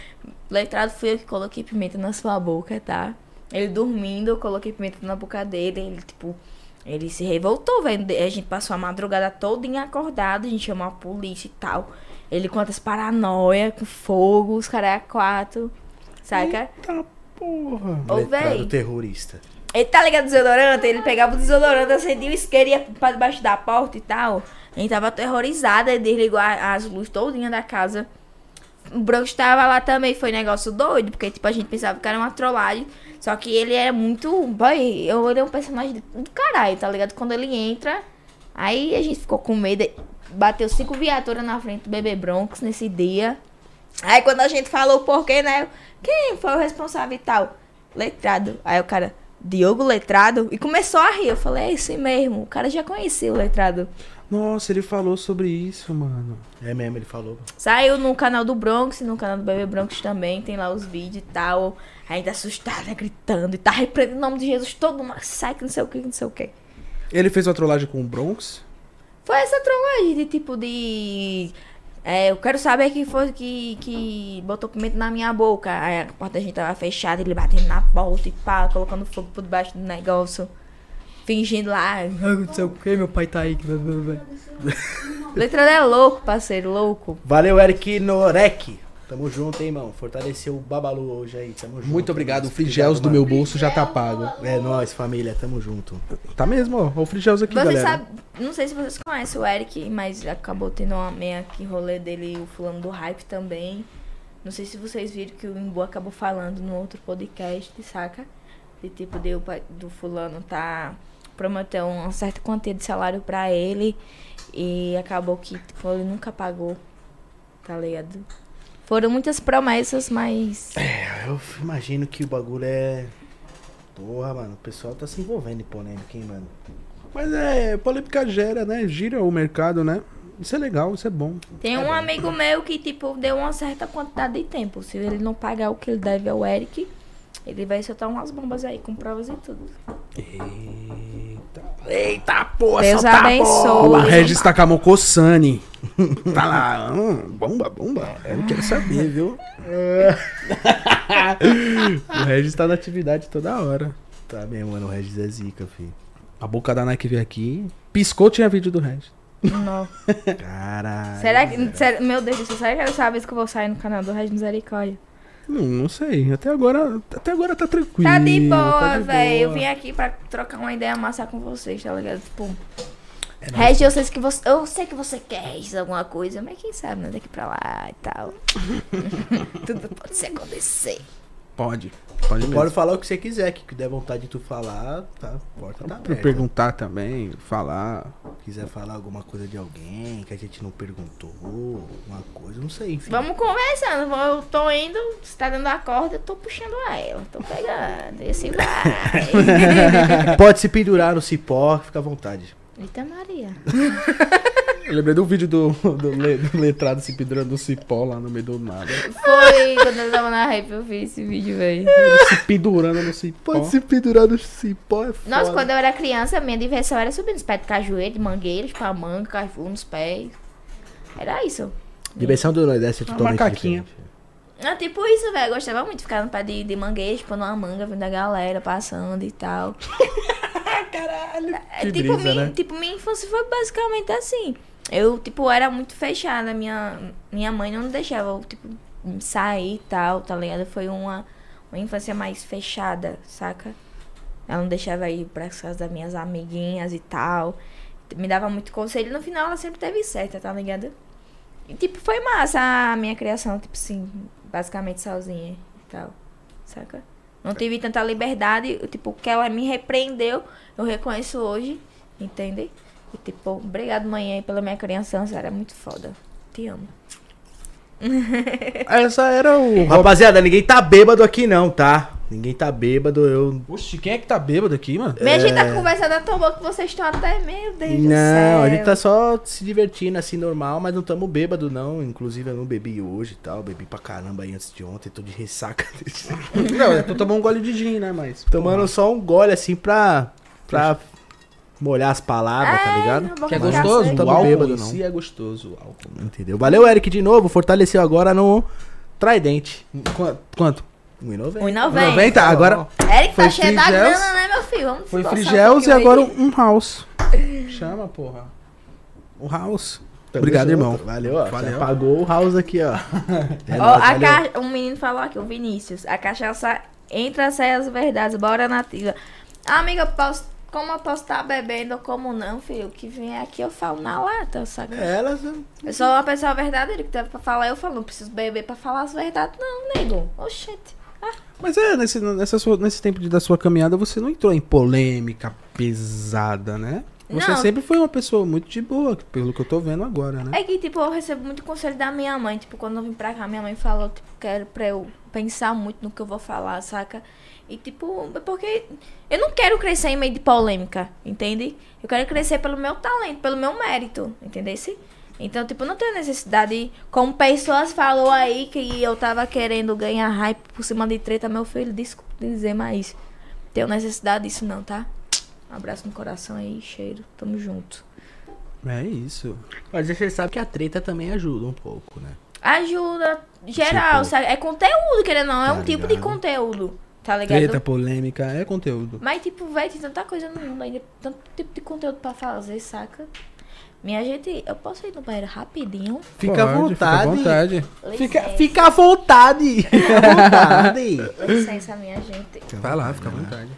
Letrado fui eu que coloquei pimenta na sua boca, tá? Ele dormindo, eu coloquei pimenta na boca dele. Ele, tipo, ele se revoltou, velho. A gente passou a madrugada todinha acordado. A gente chamou a polícia e tal. Ele conta as paranoia com fogo, os caras é quatro. Saca? Eita porra. Ô, Letrado véi. terrorista. Ele tá ligado do desodorante? Ele pegava o desodorante, acendia o isqueiro e ia pra debaixo da porta e tal. A gente tava aterrorizada, ele desligou a- as luzes todinha da casa. O Bronx tava lá também, foi negócio doido, porque tipo, a gente pensava que era uma trollagem. Só que ele era muito. Boy, eu ele é um personagem do caralho, tá ligado? Quando ele entra, aí a gente ficou com medo. Bateu cinco viaturas na frente do bebê Bronx nesse dia. Aí quando a gente falou o porquê, né? Quem foi o responsável e tal? Letrado. Aí o cara, Diogo Letrado? E começou a rir. Eu falei, é isso mesmo. O cara já conhecia o Letrado. Nossa, ele falou sobre isso, mano. É mesmo, ele falou. Saiu no canal do Bronx, no canal do Bebê Bronx também, tem lá os vídeos e tal. Ainda assustada, gritando, e tá repreendendo o nome de Jesus todo mundo, sai que não sei o que, não sei o que. Ele fez uma trollagem com o Bronx? Foi essa trollagem de tipo de... É, eu quero saber quem foi que, que botou pimenta na minha boca. Aí a porta da gente tava fechada, ele batendo na porta e pá, colocando fogo por debaixo do negócio. Fingindo lá, "Ah, não sei o que, meu pai tá aí. Letra é louco, parceiro, louco. Valeu, Eric Norek. Tamo junto, hein, irmão. Fortaleceu o Babalu hoje aí. Tamo junto. Muito obrigado. O Obrigado, Frigels do mano. meu bolso já tá pago. É nóis, família. Tamo junto. Tá mesmo, ó. Olha o Frigels aqui, Você galera. sabe, não sei se vocês conhecem o Eric, mas acabou tendo uma meia que rolê dele, o fulano do hype também. Não sei se vocês viram que o Imbu acabou falando no outro podcast, saca? De tipo, de, o pai do fulano tá prometeu uma certa quantia de salário pra ele e acabou que tipo, ele nunca pagou, tá ligado? Foram muitas promessas, mas... É, eu imagino que o bagulho é... Porra, mano. O pessoal tá se envolvendo em polêmica, hein, mano. Mas é, polêmica gera, né? Gira o mercado, né? Isso é legal, isso é bom. Tem um amigo meu que, tipo, deu uma certa quantidade de tempo. Se ele não pagar o que ele deve ao Eric, ele vai soltar umas bombas aí, com provas e tudo. Eita. Eita, porra, Deus solta a abençoe. bomba. O Regis tá com a mão coçane. Tá lá, hum, bomba, bomba. Eu não quero saber, viu? O Regis tá na atividade toda hora. Tá mesmo, mano. O Regis é zica, filho. A boca da Nike veio aqui. Piscou, tinha vídeo do Regis. Não. Caralho. Será que... Sério, meu Deus do céu, será que era essa vez que eu vou sair no canal do Regis Misericórdia? Não, não sei. Até agora, até agora tá tranquilo. Tá de boa, tá de velho. Eu boa. vim aqui pra trocar uma ideia massa com vocês, tá ligado? Tipo... É Regis, eu sei que você... Eu sei que você quer Regis, alguma coisa, mas quem sabe, né? Daqui pra lá e tal. Tudo pode se acontecer. Pode. Pode mesmo. Pode falar o que você quiser, que der vontade de tu falar, tá? A porta tá Pra aberta. perguntar também, falar. Quiser falar alguma coisa de alguém que a gente não perguntou, alguma coisa, não sei, enfim. Vamos conversando. Eu tô indo, você tá dando a corda, eu tô puxando a ela. Tô pegando. E assim vai. Pode se pendurar no cipó, fica à vontade. Eita Maria. Eu lembrei do vídeo do, do, le- do letrado se pendurando no cipó lá no meio do nada. Foi quando eu tava na rap, eu vi esse vídeo, velho. Ele se pendurando no cipó. Pode se pendurar no cipó, é foda. Nossa, quando eu era criança, minha diversão era subir nos pés de cajueiro, de mangueiros, pra manga, caju nos pés. Era isso. Diversão do Nordeste é Uma totalmente macaquinha. diferente. Ah, tipo isso, velho. Eu gostava muito de ficar no pé de, de mangueiros, tipo, numa manga, vendo a galera passando e tal. Caralho. É, Que tipo, brisa, minha, né? tipo, minha infância foi basicamente assim. Eu, tipo, era muito fechada. Minha, minha mãe não deixava eu, tipo, sair e tal, tá ligado? Foi uma, uma infância mais fechada, saca? Ela não deixava ir pra casa das minhas amiguinhas e tal. Me dava muito conselho. No final, ela sempre teve certa, tá ligado? E, tipo, foi massa a minha criação, tipo assim, basicamente sozinha e tal, saca? Não tive tanta liberdade, tipo, que ela me repreendeu, eu reconheço hoje, entende? E, tipo, obrigado, mãe, aí, pela minha criança, era muito foda. Te amo. Essa era o. Rapaziada, ninguém tá bêbado aqui não, tá? Ninguém tá bêbado, eu... Oxi, quem é que tá bêbado aqui, mano? Minha gente tá conversando tão bom que vocês estão até, meu Deus do céu. Não, a gente tá só se divertindo assim, normal, mas não tamo bêbado não. Inclusive eu não bebi hoje e tal, bebi pra caramba aí antes de ontem, tô de ressaca. Não, tu tomou um gole de gin, né? Mas. Tomando só um gole assim pra... pra molhar as palavras, tá ligado? não, Que é vamos gostoso? ficar Tamo O álcool bêbado, em não. si é gostoso. O álcool. Entendeu? Valeu, Eric, de novo. Fortaleceu agora no Tridente. Quanto? Quanto? um e noventa. um e noventa. noventa, agora Eric Foi tá cheio da Frigels. grana, né, meu filho? Vamos foi esboçar um Frigels e pouquinho agora aí. um house. Chama, porra. Um house. Tamo Obrigado, junto. irmão. Valeu, ó. Valeu. Você apagou o house aqui, ó. É Ó, nóis, a valeu. ca... Um menino falou aqui, o Vinícius. A cachaça entra, sai as verdades. Bora, nativa. Amiga, eu posso... como eu posso estar bebendo ou como não, filho? O que vem aqui eu falo na lata, saca? É, Elas... Eu sou uma pessoa verdadeira que teve pra falar. Eu falo, não preciso beber pra falar as verdades, não, nego. Oxente. Mas é, nesse, nessa sua- nesse tempo de, da sua caminhada, você não entrou em polêmica pesada, né? Você Não. sempre foi uma pessoa muito de boa, pelo que eu tô vendo agora, né? É que, tipo, eu recebo muito conselho da minha mãe. Tipo, quando eu vim pra cá, minha mãe falou, tipo, quero pra eu pensar muito no que eu vou falar, saca? E, tipo, é porque eu não quero crescer em meio de polêmica, entende? Eu quero crescer pelo meu talento, pelo meu mérito, entendesse? Então, tipo, não tenho necessidade, como pessoas falou aí que eu tava querendo ganhar hype por cima de treta, meu filho, desculpa dizer, mas tenho necessidade disso não, tá? Um abraço no coração aí, cheiro, tamo junto. É isso. Mas você sabe que a treta também ajuda um pouco, né? Ajuda, geral, Tipo, sabe? É conteúdo, querendo ou não, é tá um tipo de ligado? conteúdo, tá ligado? Treta, polêmica, é conteúdo. Mas, tipo, velho, tem tanta coisa no mundo ainda, tanto tipo de conteúdo pra fazer, saca? Minha gente, eu posso ir no banheiro rapidinho? Fica à Pode, vontade. Fica à vontade. Fica, Licença. fica à vontade. Fica à vontade. Licença, minha gente. Vai lá, fica à vontade.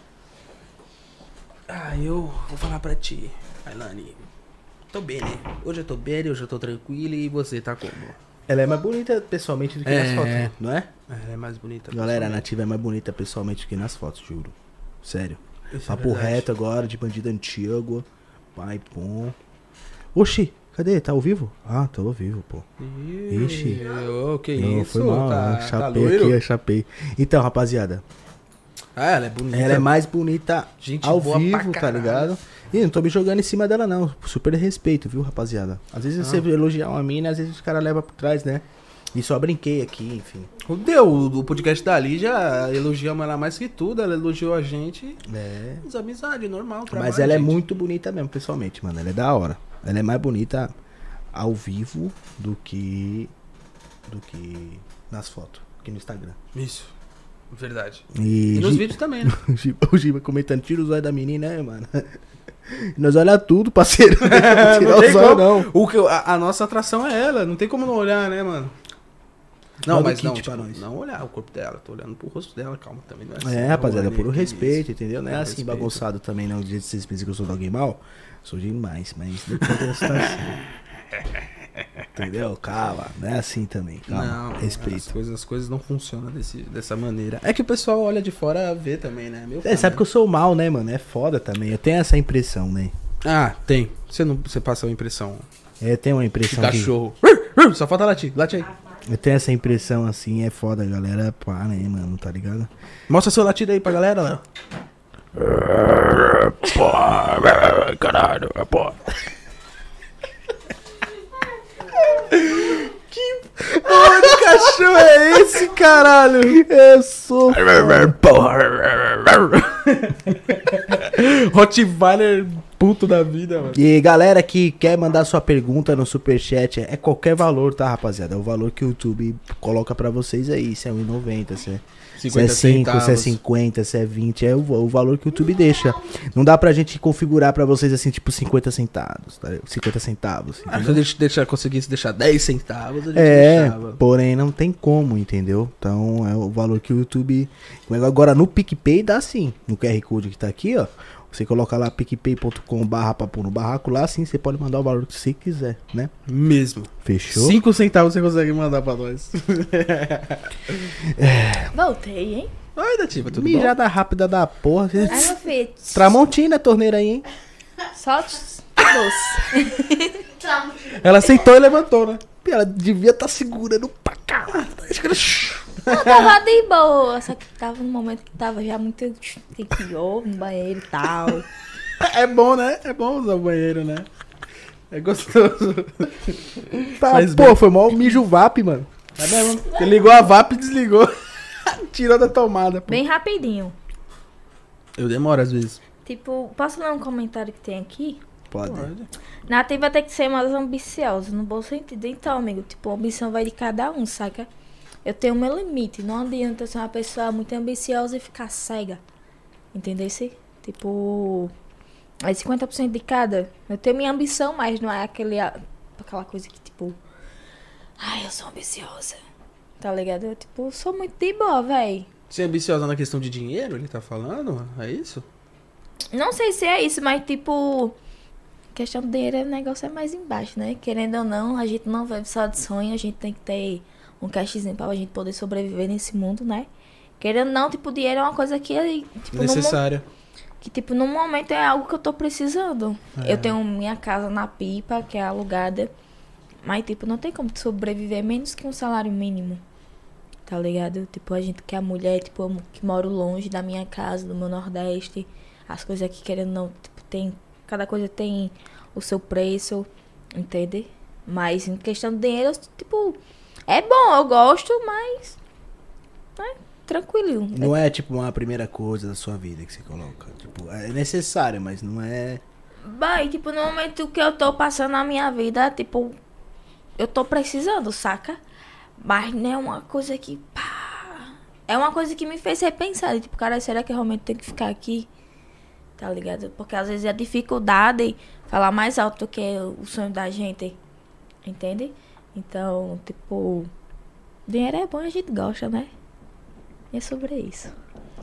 Ah, eu vou falar pra ti, Ailane. Tô bem, né? Hoje eu tô bem, hoje eu tô tranquilo e você tá como? Ela é mais bonita pessoalmente do que É. nas fotos, não é? É, é mais bonita. Galera, a pessoalmente. Nativa é mais bonita pessoalmente do que nas fotos, juro. Sério. Isso é Papo verdade. reto agora, de bandido antigo. Pai, pum. Oxi, cadê? Tá ao vivo? Ah, tô ao vivo, pô. Ih, Ixi. ô, que Não, isso? foi mal, tá, né? tá Chapei loiro? aqui, eu chapei. Então, rapaziada, Ah, ela é bonita. ela é mais bonita Gente ao boa pra vivo, tá caralho. ligado? E não tô me jogando em cima dela, não. Super respeito, viu, rapaziada? Às vezes você elogiar uma mina, às vezes os caras levam por trás, né? E só brinquei aqui, enfim. Deu, o podcast da Lígia, elogiamos ela mais que tudo, ela elogiou a gente. É. Mas amizade, normal, trabalho, Mas ela é gente. muito bonita mesmo, pessoalmente, mano. Ela é da hora. Ela é mais bonita ao vivo do que. do que nas fotos, aqui no Instagram. Isso, verdade. E, E nos Gi- vídeos também, né? o Giba- o Giba comentando, tira os olhos da menina, né, mano? Nós olha tudo, parceiro. Tirar não os tem olhos, como. não. O que, a, a nossa atração é ela, não tem como não olhar, né, mano? Não, Manda o mas kit não, pra tipo, nós. não olhar o corpo dela, tô olhando pro rosto dela, calma, também não é assim. É, não, rapaziada, né, puro que respeito, isso. entendeu? Não é Puro assim respeito. bagunçado também, não. Do jeito que vocês pensam que eu sou de alguém mal. Sou demais, mas depois tá assim. Entendeu? Calma, não é assim também. Calma, Não, As respeito. coisas, as coisas não funcionam desse, dessa maneira. É que o pessoal olha de fora vê também, né? Meu É, sabe que eu sou mal, né, mano? É foda também. Eu tenho essa impressão, né? Ah, tem. Você não, você passa uma impressão É, tem uma de impressão que... cachorro. Só falta latir, late aí. Eu tenho essa impressão assim, é foda, galera. Pá, né, mano? Tá ligado? Mostra seu latido aí pra galera, Léo. Caralho, pô. Porra de cachorro é esse, caralho? Eu sou. Rottweiler puto da vida, mano. E galera que quer mandar sua pergunta no superchat, é qualquer valor, tá, rapaziada? É o valor que o YouTube coloca pra vocês aí. Se é um e noventa, se é, se é cinquenta cinco, se é centavos. cinquenta, se é vinte. É o, o valor que o YouTube deixa. Não dá pra gente configurar pra vocês assim, tipo cinquenta centavos, tá? cinquenta centavos. Ah, entendeu? se a gente deixar, conseguisse deixar dez centavos, a gente É, deixava. porém não tem como, entendeu? Então é o valor que o YouTube. Agora no PicPay dá sim. No Q R Code que tá aqui, ó. Você coloca lá picpay ponto com barra papo no barraco lá, sim, você pode mandar o valor que você quiser, né? Mesmo. Fechou? Cinco centavos você consegue mandar pra nós. Voltei, hein? Oi, Dativa, tudo bom? Mijada rápida da porra. Ai, meu filho. Tramontina a torneira aí, hein? Só doce. Tá. Ela sentou e levantou, né? Ela devia estar segurando pra caralho. Eu tava de boa, só que tava no momento que tava já muito tequiô no banheiro e tal. É bom, né? É bom usar o banheiro, né? É gostoso. Tá, Faz pô, bem. foi mal mijo vape, mano. É mesmo? Você ligou a V A P e desligou. Tirou da tomada, pô. Bem rapidinho. Eu demoro às vezes. Tipo, posso ler um comentário que tem aqui? Pode. Nativa tem que ser mais ambiciosa, no bom sentido. Então, amigo, tipo, a ambição vai de cada um, saca? eu tenho meu limite. Não adianta ser uma pessoa muito ambiciosa e ficar cega. Entendesse? Tipo, é cinquenta por cento de cada. Eu tenho minha ambição, mas não é aquele, aquela coisa que, tipo, ai, eu sou ambiciosa. Tá ligado? Eu, tipo, sou muito de boa, véi. Você é ambiciosa na questão de dinheiro, ele tá falando? É isso? Não sei se é isso, mas, tipo, questão do dinheiro, o negócio é mais embaixo, né? Querendo ou não, a gente não vive só de sonho, a gente tem que ter um cashzinho pra gente poder sobreviver nesse mundo, né? Querendo ou não, tipo, dinheiro é uma coisa que, tipo, necessária. Que, tipo, no momento é algo que eu tô precisando. É. Eu tenho minha casa na Pipa, que é alugada. Mas, tipo, não tem como sobreviver menos que um salário mínimo. Tá ligado? Tipo, a gente que é a mulher, tipo, eu que moro longe da minha casa, do meu Nordeste. As coisas aqui, querendo ou não, tipo, tem... Cada coisa tem o seu preço, entende? Mas, em questão de dinheiro, tipo... É bom, eu gosto, mas... Né? Tranquilo. Não é tipo uma primeira coisa da sua vida que você coloca. Tipo, é necessário, mas não é. Vai, tipo, no momento que eu tô passando na minha vida, tipo, eu tô precisando, saca? Mas não é uma coisa que. Pá, é uma coisa que me fez repensar. Tipo, cara, será que eu realmente tenho que ficar aqui? Tá ligado? Porque às vezes a dificuldade falar mais alto do que o sonho da gente. Entende? Então, tipo, dinheiro é bom, a gente gosta, né? E é sobre isso.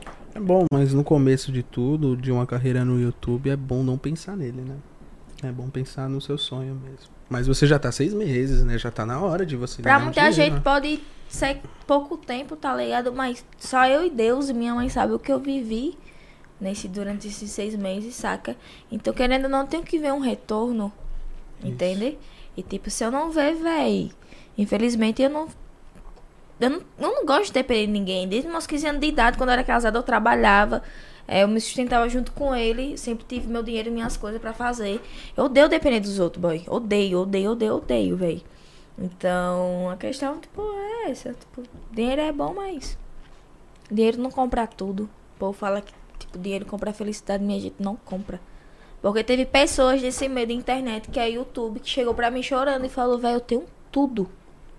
É bom, mas no começo de tudo, de uma carreira no YouTube, é bom não pensar nele, né? É bom pensar no seu sonho mesmo. Mas você já tá seis meses, né? Já tá na hora de você Pra ganhar um muita dinheiro, gente né? pode ser pouco tempo, tá ligado? Mas só eu e Deus e minha mãe sabem o que eu vivi nesse, durante esses seis meses, saca? Então, querendo ou não, tenho que ver um retorno, entende? E tipo, se eu não ver, véi, infelizmente eu não... Eu não, eu não gosto de depender de ninguém. Desde meus quinze anos de idade, quando eu era casada, eu trabalhava. É, eu me sustentava junto com ele. Sempre tive meu dinheiro e minhas coisas pra fazer. Eu odeio depender dos outros, boy. Odeio, odeio, odeio, odeio, véi. Então, a questão, tipo, é essa. Tipo, dinheiro é bom, mas... Dinheiro não compra tudo. O povo fala que, tipo, dinheiro compra felicidade. Minha gente não compra. Porque teve pessoas desse meio de internet, que é YouTube, que chegou pra mim chorando e falou, velho, eu tenho tudo.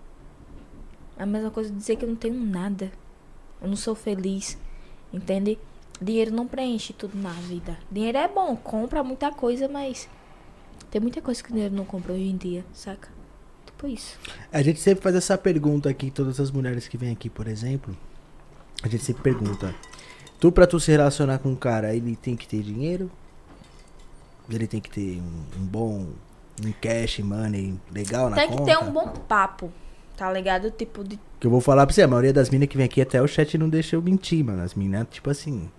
A mesma coisa de dizer que eu não tenho nada. Eu não sou feliz. Entende? Dinheiro não preenche tudo na vida. Dinheiro é bom, compra muita coisa, mas tem muita coisa que o dinheiro não compra hoje em dia, saca? Tipo isso. A gente sempre faz essa pergunta aqui, todas as mulheres que vêm aqui, por exemplo. A gente sempre pergunta: tu, pra tu se relacionar com um cara, ele tem que ter dinheiro? Ele tem que ter um, um bom, um cash money legal na Tem conta? que ter um bom papo. Tá ligado? Tipo de... Que eu vou falar pra você, a maioria das minas que vem aqui, até o chat não deixa eu mentir, mano. As minas, tipo assim...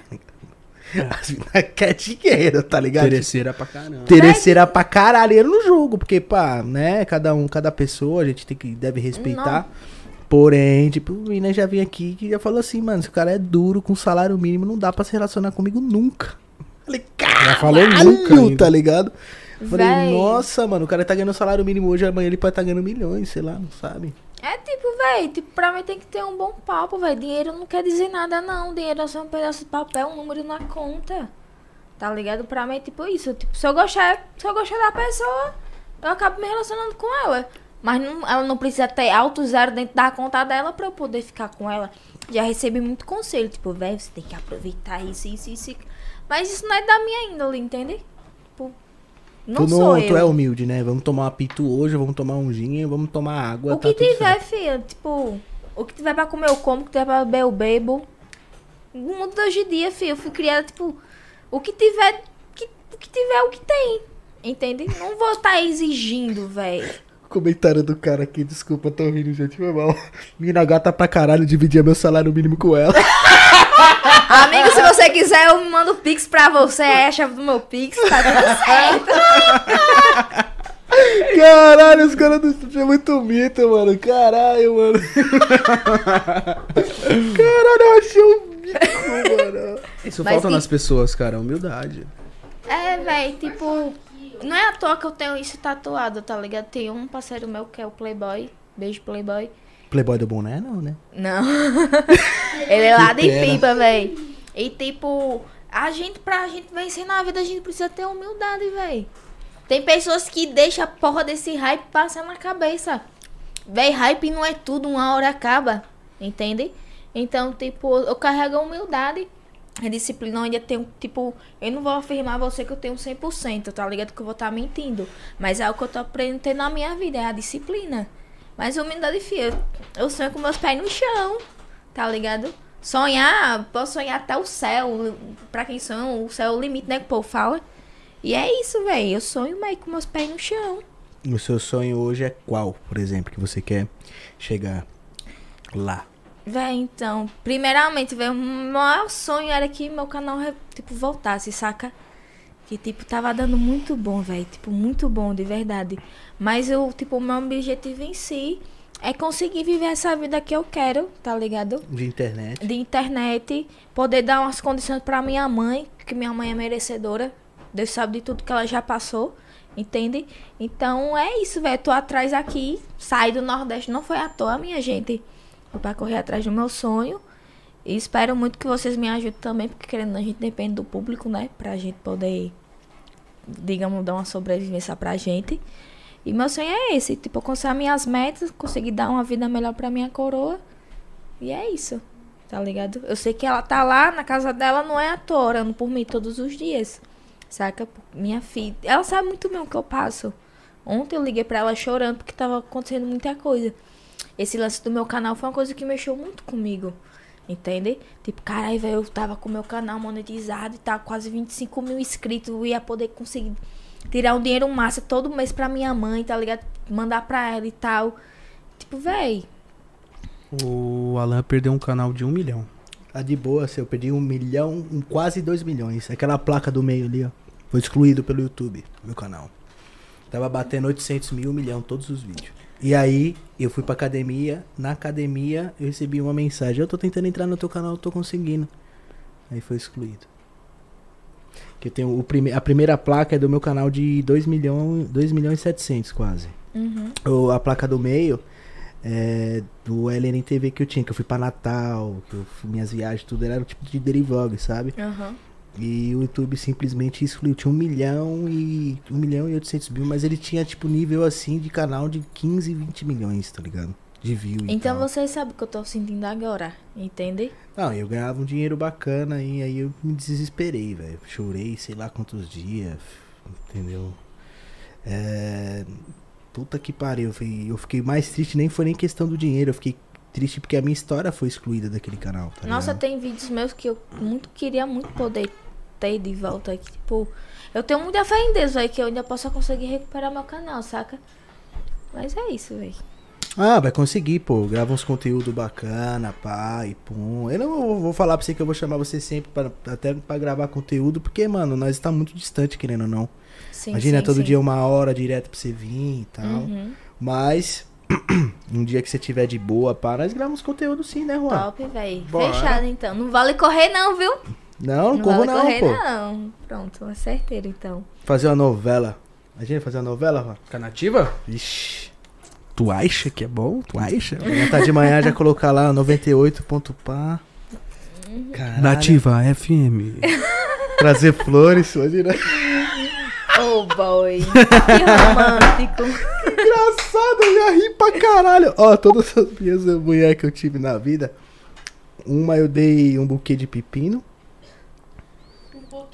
As minas querem dinheiro, tá ligado? Interesseira pra caramba. Interesseira pra caralho eu no jogo, porque, pá, né? Cada um, cada pessoa, a gente tem que, deve respeitar. Não. Porém, tipo, o mina já vem aqui que já falou assim, mano, se o cara é duro com salário mínimo, não dá pra se relacionar comigo nunca. Falei, cara, Já falou nunca ainda. tá ligado? Falei, Véi. nossa, mano, o cara tá ganhando salário mínimo hoje, amanhã ele pode estar tá ganhando milhões, sei lá, não sabe? É tipo, véi, tipo, pra mim tem que ter um bom papo, véi. Dinheiro não quer dizer nada, não. Dinheiro é só um pedaço de papel, um número na conta. Tá ligado? Pra mim é tipo isso. Tipo, se eu gostar, se eu gostar da pessoa, eu acabo me relacionando com ela. Mas não, ela não precisa ter alto zero dentro da conta dela pra eu poder ficar com ela. Já recebi muito conselho, tipo, véi, você tem que aproveitar isso, isso, isso. Mas isso não é da minha índole, entende? Tipo, não tu sou eu. Tu é humilde, né? Vamos tomar uma pitu hoje, vamos tomar um gin, vamos tomar água. O tá que tudo tiver, certo. filha, tipo, o que tiver pra comer eu como, o que tiver pra beber eu bebo. No mundo de hoje em dia, filha, eu fui criada, tipo, o que tiver, que, o que tiver, o que tem. Entende? Não vou estar exigindo, velho. Comentário do cara aqui, desculpa, tô rindo, gente, foi mal. Mina gata pra caralho, dividia meu salário mínimo com ela. Amigo, se você quiser, eu mando pix pra você, é a chave do meu pix, tá tudo certo. Caralho, os caras do estúdio é muito mito, mano. Caralho, mano. Caralho, eu achei um bico, mano. Isso Mas falta tem- nas pessoas, cara, humildade. É, velho, tipo, não é à toa que eu tenho isso tatuado, tá ligado? Tem um parceiro meu que é o Playboy, beijo Playboy. Playboy do Boné, não, né? Não. Ele é lá de pena. pipa, véi. E tipo, a gente, pra gente vencer na vida, a gente precisa ter humildade, véi. Tem pessoas que deixam a porra desse hype passar na cabeça. Véi, hype não é tudo, uma hora acaba. Entende? Então, tipo, eu carrego a humildade. A disciplina eu ainda tenho, tipo, eu não vou afirmar a você que eu tenho cem por cento, tá ligado? Que eu vou estar mentindo. Mas é o que eu tô aprendendo na minha vida, é a disciplina. Mas humildade, filho, eu sonho com meus pés no chão, tá ligado? Sonhar, posso sonhar até o céu. Pra quem sonha, o céu é o limite, né? Que o povo fala. E é isso, velho. Eu sonho meio com meus pés no chão. O seu sonho hoje é qual, por exemplo, que você quer chegar lá? Véi, então, primeiramente, véi, o maior sonho era que meu canal, tipo, voltasse, saca? Que, tipo, tava dando muito bom, véi, tipo, muito bom, de verdade. Mas, eu, tipo, o meu objetivo em si é conseguir viver essa vida que eu quero, tá ligado? De internet. De internet, poder dar umas condições pra minha mãe, que minha mãe é merecedora. Deus sabe de tudo que ela já passou, entende? Então, é isso, velho, tô atrás aqui, saí do Nordeste, não foi à toa, minha gente. Vou pra correr atrás do meu sonho. E espero muito que vocês me ajudem também, porque querendo a gente depende do público, né? Pra gente poder, digamos, dar uma sobrevivência pra gente. E meu sonho é esse, tipo, alcançar minhas metas, conseguir dar uma vida melhor pra minha coroa. E é isso, tá ligado? Eu sei que ela tá lá na casa dela, não é à toa, orando por mim todos os dias. Saca? Minha filha, ela sabe muito bem o que eu passo. Ontem eu liguei pra ela chorando porque tava acontecendo muita coisa. Esse lance do meu canal foi uma coisa que mexeu muito comigo, entende? Tipo, caralho, velho, eu tava com o meu canal monetizado e tá quase vinte e cinco mil inscritos, eu ia poder conseguir tirar um dinheiro massa todo mês pra minha mãe, tá ligado? Mandar pra ela e tal. Tipo, velho. O Alan perdeu um canal de um milhão. Tá de boa, assim, eu perdi um milhão, um, quase dois milhões. Aquela placa do meio ali, ó, foi excluído pelo YouTube, meu canal. Tava batendo oitocentos mil, um milhão, todos os vídeos. E aí, eu fui pra academia. Na academia, eu recebi uma mensagem. Eu tô tentando entrar no teu canal, eu tô conseguindo. Aí foi excluído. Que eu tenho o prime... A primeira placa é do meu canal de dois milhões, dois milhões e setecentos quase. Uhum. O, a placa do meio é do L N T V que eu tinha. Que eu fui pra Natal, que eu, minhas viagens, tudo era o tipo de derivlog, sabe? Uhum. E o YouTube simplesmente excluiu. Tinha um milhão e. Um milhão e oitocentos mil, mas ele tinha, tipo, nível assim de canal de quinze, vinte milhões, tá ligado? De view. Então vocês sabem o que eu tô sentindo agora, entende? Não, eu ganhava um dinheiro bacana e aí eu me desesperei, velho. Chorei sei lá quantos dias, entendeu? É. Puta que pariu. Eu fiquei mais triste, nem foi nem questão do dinheiro, eu fiquei triste porque a minha história foi excluída daquele canal, tá Nossa, ligado? tem vídeos meus que eu muito queria muito poder ter de volta aqui. Tipo, eu tenho muita fé em Deus, velho, que eu ainda possa conseguir recuperar meu canal, saca? Mas é isso, velho. Ah, vai conseguir, pô. Grava uns conteúdos bacana, pá, e pum. Eu não vou, vou falar pra você que eu vou chamar você sempre pra, até pra gravar conteúdo, porque, mano, nós tá muito distante, querendo ou não. Sim, Imagina, sim, todo sim. dia uma hora direto pra você vir e tal. Uhum. Mas, um dia que você tiver de boa, pá, nós gravamos conteúdo sim, né, Juan? Top, velho. Bora. Fechado, então. Não vale correr não, viu? Não, não corro vale não, correr pô. não. Pronto, é certeiro, então. Fazer uma novela. Imagina fazer uma novela, Juan? Fica nativa? Ixi. Tu acha que é bom? Tu acha? Amanhã tá de manhã já colocar lá noventa e oito ponto pá. Caralho. Nativa F M. Trazer flores, imagina. Oh, boy. Que romântico. Engraçado, eu ia rir pra caralho. Ó, todas as minhas mulheres que eu tive na vida, uma eu dei um buquê de pepino. Um pouco.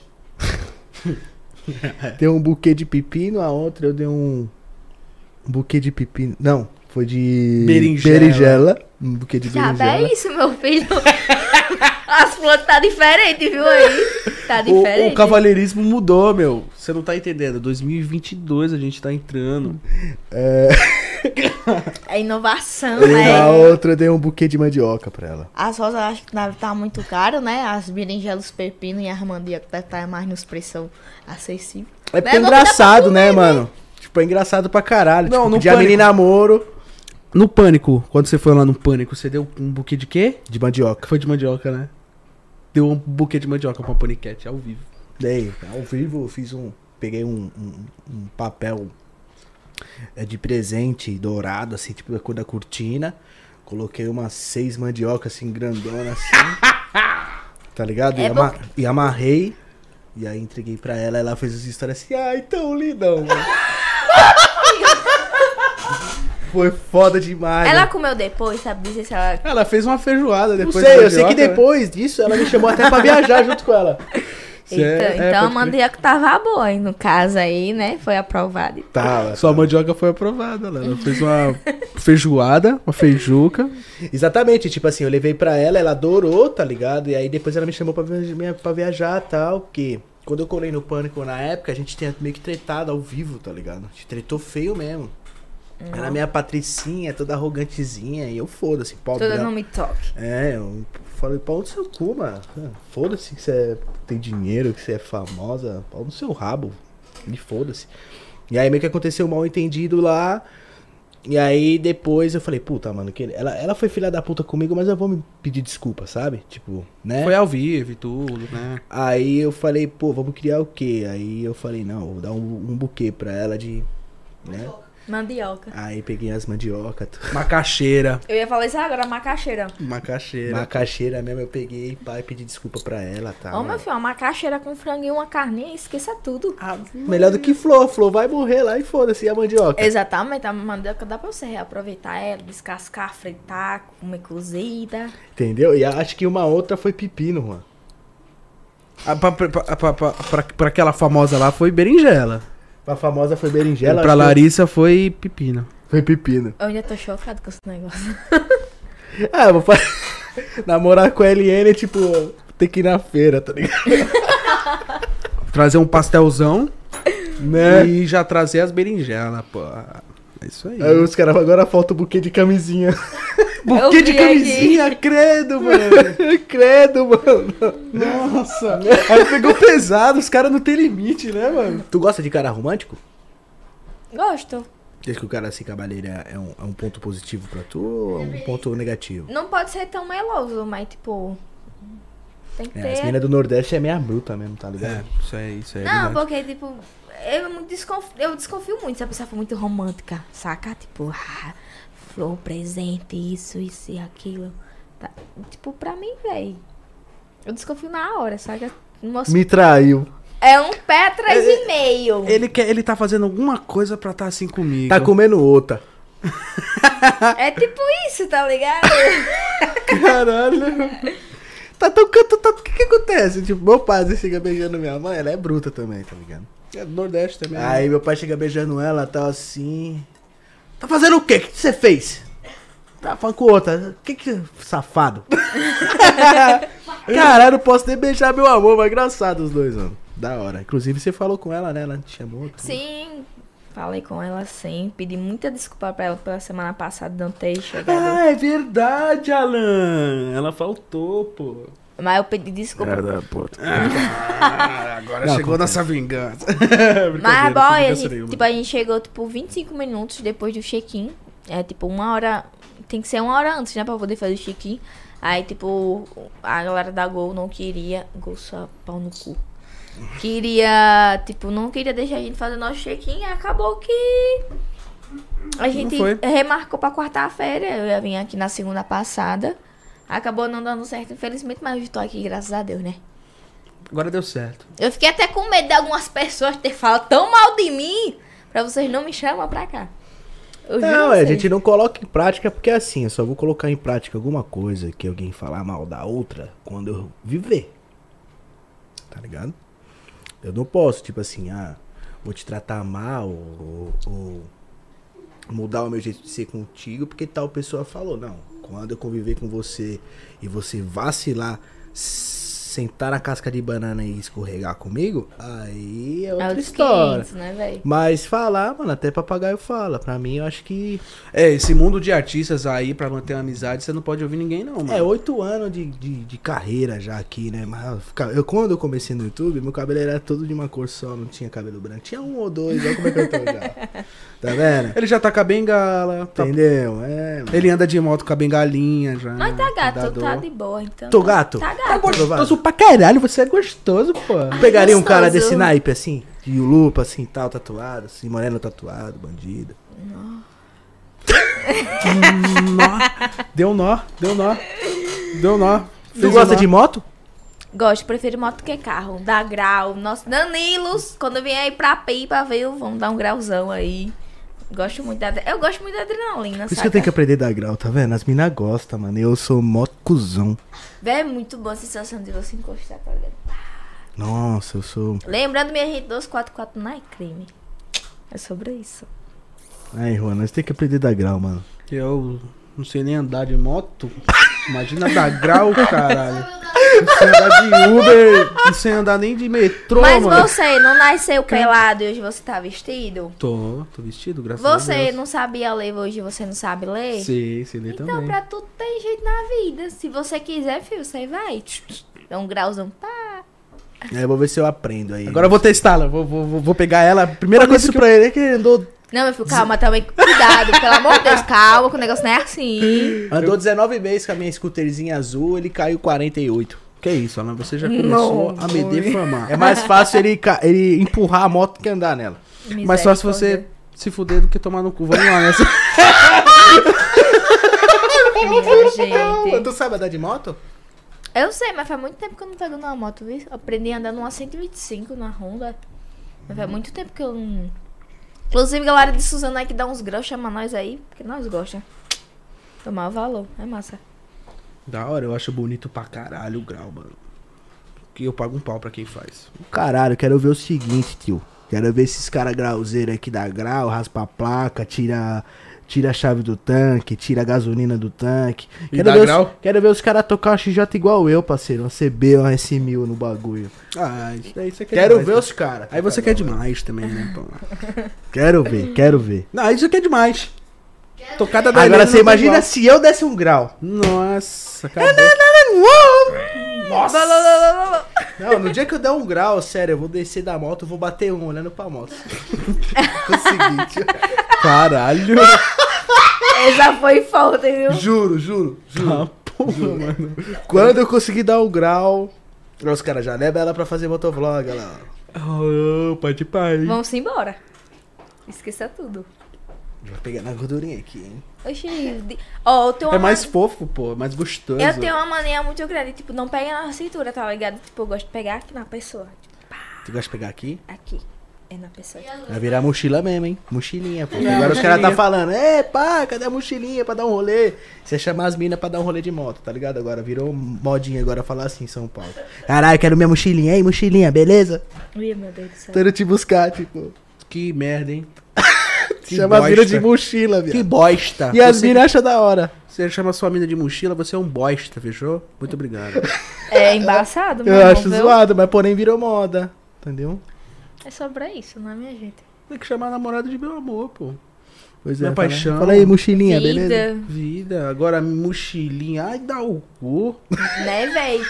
Dei um buquê de pepino, a outra eu dei um, um buquê de pepino. Não, foi de Berinjela. berinjela. Um buquê de Já berinjela. é isso, meu filho. As flores tá diferente, viu aí? Tá O, diferente. o cavalheirismo mudou, meu. Você não tá entendendo. dois mil e vinte e dois a gente tá entrando. É... É inovação, E né? a outra eu dei um buquê de mandioca pra ela. As rosas acho que deve estar muito caro, né? As berinjelas, pepino e as mandioca deve estar mais nos preços acessíveis. É porque é Mas não dá pra engraçado, comer, né, mano? Tipo, é engraçado pra caralho. Não, tipo, no de a Pânico. menina namoro No Pânico, quando você foi lá no Pânico, você deu um buquê de quê? de mandioca. Foi de mandioca, né? Deu um buquê de mandioca pra paniquete ao vivo. Daí, ao vivo eu fiz um... Peguei um, um, um papel é, de presente dourado, assim, tipo da cor da cortina. Coloquei umas seis mandiocas, assim, grandona, assim. Tá ligado? É e, ama- e amarrei. E aí entreguei pra ela. Ela fez as histórias assim, ai, tão lindão, mano. Foi foda demais. Ela né? comeu depois, sabe dizer se ela... Ela fez uma feijoada Não depois sei, da eu sei que mandioca, né? depois disso ela me chamou até pra viajar junto com ela. Cê é- Então, é, então a pode crer. mandioca tava boa, hein? No caso aí, né? Foi aprovado. Tava. Sua mandioca foi aprovada, ela fez uma feijoada, uma feijuca. Exatamente, tipo assim, eu levei pra ela, ela adorou, tá ligado? E aí depois ela me chamou pra, via- pra viajar e tal, porque quando eu colei no Pânico na época, a gente tinha meio que tretado ao vivo, tá ligado? A gente tretou feio mesmo. Era minha patricinha, toda arrogantezinha, e eu foda-se, pobre. Toda não me toque. É, eu falei, pau no seu cu, mano. Ah, Foda-se que você tem dinheiro, que você é famosa, pau no seu rabo. Me foda-se. E aí meio que aconteceu um mal entendido lá. E aí depois eu falei, puta, mano, que ela, ela foi filha da puta comigo, mas eu vou me pedir desculpa, sabe? Tipo, né? Foi ao vivo e tudo, né? Aí eu falei, pô, vamos criar o quê? Aí eu falei, não, vou dar um, um buquê pra ela de. Né? Mandioca. Aí peguei as mandioca, Macaxeira. Eu ia falar isso agora, macaxeira. Macaxeira. macaxeira mesmo, eu peguei, pai, pedi desculpa pra ela, tá? Ô, meu filho, uma macaxeira com frango e uma carninha, esqueça tudo. Ah, melhor do que flor, flor vai morrer lá e foda-se e a mandioca. Exatamente, a mandioca dá pra você reaproveitar ela, descascar, fritar, comer cozida. Entendeu? E acho que uma outra foi pepino, Juan. Ah, pra, pra, pra, pra, pra- pra aquela famosa lá foi berinjela. A famosa foi berinjela. pra acho que Larissa foi pepino. Foi pepino. Eu ainda tô chocado com esse negócio. Ah, eu vou fa... namorar com a L N é tipo, ter que ir na feira, tá ligado? Trazer um pastelzão Né? e já trazer as berinjelas, pô. É isso aí. Aí os caras, agora falta o buquê de camisinha. Buquê de vi aqui. camisinha, credo, mano. Credo, mano. Nossa. Aí pegou pesado, os caras não tem limite, né, mano? Tu gosta de cara romântico? Gosto. Diz que o cara assim, cavaleiro é um, é um ponto positivo pra tu ou é um ponto negativo? Não pode ser tão meloso, mas tipo. Tem que É, as ter. meninas do Nordeste é meia bruta mesmo, tá ligado? É, isso aí, isso aí. é Não, verdade. porque, tipo, eu, muito desconf... eu desconfio muito se a pessoa for muito romântica, saca? Tipo, ah, flor, presente, isso, isso e aquilo. Tá. Tipo, pra mim, véi. Eu desconfio na hora, saca? Nossa, Me traiu. é um pé atrás e meio. Ele, quer, ele tá fazendo alguma coisa pra estar assim comigo. Tá comendo outra. É tipo isso, tá ligado? Caralho. Tá tão canto, tá... O que que acontece? Tipo, meu pai às vezes chega beijando minha mãe, ela é bruta também, tá ligado? É do Nordeste também. Aí meu pai chega beijando ela, tá assim... Tá fazendo o quê? O que você fez? Tá falando com outra. O que que... Safado. Caralho, não posso nem beijar meu amor, mas engraçado os dois, mano. Da hora. Inclusive você falou com ela, né? Ela te chamou. Sim, falei com ela sim. Pedi muita desculpa pra ela pela semana passada não ter chegado. Ah, é verdade, Alan. Ela faltou, pô. Mas eu pedi desculpa. Ah, agora Não, chegou acontece. nossa vingança. Mas, Brincadeira, boy, sem a vingança gente, nenhuma. tipo, a gente chegou, tipo, vinte e cinco minutos depois do check-in. É, tipo, uma hora... Tem que ser uma hora antes, né, pra poder fazer o check-in. Aí, tipo, a galera da Gol não queria... Gol só pau no cu. Queria, tipo, não queria deixar a gente fazer nosso check-in. Acabou que... A gente foi. remarcou pra quarta-feira. Eu ia vir aqui na segunda passada. Acabou não dando certo, infelizmente, mas eu tô aqui, graças a Deus, né? Agora deu certo. Eu fiquei até com medo de algumas pessoas ter falado tão mal de mim pra vocês não me chamam pra cá. Eu juro Não, a é, a vocês. gente não coloca em prática porque é assim, eu só vou colocar em prática alguma coisa que alguém falar mal da outra quando eu viver. Tá ligado? Eu não posso, tipo assim, ah, vou te tratar mal ou, ou mudar o meu jeito de ser contigo porque tal pessoa falou. Não, quando eu conviver com você e você vacilar, sentar na casca de banana e escorregar comigo, aí é outra É outros história. quinhentos, né, velho? Mas falar, mano, até papagaio fala. Pra mim, eu acho que É, esse mundo de artistas aí, pra manter a amizade, você não pode ouvir ninguém, não, mano. é oito anos de, de, de carreira já aqui, né? Mas eu, eu- quando eu comecei no YouTube, meu cabelo era todo de uma cor só, não tinha cabelo branco. Tinha um ou dois, olha como é que eu tô já. Tá vendo? Ele já tá com a bengala. tá- Entendeu? É. mano. Ele anda de moto com a bengalinha já. Mas tá gato, cuidador. tá de boa, então. Tô gato? Tá Tá gato. gostoso pra caralho, você é gostoso, pô. Pegaria um cara Gostoso. desse naipe assim, de lupa assim, tal, tatuado, assim, moreno tatuado, bandido. Nó. Deu nó, deu nó. Deu nó. Tu Fez gosta um nó. de moto? Gosto, prefiro moto que carro. Dá grau. Nosso Danilos, quando vier aí pra Pipa, viu? Vamos dar um grauzão aí. Gosto muito da... Eu gosto muito da adrenalina, Por isso saca? que eu tenho que aprender a dar grau, tá vendo? As minas gostam, mano. Eu sou mó cuzão. Véi, é muito boa a sensação de você encostar, tá ligado? Nossa, eu sou... Lembrando, minha gente, dois quatro quatro não é crime. É sobre isso. Ai, Juan, nós temos que aprender a dar grau, mano. Eu não sei nem andar de moto. Imagina dar grau, caralho. Não sei andar de Uber, não sei andar nem de metrô, Mas mano. você não nasceu pelado e hoje você tá vestido? Tô, tô vestido, graças a Deus. Você não sabia ler hoje você não sabe ler? Sei, sei ler Então, também. pra tudo tem jeito na vida. Se você quiser, filho, você vai. Dá um grauzão, pá. É, eu vou ver se eu aprendo aí. Agora eu vou testá-la, vou, vou, vou pegar ela. A primeira Fala coisa isso que pra ele é que ele andou, Não, meu filho, calma também. Cuidado, pelo amor de Deus, calma, que o negócio não é assim. andou dezenove vezes com a minha scooterzinha azul, ele caiu quarenta e oito. Que isso, Alan, você já começou Não, a me foi. defamar. É mais fácil ele, ca- ele empurrar a moto que andar nela. Mais fácil você se fuder do que tomar no cu. Vamos lá nessa. Minha gente. Tu sabe andar de moto? Eu sei, mas faz muito tempo que eu não pego numa moto, viu? Eu aprendi a andar numa cento e vinte e cinco, numa Honda. Mas faz muito tempo que eu não... Inclusive, galera de Suzano aí que dá uns graus, chama nós aí, porque nós gostamos. Tomar valor, é massa. Da hora, eu acho bonito pra caralho o grau, mano. Que eu pago um pau pra quem faz. Caralho, eu quero ver o seguinte, tio. Quero ver esses caras grauzeiros aí que dá grau, raspa a placa, tira, tira a chave do tanque, tira a gasolina do tanque. E Quero dá ver, grau? os, quero ver os caras tocar uma X J igual eu, parceiro. Uma C B, uma S mil no bagulho. Ah, isso daí você quer Quero demais, ver né? os caras. Aí você quer demais também, né, pô? Quero ver, quero ver. Não, isso aqui é demais. Tocada da Agora Helena você não tem imagina igual. se eu desse um grau. Nossa, acabou. Nossa! Não, no dia que eu der um grau, sério, eu vou descer da moto, eu vou bater um olhando pra moto. É o seguinte. Caralho. Essa foi falta, viu? Juro, juro, juro. Ah, porra, mano. Quando eu conseguir dar um grau, os caras já levam ela pra fazer motovlog, olha lá. Oh, pode pai. Vamos embora. Esqueça tudo. Vou pegar na gordurinha aqui, hein. Oxi, de- ó, eu tenho uma É mais mania- fofo, pô. É mais gostoso. Eu tenho uma mania muito grande, tipo, não pega na cintura, tá ligado? Tipo, eu gosto de pegar aqui na pessoa. Tipo, Tu gosta de pegar aqui? aqui. É na pessoa. Vai virar mochila mesmo, hein? Mochilinha, pô. É, Agora os caras tá mochilinha. falando, é, pá, cadê a mochilinha pra dar um rolê? Você chama as minas pra dar um rolê de moto, tá ligado? Agora virou modinha agora falar assim em São Paulo. Caralho, quero minha mochilinha, hein, mochilinha, beleza? Ui, meu Deus do céu. Tô indo te buscar, tipo. Que merda, hein? Que chama as bosta. minas de mochila, viado. Que bosta. E as Você- minas acham da hora. Você chama sua mina de mochila, você é um bosta, fechou? Muito obrigado. É embaçado, Eu mano, acho viu? zoado, mas porém virou moda. Entendeu? É sobre isso, não é, minha gente? Tem que chamar a namorada de meu amor, pô. Pois Minha fala- paixão. Fala aí, mochilinha, beleza? Vida, Vida. Agora, mochilinha. Ai, dá o cu. né, véi?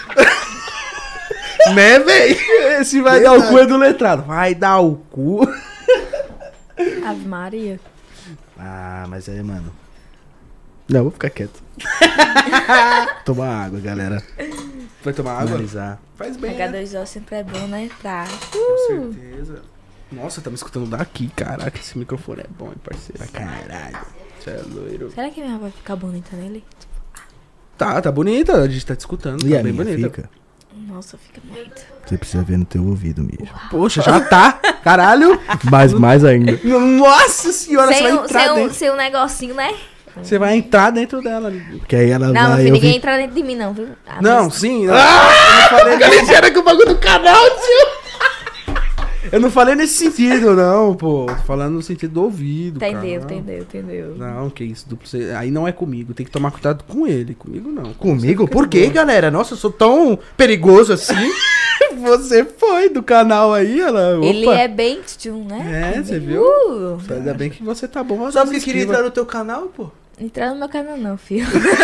Né, véi? Esse vai dar o cu é do letrado. Vai dar o cu. Ave Maria. Ah, mas aí, mano. Não, vou ficar quieto. Tomar água, galera. Vai tomar água? Analisar. Faz bem, H né? dois O sempre é bom, né? Pra... Com certeza. Nossa, tá me escutando daqui, caraca. Esse microfone é bom, hein, parceiro. Caralho. Você é loiro. Será que minha vai ficar bonita nele? Tá, tá bonita. A gente tá te escutando. E Tá a bem minha bonita. fica? Nossa, fica muito. Você precisa ver no teu ouvido mesmo. Poxa, já tá. Caralho. Mas mais ainda. Nossa senhora, você Sem, vai um, entrar sem, um, dentro. sem um negocinho, né? Você vai entrar dentro dela. Porque aí ela Não, vai... meu filho, eu ninguém vi- entra dentro de mim, não, viu? Ah, Não, mas- sim. Não. Eu não falei Galera, que o bagulho do canal, tio! Eu não falei nesse sentido, não, pô. Tô falando no sentido do ouvido. Entendeu, cara. entendeu, entendeu. Não, que isso. Duplo, você- aí não é comigo. Tem que tomar cuidado com ele. Comigo não. Comigo? Por quê, galera? Nossa, eu sou tão perigoso assim. Você foi do canal aí, ela. Opa. Ele é bem tchum, né? É, você viu? Uh, Ainda bem que você tá bom. Sabe que queria entrar no teu canal, pô? entrar no meu canal não, filho.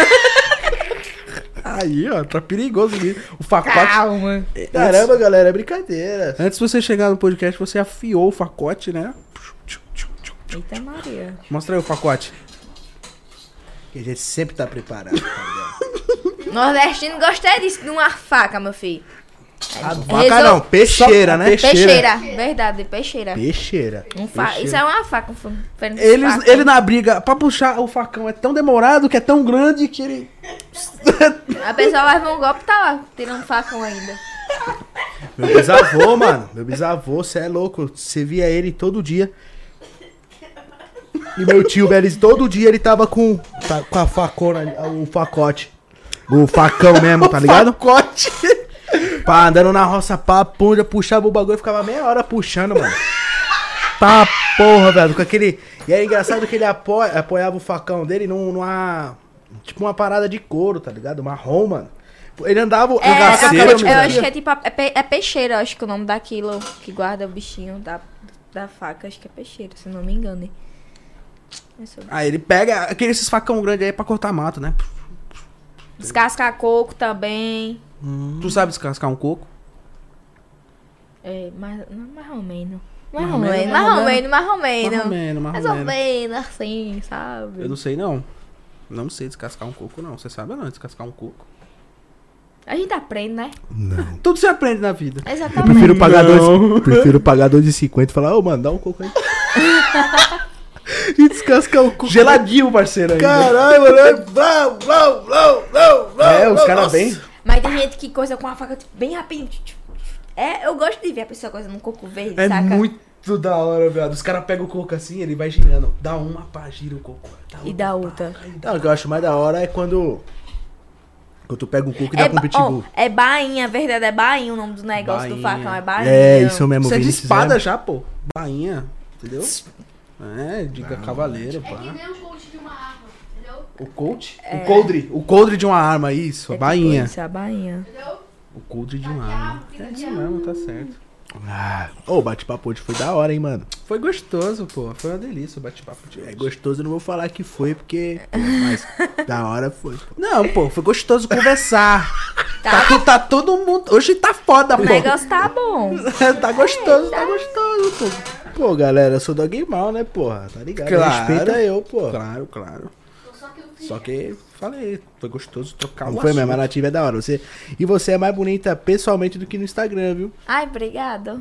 Aí, ó, tá perigoso ali. O facote. Calma. Caramba, galera, é brincadeira. Antes de você chegar no podcast, você afiou o facote, né? Eita Maria. Mostra aí o facote. Que a gente sempre tá preparado, tá ligado? Nordestino gosta disso, de uma faca, meu filho. A Resol- vaca não, peixeira, Só- né? peixe- Peixeira. Verdade, peixeira. Peixeira. Um fa... Peixeira. Isso é uma faca. Um fa- diferente de Eles, faca. ele na briga, pra puxar o facão é tão demorado que é tão grande que ele. A pessoa leva um golpe e tá lá, tirando facão ainda. Meu bisavô, mano. Meu bisavô, você é louco. Você via ele todo dia. E meu tio, velho, todo dia ele tava com, tá, com a facona, ali, o facote. O facão mesmo, tá ligado? Facote. Pá, andando na roça, pá, pum, já puxava o bagulho e ficava meia hora puxando, mano. Pá, porra, velho, com aquele... E é engraçado que ele apoia, apoiava o facão dele num- numa... Tipo uma parada de couro, tá ligado? Marrom, mano. Ele andava... É, eu gastava eu, aquela eu, de- acho que é tipo, a- é, pe- é peixeira, acho que o nome daquilo que guarda o bichinho da, da faca, acho que é peixeira, se não me engano. É sobre- Aí ele pega aqueles esses facão grande aí pra cortar mato, né? Descascar coco também. Tu sabe descascar um coco? É, mais, não, mais ou menos. Mais Mais ou ou menos, menos, mais ou menos, mais ou menos. Mais ou menos, mais Mais ou ou menos. menos, assim, sabe? Eu não sei não. Não sei descascar um coco, não. Você sabe ou não descascar um coco? A gente aprende, né? Não. Tudo se aprende na vida. Eu Exatamente. prefiro pagar Não. dois, prefiro pagar dois e cinquenta e falar, ô, mano, dá um coco aí. E descascar o coco. Geladinho, parceiro. Ainda. Caralho, mano. é- Não, não, não, não, não. É, os não, caras nossa. bem... Mas tem gente que coisa com a faca tipo, bem rapidinho. É, eu gosto de ver a pessoa coisando um coco verde, É saca? muito da hora, viado. Os caras pegam o coco assim, ele vai girando. Dá uma pá, gira o coco. Dá E dá outra. pá, Não, o que eu acho mais da hora é quando... Quando tu pega um coco e dá É, com um ba- pitbull. ó, é bainha, verdade, é bainha o nome do negócio do Bainha. facão, é bainha. É, isso mesmo. Isso é de Vinícius espada é- já, pô. Bainha, entendeu? É, dica cavaleiro, É que pá. nem o coach de uma arma, entendeu? O coach? O coldre. O coldre de uma arma, isso. É A bainha. tipo isso, a bainha. Entendeu? O coldre de uma arma. É isso mesmo, tá certo. Ah, ô, o bate-papo hoje foi da hora, hein, mano. Foi gostoso, pô. Foi uma delícia o bate-papo de É hoje. gostoso, eu não vou falar que foi, porque... pô, mas da hora foi, pô. Não, pô, foi gostoso conversar. Tá, tu- tá todo mundo. Hoje tá foda, O pô. negócio tá bom. Tá gostoso, tá gostoso, pô. Pô, galera, eu sou dog mal, né, porra? Tá ligado? Claro. Respeita eu, pô. Claro, claro. Só que eu fiz. Só que falei, foi gostoso trocar Não o foi mesmo, a assunto. nativa é da hora. Você... E você é mais bonita pessoalmente do que no Instagram, viu? Ai, obrigado.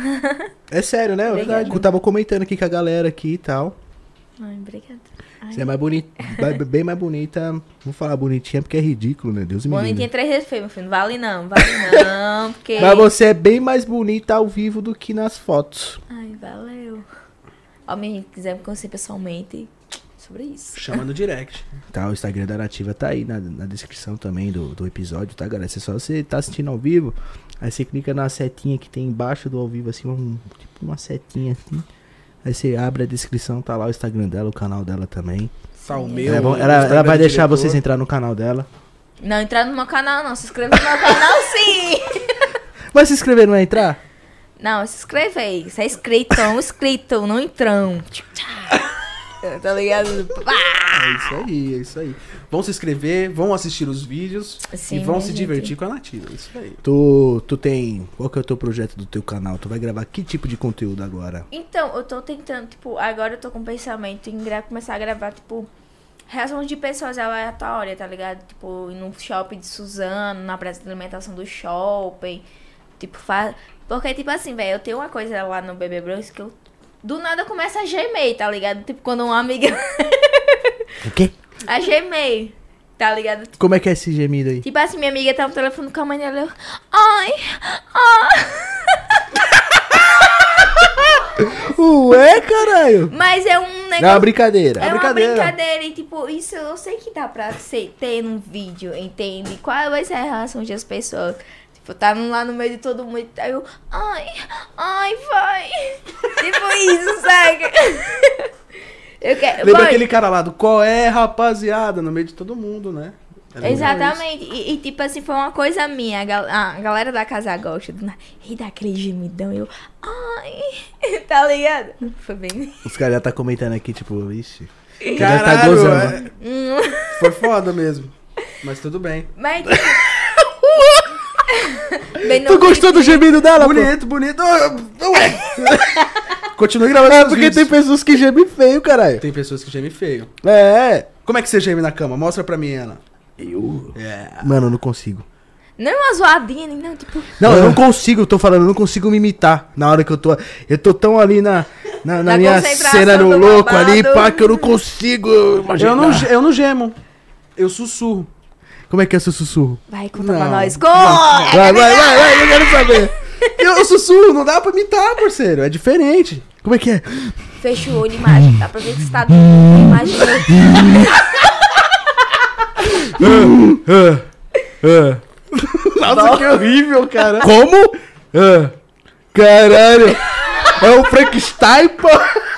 É sério, né? Obrigada. Eu tava comentando aqui com a galera aqui e tal. Ai, obrigado. Ai. Você é mais bonita, bem mais bonita. Não vou falar bonitinha porque é ridículo, né? Deus me Bonitinha livre. três vezes feio, meu filho. Não vale não, vale não, porque... Mas você é bem mais bonita ao vivo do que nas fotos. Ai, valeu. Ó, minha gente, quiser me conhecer pessoalmente, sobre isso. Chama no direct. Tá, o Instagram da Nativa tá aí na, na descrição também do, do episódio, tá, galera? Se só você tá assistindo ao vivo, aí você clica na setinha que tem embaixo do ao vivo, assim, um, tipo uma setinha assim. Aí você abre a descrição, tá lá o Instagram dela, o canal dela também. Tá o Sim. meu. Ela, é bom- o ela- ela Instagram vai do deixar diretor. vocês entrar no canal dela. Não entrar no meu canal, não. Se inscreva no meu canal, sim. Mas se inscrever não é entrar? Não, se inscreve aí. Você é inscrito, um inscrito, não entrão. Tá ligado? É isso aí, é isso aí. Vão se inscrever, vão assistir os vídeos Sim, e vão minha se gente. divertir com a Nativa. É isso aí. Tu, tu tem... Qual que é o teu projeto do teu canal? Tu vai gravar que tipo de conteúdo agora? Então, eu tô tentando, tipo, agora eu tô com pensamento em gra- começar a gravar, tipo, reações de pessoas aleatórias, tá ligado? Tipo, ir no shopping de Suzano, na praça de alimentação do shopping. Tipo, fa... Porque, tipo assim, velho, eu tenho uma coisa lá no Bebê Bros que eu do nada começa a gemer, tá ligado? Tipo, quando uma amiga. O quê? a gemer, tá ligado? Como é que é esse gemido aí? Tipo assim, minha amiga tá no telefone com a mãe dela. Eu, ai, ai. Ué, caralho! Mas é um É uma negócio. brincadeira. É uma brincadeira. brincadeira. E tipo, isso eu sei que dá pra ser, ter num vídeo, entende? Qual vai ser a relação das pessoas? Tipo, tá lá no meio de todo mundo. Aí eu, ai, ai, vai. Tipo isso, sabe? Eu quero. Lembra Boy, aquele cara lá do qual é, rapaziada, no meio de todo mundo, né? É legal Exatamente. E, e, tipo assim, foi uma coisa minha. A, gal- a galera da casa gosta do nada. E dá aquele gemidão. Eu, ai, tá ligado? Foi bem. Os caras já tá comentando aqui, tipo, ixi. isso. Já tá Caralho, gozando. é- Hum, foi foda mesmo. Mas tudo bem. mas. tipo, bem no Tu gostou do gemido dela, pô? Bonito, bonito. Ah, Ué. Continue gravando É seus porque tem vídeos. pessoas que gemem feio, caralho. Tem pessoas que gemem feio. É. Como é que você geme na cama? Mostra pra mim, Ana. Eu. É. Mano, eu não consigo. Não é uma zoadinha, nem não, tipo. Não, eu não consigo, eu tô falando, eu não consigo me imitar na hora que eu tô. Eu tô tão ali na, na, na Na minha concentração cena no do louco babado. ali, pá, que eu não consigo imaginar. Eu não, ge- eu não gemo. Eu sussurro. Como é que é seu sussurro? Vai, conta Não. pra nós. Vai, vai, vai, vai, eu quero saber. Eu sussurro, não dá pra imitar, parceiro. É diferente. Como é que é? fecha o olho e imagina. Dá pra ver que você tá dormindo. Imagina. Nossa, que horrível, cara. Como? Ah, caralho. É o Frankenstein, pô.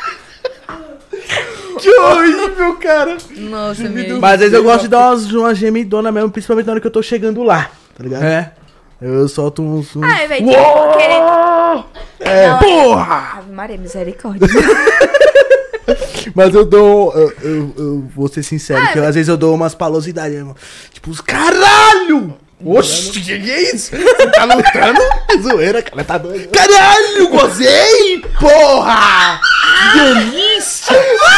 Que horrível, cara. Nossa, meu. Mas às vezes eu gosto de dar umas, umas gemidonas mesmo, principalmente na hora que eu tô chegando lá, tá ligado? É. Eu solto uns... uns... Ai, velho, tipo, querendo... É, Não, porra! Ave Maria, misericórdia. Mas eu dou... Eu, eu, eu vou ser sincero, Ah, que eu, mas- às vezes eu dou umas palosidades, irmão. Tipo, os caralho! Oxi, que que é isso? Você tá lutando? É zoeira, cara, tá doido. Caralho, gozei, porra! Que delícia!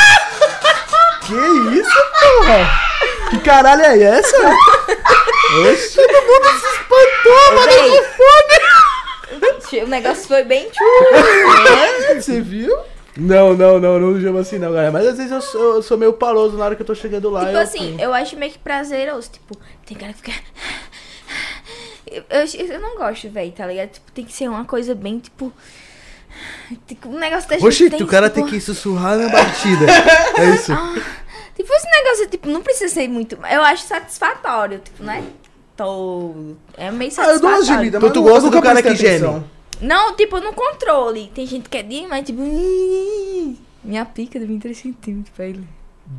Que isso, porra? Que caralho é essa? Oxi, todo mundo se espantou, mano, Véi. fome! O negócio foi bem... Você viu? Não, não, não, não chama assim não, galera. Mas às vezes eu sou, eu sou meio paloso na hora que eu tô chegando lá. Tipo eu... assim, eu acho meio que prazeroso. Tipo, tem cara que fica... Eu, eu, eu não gosto, velho, tá ligado? Tipo, tem que ser uma coisa bem, tipo... Tipo, um negócio da gente Oxi, tem, o cara tipo... tem que sussurrar na batida. É isso. Tipo, esse negócio, tipo, não precisa ser muito... Eu acho satisfatório, tipo, né? Tô... É meio Ah, eu dou umas satisfatório. gemidas, Então mas tu não- gosta eu nunca do cara prestei que geme? atenção. Não, tipo, no controle. Tem gente que é de, mas tipo... Minha pica de vinte e três centímetros pra ele.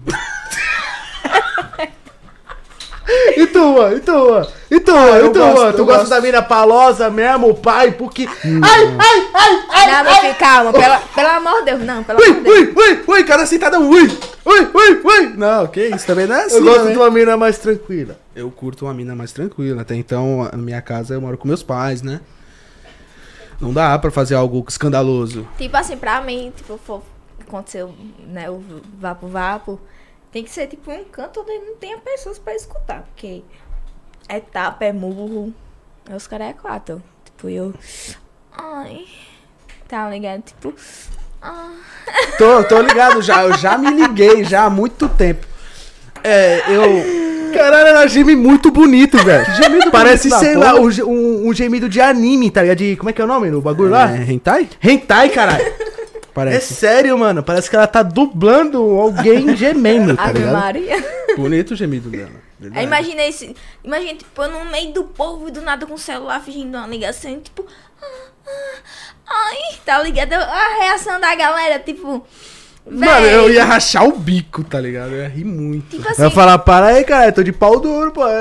E tu, mano? E tu, mano? E tu, mano? eu E tu, gosto, mano? Tu eu gosta gosto. da mina palosa mesmo, pai? Porque... Ai, ai, ai, ai, Não, meu filho, calma. Pela, pelo amor de Deus, não. Pelo amor de Deus. Ui, ui, ui, cada sentada, ui, ui, ui, ui. Não, que isso, também não é assim, Eu gosto também. de uma mina mais tranquila. Eu curto uma mina mais tranquila. Até então, na minha casa, eu moro com meus pais, né? Não dá pra fazer algo escandaloso. Tipo assim, pra mim, tipo, for, aconteceu, né, o vapo-vapo, tem que ser, tipo, um canto onde não tenha pessoas pra escutar, porque é tapa, é murro, aí os caras é quatro, tipo, eu, ai, tá ligado, tipo, ah, Tô, tô ligado já. Eu já me liguei já há muito tempo. É, eu... Caralho, ela geme muito bonito, velho. Gemido Parece, bonito da sei porra. lá, um, ge- um, um gemido de anime, tá ligado? De, como é que é o nome no bagulho lá? É, hentai? Hentai, caralho. É Parece. sério, mano. Parece que ela tá dublando alguém gemendo, tá Ave ligado? Maria. Bonito o gemido dela. Verdade. Aí imagina esse, imagina, tipo, eu no meio do povo e do nada com o celular fingindo uma ligação, e, tipo, ah, ah, ai, tá ligado? A reação da galera, tipo, Mano, eu véi, ia rachar o bico, tá ligado? Eu ia rir muito. tipo Eu assim, ia falar, para aí, cara, eu tô de pau duro, pô.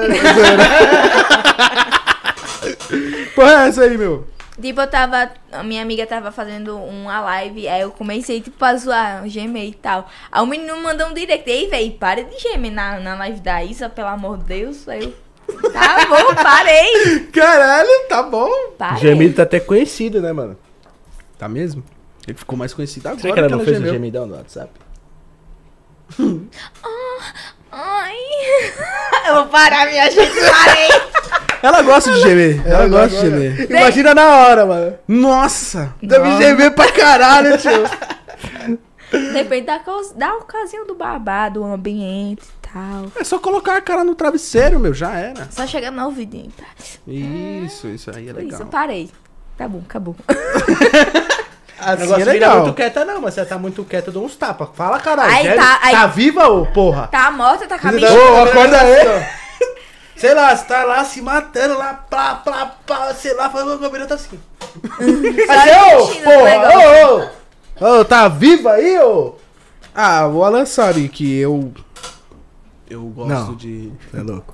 Porra, é essa aí, meu? tipo, eu tava, a minha amiga tava fazendo uma live, aí eu comecei, tipo, a zoar, gemer e tal. Aí o menino mandou um direct, ei, véi, para de gemer na, na live da Isa, pelo amor de Deus. Aí eu, tá bom, parei, Caralho, tá bom. parei. Gemido tá até conhecido, né, mano? Tá mesmo? Ele ficou mais conhecido agora. Será que ela não fez o gemeu. gemidão no WhatsApp? Ai, eu vou parar, minha gente, parei. Ela gosta de gemer. Ela, gosta de gemer. Imagina na hora, mano. Nossa! Deve gemer pra caralho, tio. Depende da, cos- da ocasião do babado, do ambiente e tal. É só colocar a cara no travesseiro, meu. Já era. Só chegar no ouvidinho, tá? Isso, isso aí é Por legal. isso, eu parei. Tá bom, acabou. Assim Negócio é legal. legal. muito quieta não, mas você tá muito quieta, eu dou uns tapas. Fala, caralho. Aí geme. tá, aí- Tá viva, ô, porra? Tá morta, tá com a Ô, bicha. acorda aí. Sei lá, você tá lá se matando lá, plá, plá, plá, sei lá, falando que o cabelo tá assim. Aí, ô, mexendo no porra, negócio. ô, ô. Ô, tá viva aí, ô? Ah, o Alan sabe que eu. Eu gosto Não. de. Você é louco.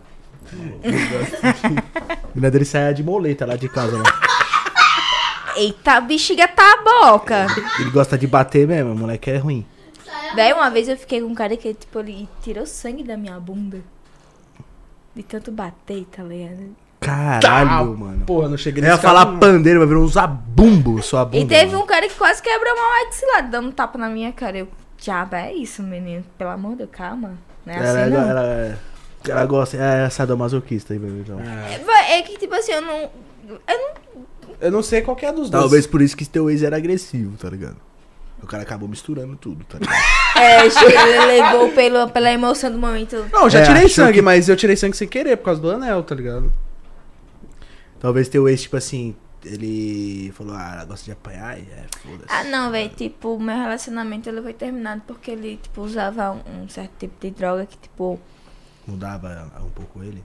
A menina dele saia de moleta lá de casa, mano. Eita, a bexiga tá a boca. Ele gosta de bater mesmo, o moleque é ruim. Daí uma vez eu fiquei com um cara que, tipo, ele tirou sangue da minha bunda. De tanto bater, tá ligado? Caralho, mano. Porra, não cheguei Eu ia nesse caso, falar não. pandeiro, vai virar um zabumbo sua bunda. E teve mano. um cara que quase quebrou uma maxilar, dando um tapa na minha cara. Eu, diabo, é isso, menino? Pelo amor de Deus, calma. Não é Ela, assim, ela, não. ela, ela gosta, é sadomasoquista aí, meu então. É, é que, tipo assim, eu não... Eu não... Eu não sei qual que é dos dois. Talvez por isso que teu ex era agressivo, tá ligado? O cara acabou misturando tudo, tá ligado? É, acho que ele levou pelo, pela emoção do momento. Não, já É, tirei achou sangue, que- mas eu tirei sangue sem querer por causa do anel, tá ligado? Talvez teu ex, tipo assim, ele falou, ah, ela gosta de apanhar, e é, foda-se. Ah, não, velho, tipo, o meu relacionamento ele foi terminado porque ele, tipo, usava um, um certo tipo de droga que, tipo, Mudava um pouco ele?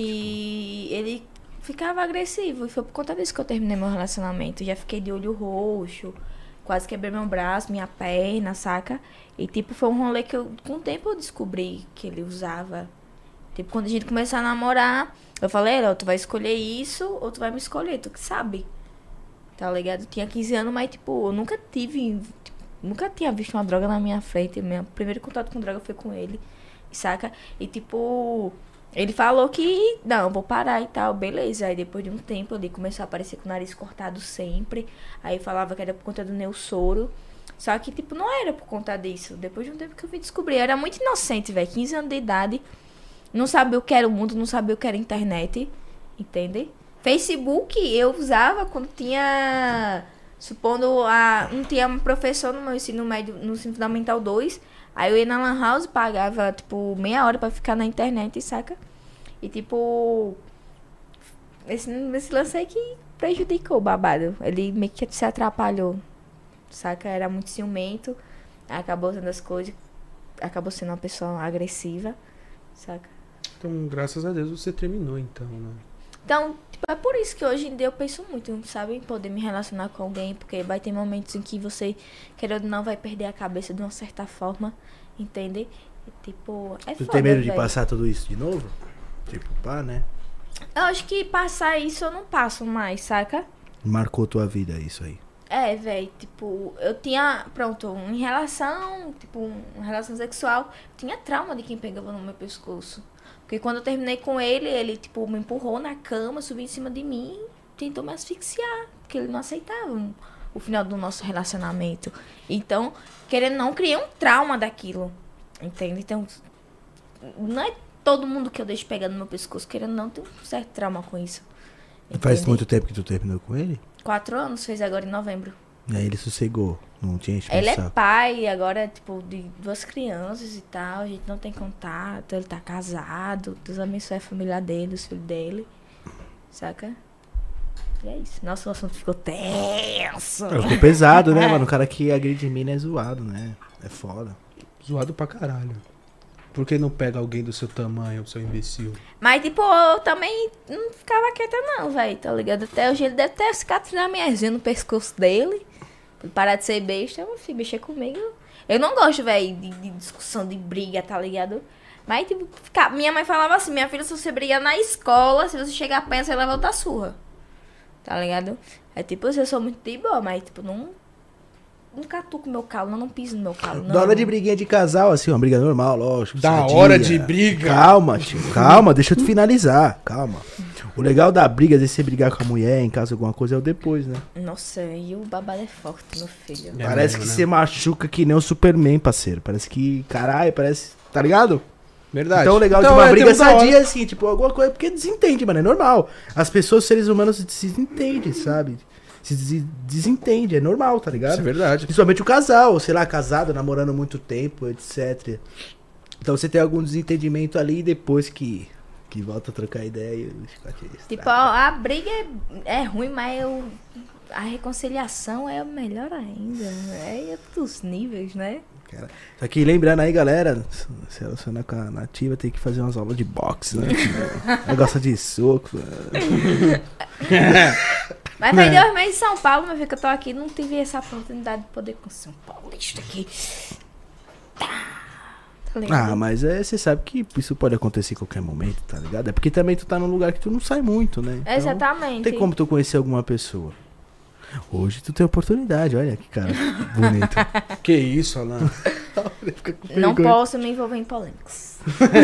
que ele ficava agressivo. E foi por conta disso que eu terminei meu relacionamento. Já fiquei de olho roxo, quase quebrei meu braço, minha perna, saca? E, tipo, foi um rolê que eu, com o tempo eu descobri que ele usava. Tipo, quando a gente começou a namorar, eu falei, ó, tu vai escolher isso ou tu vai me escolher, tu que sabe. Tá ligado? Eu tinha quinze anos, mas, tipo, eu nunca tive, tipo, nunca tinha visto uma droga na minha frente. Meu primeiro contato com droga foi com ele, saca? E, tipo, ele falou que, não, vou parar e tal, beleza. Aí, depois de um tempo, ele começou a aparecer com o nariz cortado sempre. Aí, falava que era por conta do neossoro. Só que, tipo, não era por conta disso. Depois de um tempo que eu vim descobrir, eu era muito inocente, velho, quinze anos de idade. Não sabia o que era o mundo, não sabia o que era internet, entende? Facebook eu usava quando tinha, supondo, a, não tinha um professor no meu ensino médio, no ensino fundamental dois, aí eu ia na lan house, pagava, tipo, meia hora pra ficar na internet, saca? E, tipo, esse, esse lance aí que prejudicou o babado, ele meio que se atrapalhou, saca? Era muito ciumento, acabou sendo as coisas, acabou sendo uma pessoa agressiva, saca? Então, graças a Deus, você terminou, então, né? Então, tipo, é por isso que hoje em dia eu penso muito, sabe? Em poder me relacionar com alguém, porque vai ter momentos em que você, querendo ou não, vai perder a cabeça de uma certa forma, entende? E, tipo, é Tu foda, tem medo de véi. passar tudo isso de novo? Tipo, pá, né? Eu acho que passar isso eu não passo mais, saca? Marcou tua vida isso aí. É, velho, tipo, eu tinha, pronto, em relação, tipo, uma relação sexual, tinha trauma de quem pegava no meu pescoço. Porque quando eu terminei com ele, ele, tipo, me empurrou na cama, subiu em cima de mim e tentou me asfixiar. Porque ele não aceitava um- o final do nosso relacionamento. Então, querendo ou não, criei um trauma daquilo. Entende? Então, não é todo mundo que eu deixo pegar no meu pescoço. Querendo ou não, tem um certo trauma com isso. Faz Entende? muito tempo que tu terminou com ele? Quatro anos, fez agora em novembro. E aí ele sossegou, não tinha enchido Ele o é saco. pai agora, tipo, de duas crianças e tal. A gente não tem contato. Ele tá casado. Deus abençoe a família dele, os filhos dele. Saca? E é isso. Nossa, o assunto ficou tenso. Ficou pesado, né, mano? O cara que agride mina é zoado, né? É foda. Zoado pra caralho. Por que não pega alguém do seu tamanho, seu imbecil? Mas, tipo, eu também não ficava quieta, não, velho. Tá ligado? Até hoje ele deve ter cicatrizado a minhazinha no pescoço dele. Pra ele parar de ser besta. Meu filho, mexer comigo. Eu não gosto, velho, de, de discussão, de briga, tá ligado? Mas, tipo, ficar... minha mãe falava assim: minha filha, se você brigar na escola, se você chegar perto, você leva outra surra. Tá ligado? É tipo, eu sou muito de boa, mas, tipo, não. Não catuco meu calo, não, não piso no meu calo. Não. Da hora de briguinha de casal, assim, uma briga normal, lógico. Da sadia. hora de briga. Calma, tio, calma, deixa eu te finalizar, calma. O legal da briga, às vezes você brigar com a mulher em casa, alguma coisa, é o depois, né? Nossa, e o babado é forte, meu filho. É parece mesmo, que né? você machuca que nem o Superman, parceiro. Parece que, caralho, parece, tá ligado? Verdade. Então o legal Então, de uma é, briga temos da hora. sadia, assim, tipo, alguma coisa, porque desentende, mano, é normal. As pessoas, seres humanos, se desentendem, sabe? Se des- desentende, é normal, tá ligado? Isso é verdade. Principalmente o casal, sei lá, casado, namorando muito tempo, etcétera. Então você tem algum desentendimento ali depois que, que volta a trocar ideia e o chicote estraga. Tipo, a, a briga é, é ruim, mas eu, a reconciliação é melhor ainda. É em outros níveis, né? Cara, só que lembrando aí, galera, se relacionar com a nativa, tem que fazer umas aulas de boxe, né? Ela gosta de soco. né? Mas vai Deus, mas em São Paulo, meu filho, que eu tô aqui, não tive essa oportunidade de poder com São Paulista aqui. Tá. Tá ligado? Ah, mas é, você sabe que isso pode acontecer em qualquer momento, tá ligado? É porque também tu tá num lugar que tu não sai muito, né? Então, Exatamente. não tem como tu conhecer alguma pessoa. Hoje tu tem oportunidade, olha que cara bonito. Que isso, Alan? Fica com Não vergonha. posso me envolver em polêmicas.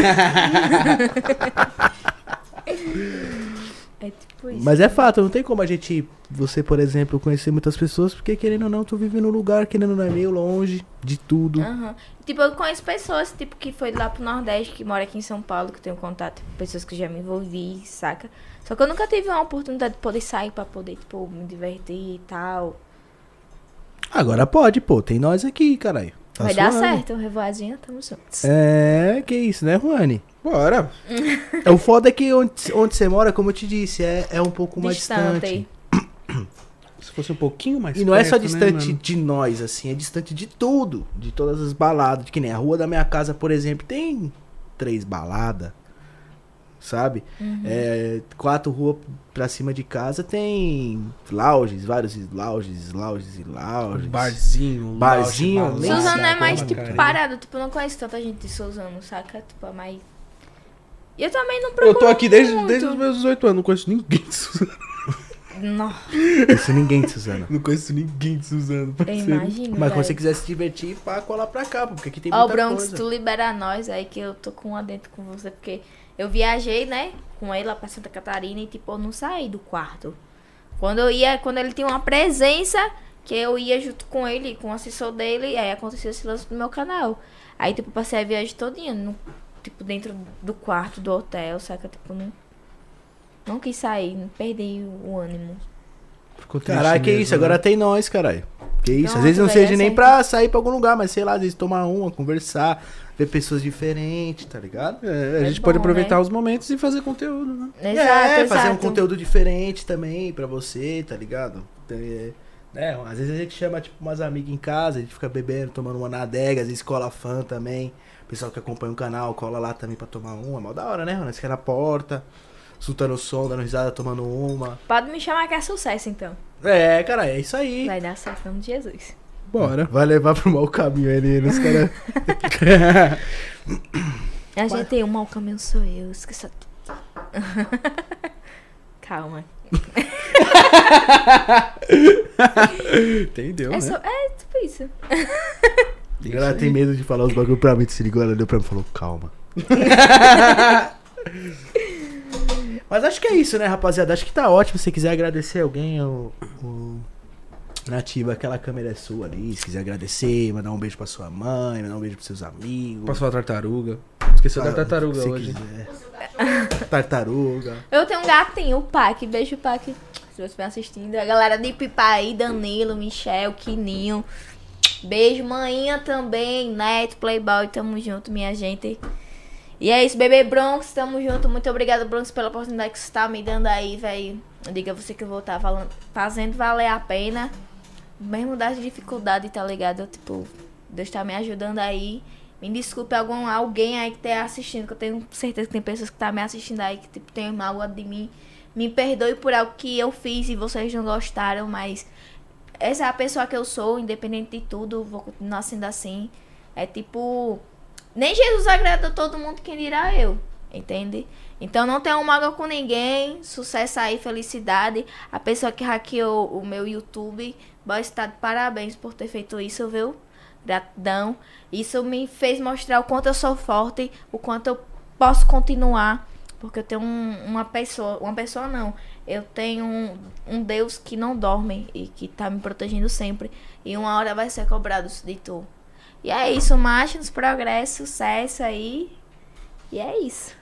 É tipo isso. Mas é fato, não tem como a gente, você, por exemplo, conhecer muitas pessoas, porque querendo ou não, tu vive num lugar, querendo ou não, é meio longe de tudo. Aham. Tipo, eu conheço pessoas, tipo, que foi lá pro Nordeste, que mora aqui em São Paulo, que eu tenho contato com pessoas que já me envolvi, saca? Só que eu nunca tive uma oportunidade de poder sair pra poder, tipo, me divertir e tal. Agora pode, pô, tem nós aqui, caralho. Tá Vai dar suave. certo, revoadinha, tamo juntos. É, que isso, né, Juane? Bora. É, o foda é que onde, onde você mora, como eu te disse, é, é um pouco mais distante. Se fosse um pouquinho mais E não é só perto, né, distante mano? de nós, assim, é distante de tudo. De todas as baladas. Que nem a rua da minha casa, por exemplo, tem três baladas. Sabe? É, quatro ruas pra cima de casa tem lounges, vários lounges, lounges e lounges. Barzinho, Barzinho, lounge, nem balada, Suzano é mais, porra, tipo, cara. parado. Tipo, eu não conheço tanta gente de Suzano, saca? Tipo, é mais... E eu também não Eu procuro tô aqui desde, muito. desde os meus dezoito anos, não conheço ninguém de Suzano. Não, Isso ninguém, Suzana. Não conheço ninguém de Suzano, eu parceiro. imagino, Mas quando velho. você quiser se divertir, pá, colar pra cá, porque aqui tem Ó, muita Bronx, coisa. tu libera nós aí que eu tô com uma dentro com você, porque eu viajei, né, com ele lá pra Santa Catarina e, tipo, eu não saí do quarto. Quando eu ia, quando ele tinha uma presença, que eu ia junto com ele, com o assessor dele, aí aconteceu esse lance no meu canal. Aí, tipo, passei a viagem todinha, no, tipo, dentro do quarto do hotel, saca? Tipo, não, não quis sair, não perdi o ânimo. Ficou triste Caralho, que mesmo, isso, né? agora tem nós, caralho. Que isso, às Pronto, vezes não velho, seja é nem certo. pra sair pra algum lugar, mas sei lá, às vezes tomar uma, conversar, ver pessoas diferentes, tá ligado? É, a É gente bom, pode aproveitar né? os momentos e fazer conteúdo, né? Exato, é, exato. fazer um conteúdo diferente também pra você, tá ligado? É, é, às vezes a gente chama, tipo, umas amigas em casa, a gente fica bebendo, tomando uma na adega, às vezes cola fã também. O pessoal que acompanha o canal cola lá também pra tomar uma. É mó da hora, né, mano? Você quer na porta, soltando o som, dando risada, tomando uma. Pode me chamar que é sucesso, então. É, cara, é isso aí. Vai dar certo, em nome de Jesus. Bora. Vai levar pro mau caminho aí, os caras. A gente tem um mau caminho, sou eu, esqueça tudo. Calma. Entendeu, É, né? só, é tipo isso. Ela tem medo de falar os bagulho pra mim, se ligou, ela olhou pra mim e falou, calma. Mas acho que é isso, né, rapaziada? Acho que tá ótimo. Se você quiser agradecer alguém, o, o Nativa, aquela câmera é sua ali. Se quiser agradecer, mandar um beijo pra sua mãe, mandar um beijo pros seus amigos. Posso falar tartaruga? Esqueceu da tartaruga se hoje. quiser. Tartaruga. Eu tenho um gatinho, o Pac. Beijo, Pac. Se você estiver assistindo. A galera de Pipaí, Danilo, Michel, Quininho. Beijo, manhinha também. Neto, Playboy, tamo junto, minha gente. E é isso, bebê Bronx, tamo junto. Muito obrigada, Bronx, pela oportunidade que você tá me dando aí, velho. Diga a você que eu vou estar tá fazendo valer a pena. Mesmo das dificuldades, tá ligado? Eu, tipo, Deus tá me ajudando aí. Me desculpe algum, alguém aí que tá assistindo, que eu tenho certeza que tem pessoas que tá me assistindo aí, que tipo, tem mágoa de mim. Me perdoe por algo que eu fiz e vocês não gostaram, mas essa é a pessoa que eu sou, independente de tudo, vou continuar sendo assim. É tipo, nem Jesus agradou todo mundo, quem dirá eu, entende? Então não tenho mágoa com ninguém, sucesso aí, felicidade. A pessoa que hackeou o meu YouTube, boa está de parabéns por ter feito isso, viu? Gratidão. Isso me fez mostrar o quanto eu sou forte, o quanto eu posso continuar, porque eu tenho um, uma pessoa, uma pessoa não, eu tenho um, um Deus que não dorme e que tá me protegendo sempre, e uma hora vai ser cobrado de tu. E é isso, machos, progresso, sucesso aí, e é isso.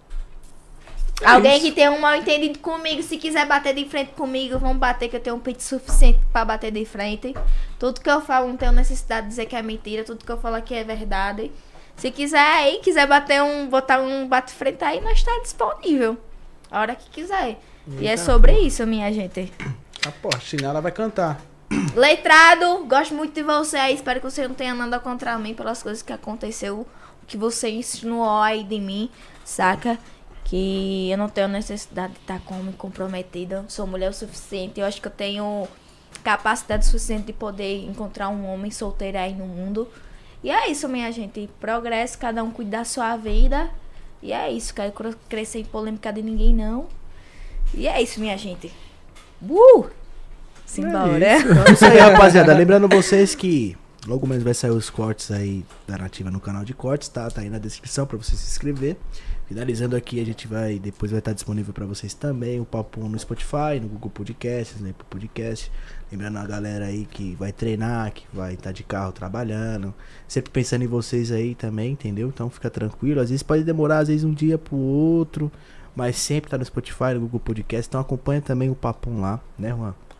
É Alguém isso. que tem um mal entendido comigo, se quiser bater de frente comigo, vamos bater, que eu tenho um peito suficiente pra bater de frente. Tudo que eu falo não tenho necessidade de dizer que é mentira, tudo que eu falo aqui é verdade. Se quiser aí, quiser bater um, botar um bate frente aí, nós está disponível. A hora que quiser. E é sobre isso, minha gente. Aposte, ela vai cantar. Letrado, gosto muito de você aí, espero que você não tenha nada contra mim pelas coisas que aconteceu, o que você insinuou aí de mim, saca? Que eu não tenho necessidade de estar como comprometida, sou mulher o suficiente, eu acho que eu tenho capacidade suficiente de poder encontrar um homem solteiro aí no mundo. E é isso, minha gente, progresso, cada um cuida da sua vida, e é isso, quero crescer em polêmica de ninguém não, e é isso, minha gente. Uh! Simbora. É isso. Então é isso aí, rapaziada. Lembrando vocês que logo menos vai sair os cortes aí da Nativa no canal de cortes, tá? Tá aí na descrição pra você se inscrever. Finalizando aqui, a gente vai, depois vai estar disponível pra vocês também o Papo no Spotify, no Google Podcasts, no Apple Podcast. Lembrando a galera aí que vai treinar, que vai estar de carro trabalhando. Sempre pensando em vocês aí também, entendeu? Então fica tranquilo. Às vezes pode demorar, às vezes um dia pro outro, mas sempre tá no Spotify, no Google Podcast. Então acompanha também o Papum lá, né, Juan?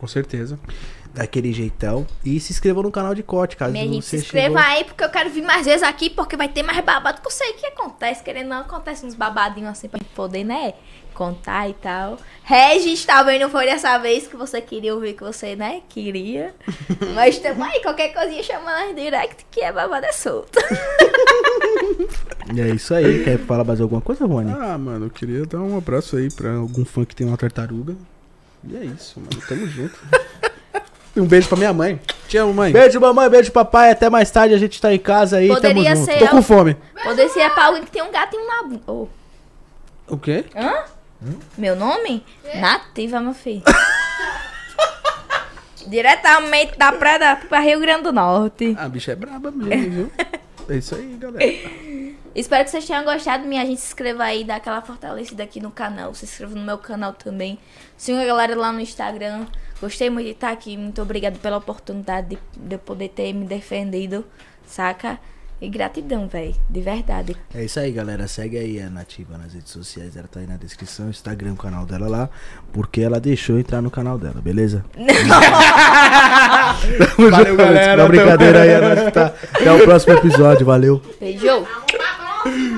Com certeza. Daquele jeitão. E se inscrevam no canal de corte, caso Minha gente, se você inscreva chegou... aí, porque eu quero vir mais vezes aqui, porque vai ter mais babado, que eu sei que acontece, querendo não, acontece uns babadinhos assim pra gente poder, né, contar e tal. Regis, talvez não foi dessa vez que você queria ouvir, que você, né, queria. Mas tamo aí, qualquer coisinha chama nas direct, que é babado é solto. E é isso aí. Quer falar mais alguma coisa, Rony? Ah, mano, eu queria dar um abraço aí pra algum fã que tem uma tartaruga. E é isso, mano. Tamo junto. E um beijo pra minha mãe. Te amo, mãe. Beijo, mamãe. Beijo, papai. Até mais tarde. A gente tá em casa aí. Poderia tamo junto. ser- Tô com fome. Poder ser pra alguém que tem um gato e um nabo. Oh. O quê? Hã? Meu nome? Nativa, meu filho. Diretamente da praia da, pra Rio Grande do Norte. A bicha é braba mesmo, viu? É isso aí, galera. Espero que vocês tenham gostado. Minha gente, se inscreva aí, dá aquela fortalecida aqui no canal. Se inscreva no meu canal também. Siga a galera lá no Instagram. Gostei muito de estar aqui. Muito obrigado pela oportunidade de, de eu poder ter me defendido, saca? E gratidão, velho. De verdade. É isso aí, galera. Segue aí a Nativa nas redes sociais. Ela tá aí na descrição. Instagram, o canal dela lá. Porque ela deixou eu entrar no canal dela, beleza? Valeu, galera. Uma brincadeira aí. É nóis que tá. Até o próximo episódio. Valeu. Beijo. Vamos lá, vamos.